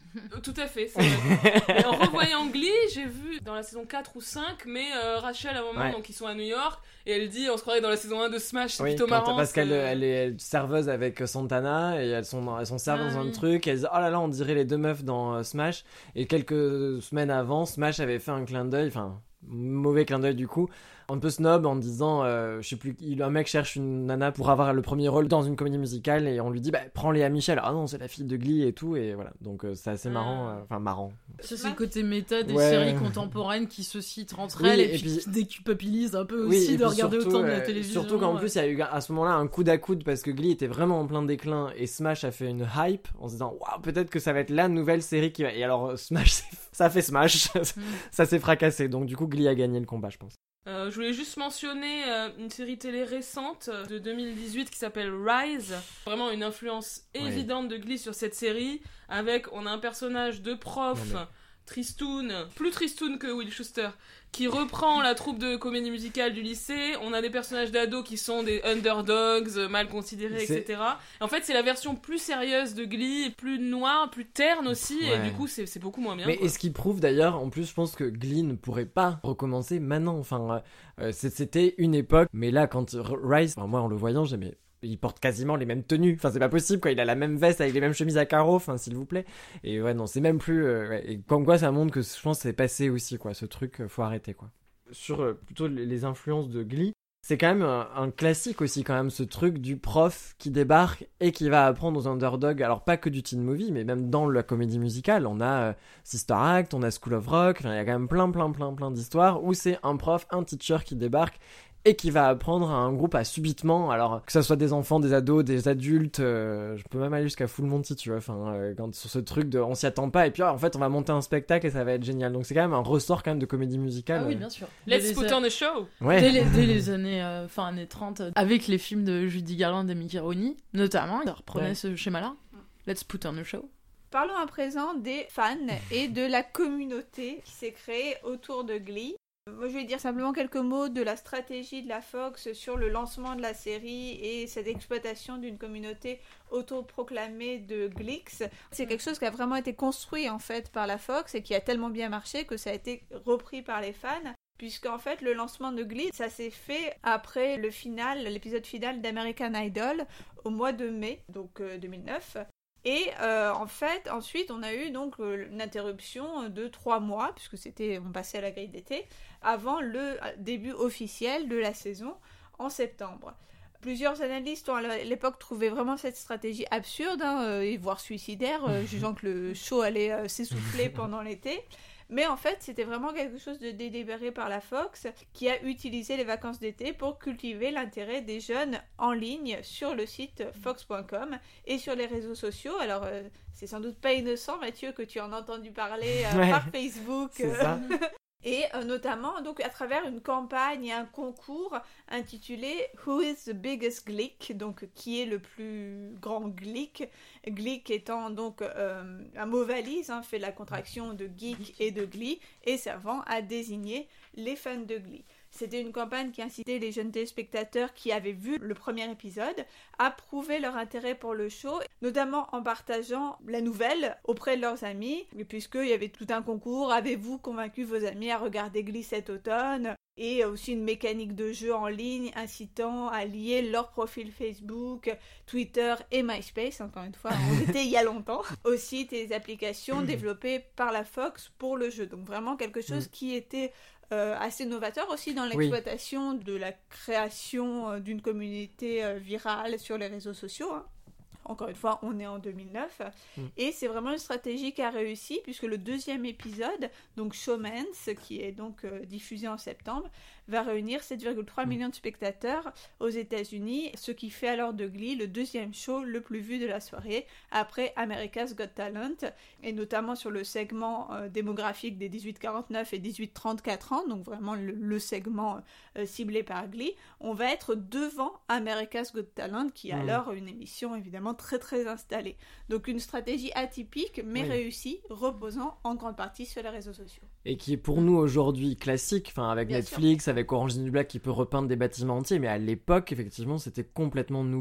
Tout à fait, c'est vrai. Et en revoyant Glee, j'ai vu dans la saison 4 ou 5, mais Rachel à un moment, donc ils sont à New York, et elle dit, on se croirait dans la saison 1 de Smash, c'est plutôt marrant. Parce qu'elle est serveuse avec Santana, et elles sont serveuses dans un truc, et elles disent, oh là là, on dirait les deux meufs dans Smash, et quelques semaines avant, Smash avait fait un clin d'œil, enfin, mauvais clin d'œil du coup, un peu snob en disant je sais plus, un mec cherche une nana pour avoir le premier rôle dans une comédie musicale et on lui dit prends Léa Michel, ah non c'est la fille de Glee et tout, et voilà, donc c'est assez marrant, marrant. Ça c'est le côté méta des séries contemporaines qui se citent entre elles et puis qui déculpabilisent un peu aussi de regarder surtout, autant de la télévision. Surtout qu'en plus il y a eu à ce moment-là un coude à coude parce que Glee était vraiment en plein déclin et Smash a fait une hype en se disant waouh, peut-être que ça va être la nouvelle série qui va, et alors Smash ça a fait Smash, ça s'est fracassé, donc du coup Glee a gagné le combat, je pense. Je voulais juste mentionner une série télé récente de 2018 qui s'appelle Rise. Vraiment une influence évidente de Glee sur cette série. On a un personnage de prof, Tristoun, plus Tristoun que Will Schuester, qui reprend la troupe de comédie musicale du lycée. On a des personnages d'ados qui sont des underdogs, mal considérés, etc. En fait, c'est la version plus sérieuse de Glee, plus noire, plus terne aussi, et du coup, c'est beaucoup moins bien. Mais et ce qui prouve d'ailleurs, en plus, je pense que Glee ne pourrait pas recommencer maintenant. Enfin, c'était une époque, mais là, quand Rise, moi, en le voyant, j'aimais. Il porte quasiment les mêmes tenues, enfin c'est pas possible quoi, il a la même veste avec les mêmes chemises à carreaux, enfin s'il vous plaît. Et ouais non, c'est même plus et comme quoi ça montre que je pense que c'est passé aussi quoi, ce truc, faut arrêter quoi. Sur plutôt les influences de Glee, c'est quand même un classique aussi quand même, ce truc du prof qui débarque et qui va apprendre aux underdogs, alors pas que du teen movie mais même dans la comédie musicale, on a Sister Act, on a School of Rock, enfin il y a quand même plein d'histoires où c'est un prof, un teacher qui débarque et qui va apprendre à un groupe à subitement, alors que ça soit des enfants, des ados, des adultes, je peux même aller jusqu'à Full Monty, tu vois, enfin, sur ce truc de on s'y attend pas, et puis en fait on va monter un spectacle et ça va être génial, donc c'est quand même un ressort quand même de comédie musicale. Ah oui, bien sûr. Let's put on a show. Ouais. Dès les années, années 30, avec les films de Judy Garland et Mickey Rooney, notamment, ils reprenaient ce schéma-là. Let's put on a show. Parlons à présent des fans et de la communauté qui s'est créée autour de Glee. Moi, je vais dire simplement quelques mots de la stratégie de la Fox sur le lancement de la série et cette exploitation d'une communauté autoproclamée de Gleeks. C'est quelque chose qui a vraiment été construit en fait par la Fox et qui a tellement bien marché que ça a été repris par les fans. Puisqu'en fait, le lancement de Glee, ça s'est fait après l'épisode final d'American Idol au mois de mai, donc 2009. Et en fait, ensuite, on a eu donc une interruption de 3 mois, puisque on passait à la grille d'été, avant le début officiel de la saison en septembre. Plusieurs analystes ont à l'époque trouvé vraiment cette stratégie absurde, et voire suicidaire, jugeant que le show allait s'essouffler pendant l'été. Mais en fait, c'était vraiment quelque chose de délibéré par la Fox, qui a utilisé les vacances d'été pour cultiver l'intérêt des jeunes en ligne sur le site fox.com et sur les réseaux sociaux. Alors, c'est sans doute pas innocent, Mathieu, que tu en as entendu parler par Facebook. C'est ça. Et notamment donc à travers une campagne et un concours intitulé Who is the biggest Gleek, donc qui est le plus grand Gleek, Gleek étant donc un mot valise, fait la contraction de geek et de Glee, et servant à désigner les fans de Glee. C'était une campagne qui incitait les jeunes téléspectateurs qui avaient vu le premier épisode à prouver leur intérêt pour le show, notamment en partageant la nouvelle auprès de leurs amis, puisqu'il y avait tout un concours, avez-vous convaincu vos amis à regarder Glee cet automne ? Et aussi une mécanique de jeu en ligne incitant à lier leur profil Facebook, Twitter et MySpace, encore une fois, on était il y a longtemps. Aussi des applications développées par la Fox pour le jeu, donc vraiment quelque chose qui était assez novateur aussi dans l'exploitation de la création d'une communauté virale sur les réseaux sociaux. Encore une fois, on est en 2009. Et c'est vraiment une stratégie qui a réussi, puisque le deuxième épisode, donc Showmance, qui est donc diffusé en septembre, va réunir 7,3 millions de spectateurs aux États-Unis, ce qui fait alors de Glee le deuxième show le plus vu de la soirée, après America's Got Talent, et notamment sur le segment démographique des 18-49 et 18-34 ans, donc vraiment le segment ciblé par Glee. On va être devant America's Got Talent, qui est alors une émission évidemment très très installée. Donc une stratégie atypique, mais réussie, reposant en grande partie sur les réseaux sociaux. Et qui est pour nous aujourd'hui classique, avec Bien Netflix, sûr. avec Orange is the New Black qui peut repeindre des bâtiments entiers, mais à l'époque, effectivement, c'était complètement nouveau.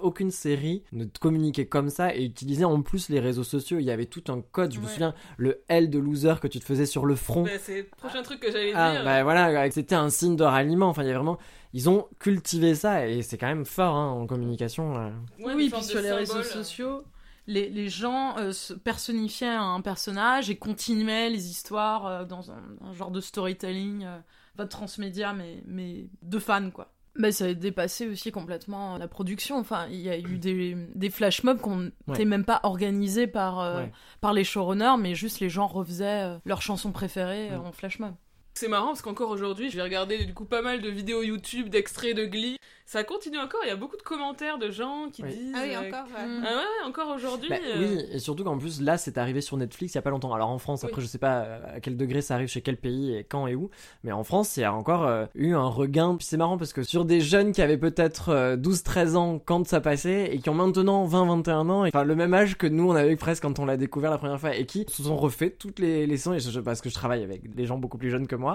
Aucune série ne communiquait comme ça et utilisait en plus les réseaux sociaux. Il y avait tout un code, je me souviens, le L de loser que tu te faisais sur le front. C'est le prochain truc que j'allais Ah, dire. bah voilà, c'était un signe de ralliement. Enfin, il y a vraiment... Ils ont cultivé ça et c'est quand même fort en communication. Ouais, oui, une puis sorte sur de les réseaux symbole. sociaux, les gens se personnifiaient un personnage et continuaient les histoires dans un genre de storytelling, pas de transmédia, mais de fans, quoi. Bah, ça a dépassé aussi complètement la production. Enfin, il y a eu des flash mobs qu'on n'était même pas organisés par les showrunners, mais juste les gens refaisaient leurs chansons préférées en flash mob. C'est marrant parce qu'encore aujourd'hui, j'ai regardé du coup pas mal de vidéos YouTube d'extraits de Glee. Ça continue encore, il y a beaucoup de commentaires de gens qui disent... Ah oui, encore. Ah ouais, encore aujourd'hui. Oui, et surtout qu'en plus, là, c'est arrivé sur Netflix il y a pas longtemps. Alors en France, après, je sais pas à quel degré ça arrive chez quel pays et quand et où, mais en France, il y a encore eu un regain. Puis c'est marrant parce que sur des jeunes qui avaient peut-être 12-13 ans quand ça passait et qui ont maintenant 20-21 ans, enfin le même âge que nous, on avait presque quand on l'a découvert la première fois et qui se sont refait toutes les sons, parce que je travaille avec des gens beaucoup plus jeunes que moi,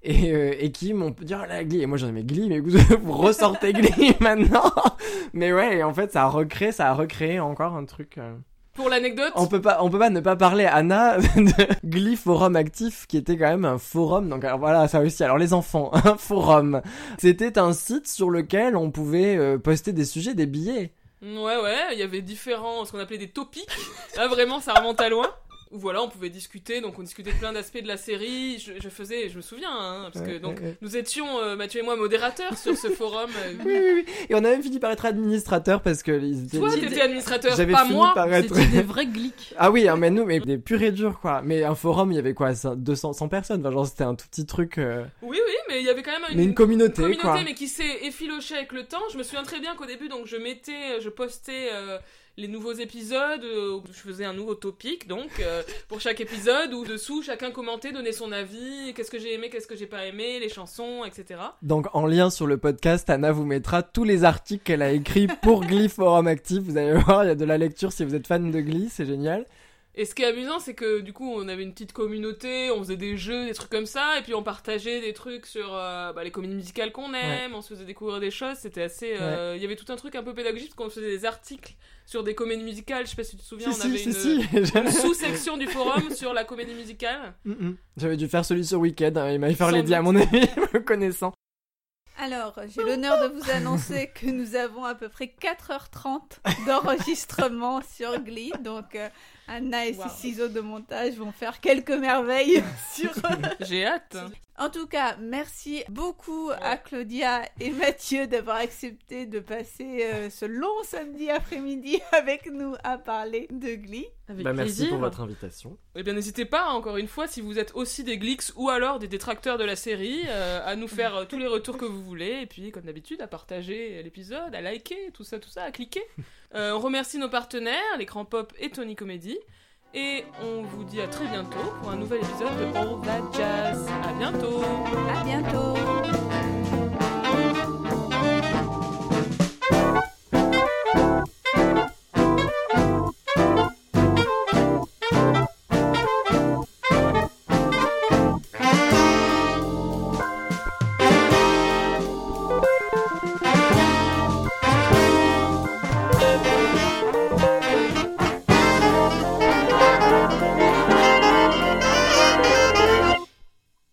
et qui m'ont dit oh la Glee, et moi j'en ai mais Glee, mais vous ressortez Glee maintenant. Mais ouais, en fait ça a recréé encore un truc. Pour l'anecdote, on peut pas ne pas parler, Anna, de Glee Forum Actif, qui était quand même un forum. Donc alors voilà, ça aussi. Alors les enfants, un forum, c'était un site sur lequel on pouvait poster des sujets, des billets. Ouais, il y avait différents, ce qu'on appelait des topics. Là vraiment, ça remonte à loin. Où voilà, on pouvait discuter, donc on discutait de plein d'aspects de la série. Je me souviens, hein, parce que donc nous étions Mathieu et moi modérateurs sur ce forum. Oui. Et on a même fini par être administrateur parce que ils étaient. Toi, t'étais administrateur, J'avais pas fini moi. par être... C'était des vrais geeks. Ah oui, mais nous, mais des purs et durs quoi. Mais un forum, il y avait quoi, 200 100 personnes. Enfin, genre c'était un tout petit truc. Oui, mais il y avait quand même une communauté quoi. Mais qui s'est effilochée avec le temps. Je me souviens très bien qu'au début, donc je postais les nouveaux épisodes, je faisais un nouveau topic, donc pour chaque épisode, où dessous chacun commentait, donnait son avis, qu'est-ce que j'ai aimé, qu'est-ce que j'ai pas aimé, les chansons, etc. Donc en lien sur le podcast, Anna vous mettra tous les articles qu'elle a écrits pour Glee Forum Actif. Vous allez voir, il y a de la lecture si vous êtes fan de Glee, c'est génial. Et ce qui est amusant, c'est que du coup, on avait une petite communauté, on faisait des jeux, des trucs comme ça, et puis on partageait des trucs sur les comédies musicales qu'on aime, on se faisait découvrir des choses, c'était assez... Il y avait tout un truc un peu pédagogique, parce qu'on faisait des articles sur des comédies musicales, je sais pas si tu te souviens, on avait une sous-section du forum sur la comédie musicale. J'avais dû faire celui sur Weekend, il m'avait fait les à mon avis, me connaissant. Alors, j'ai l'honneur de vous annoncer que nous avons à peu près 4h30 d'enregistrement sur Glee, donc Anna et ses ciseaux de montage vont faire quelques merveilles sur... J'ai hâte. En tout cas, merci beaucoup à Claudia et Mathieu d'avoir accepté de passer ce long samedi après-midi avec nous à parler de Glee. Avec merci plaisir. pour votre invitation. Eh bien, n'hésitez pas, encore une fois, si vous êtes aussi des Gleeks ou alors des détracteurs de la série, à nous faire tous les retours que vous voulez, et puis, comme d'habitude, à partager l'épisode, à liker, tout ça, à cliquer. On remercie nos partenaires, l'écran pop et Tony Comedy. Et on vous dit à très bientôt pour un nouvel épisode de All That Jazz. À bientôt. À bientôt.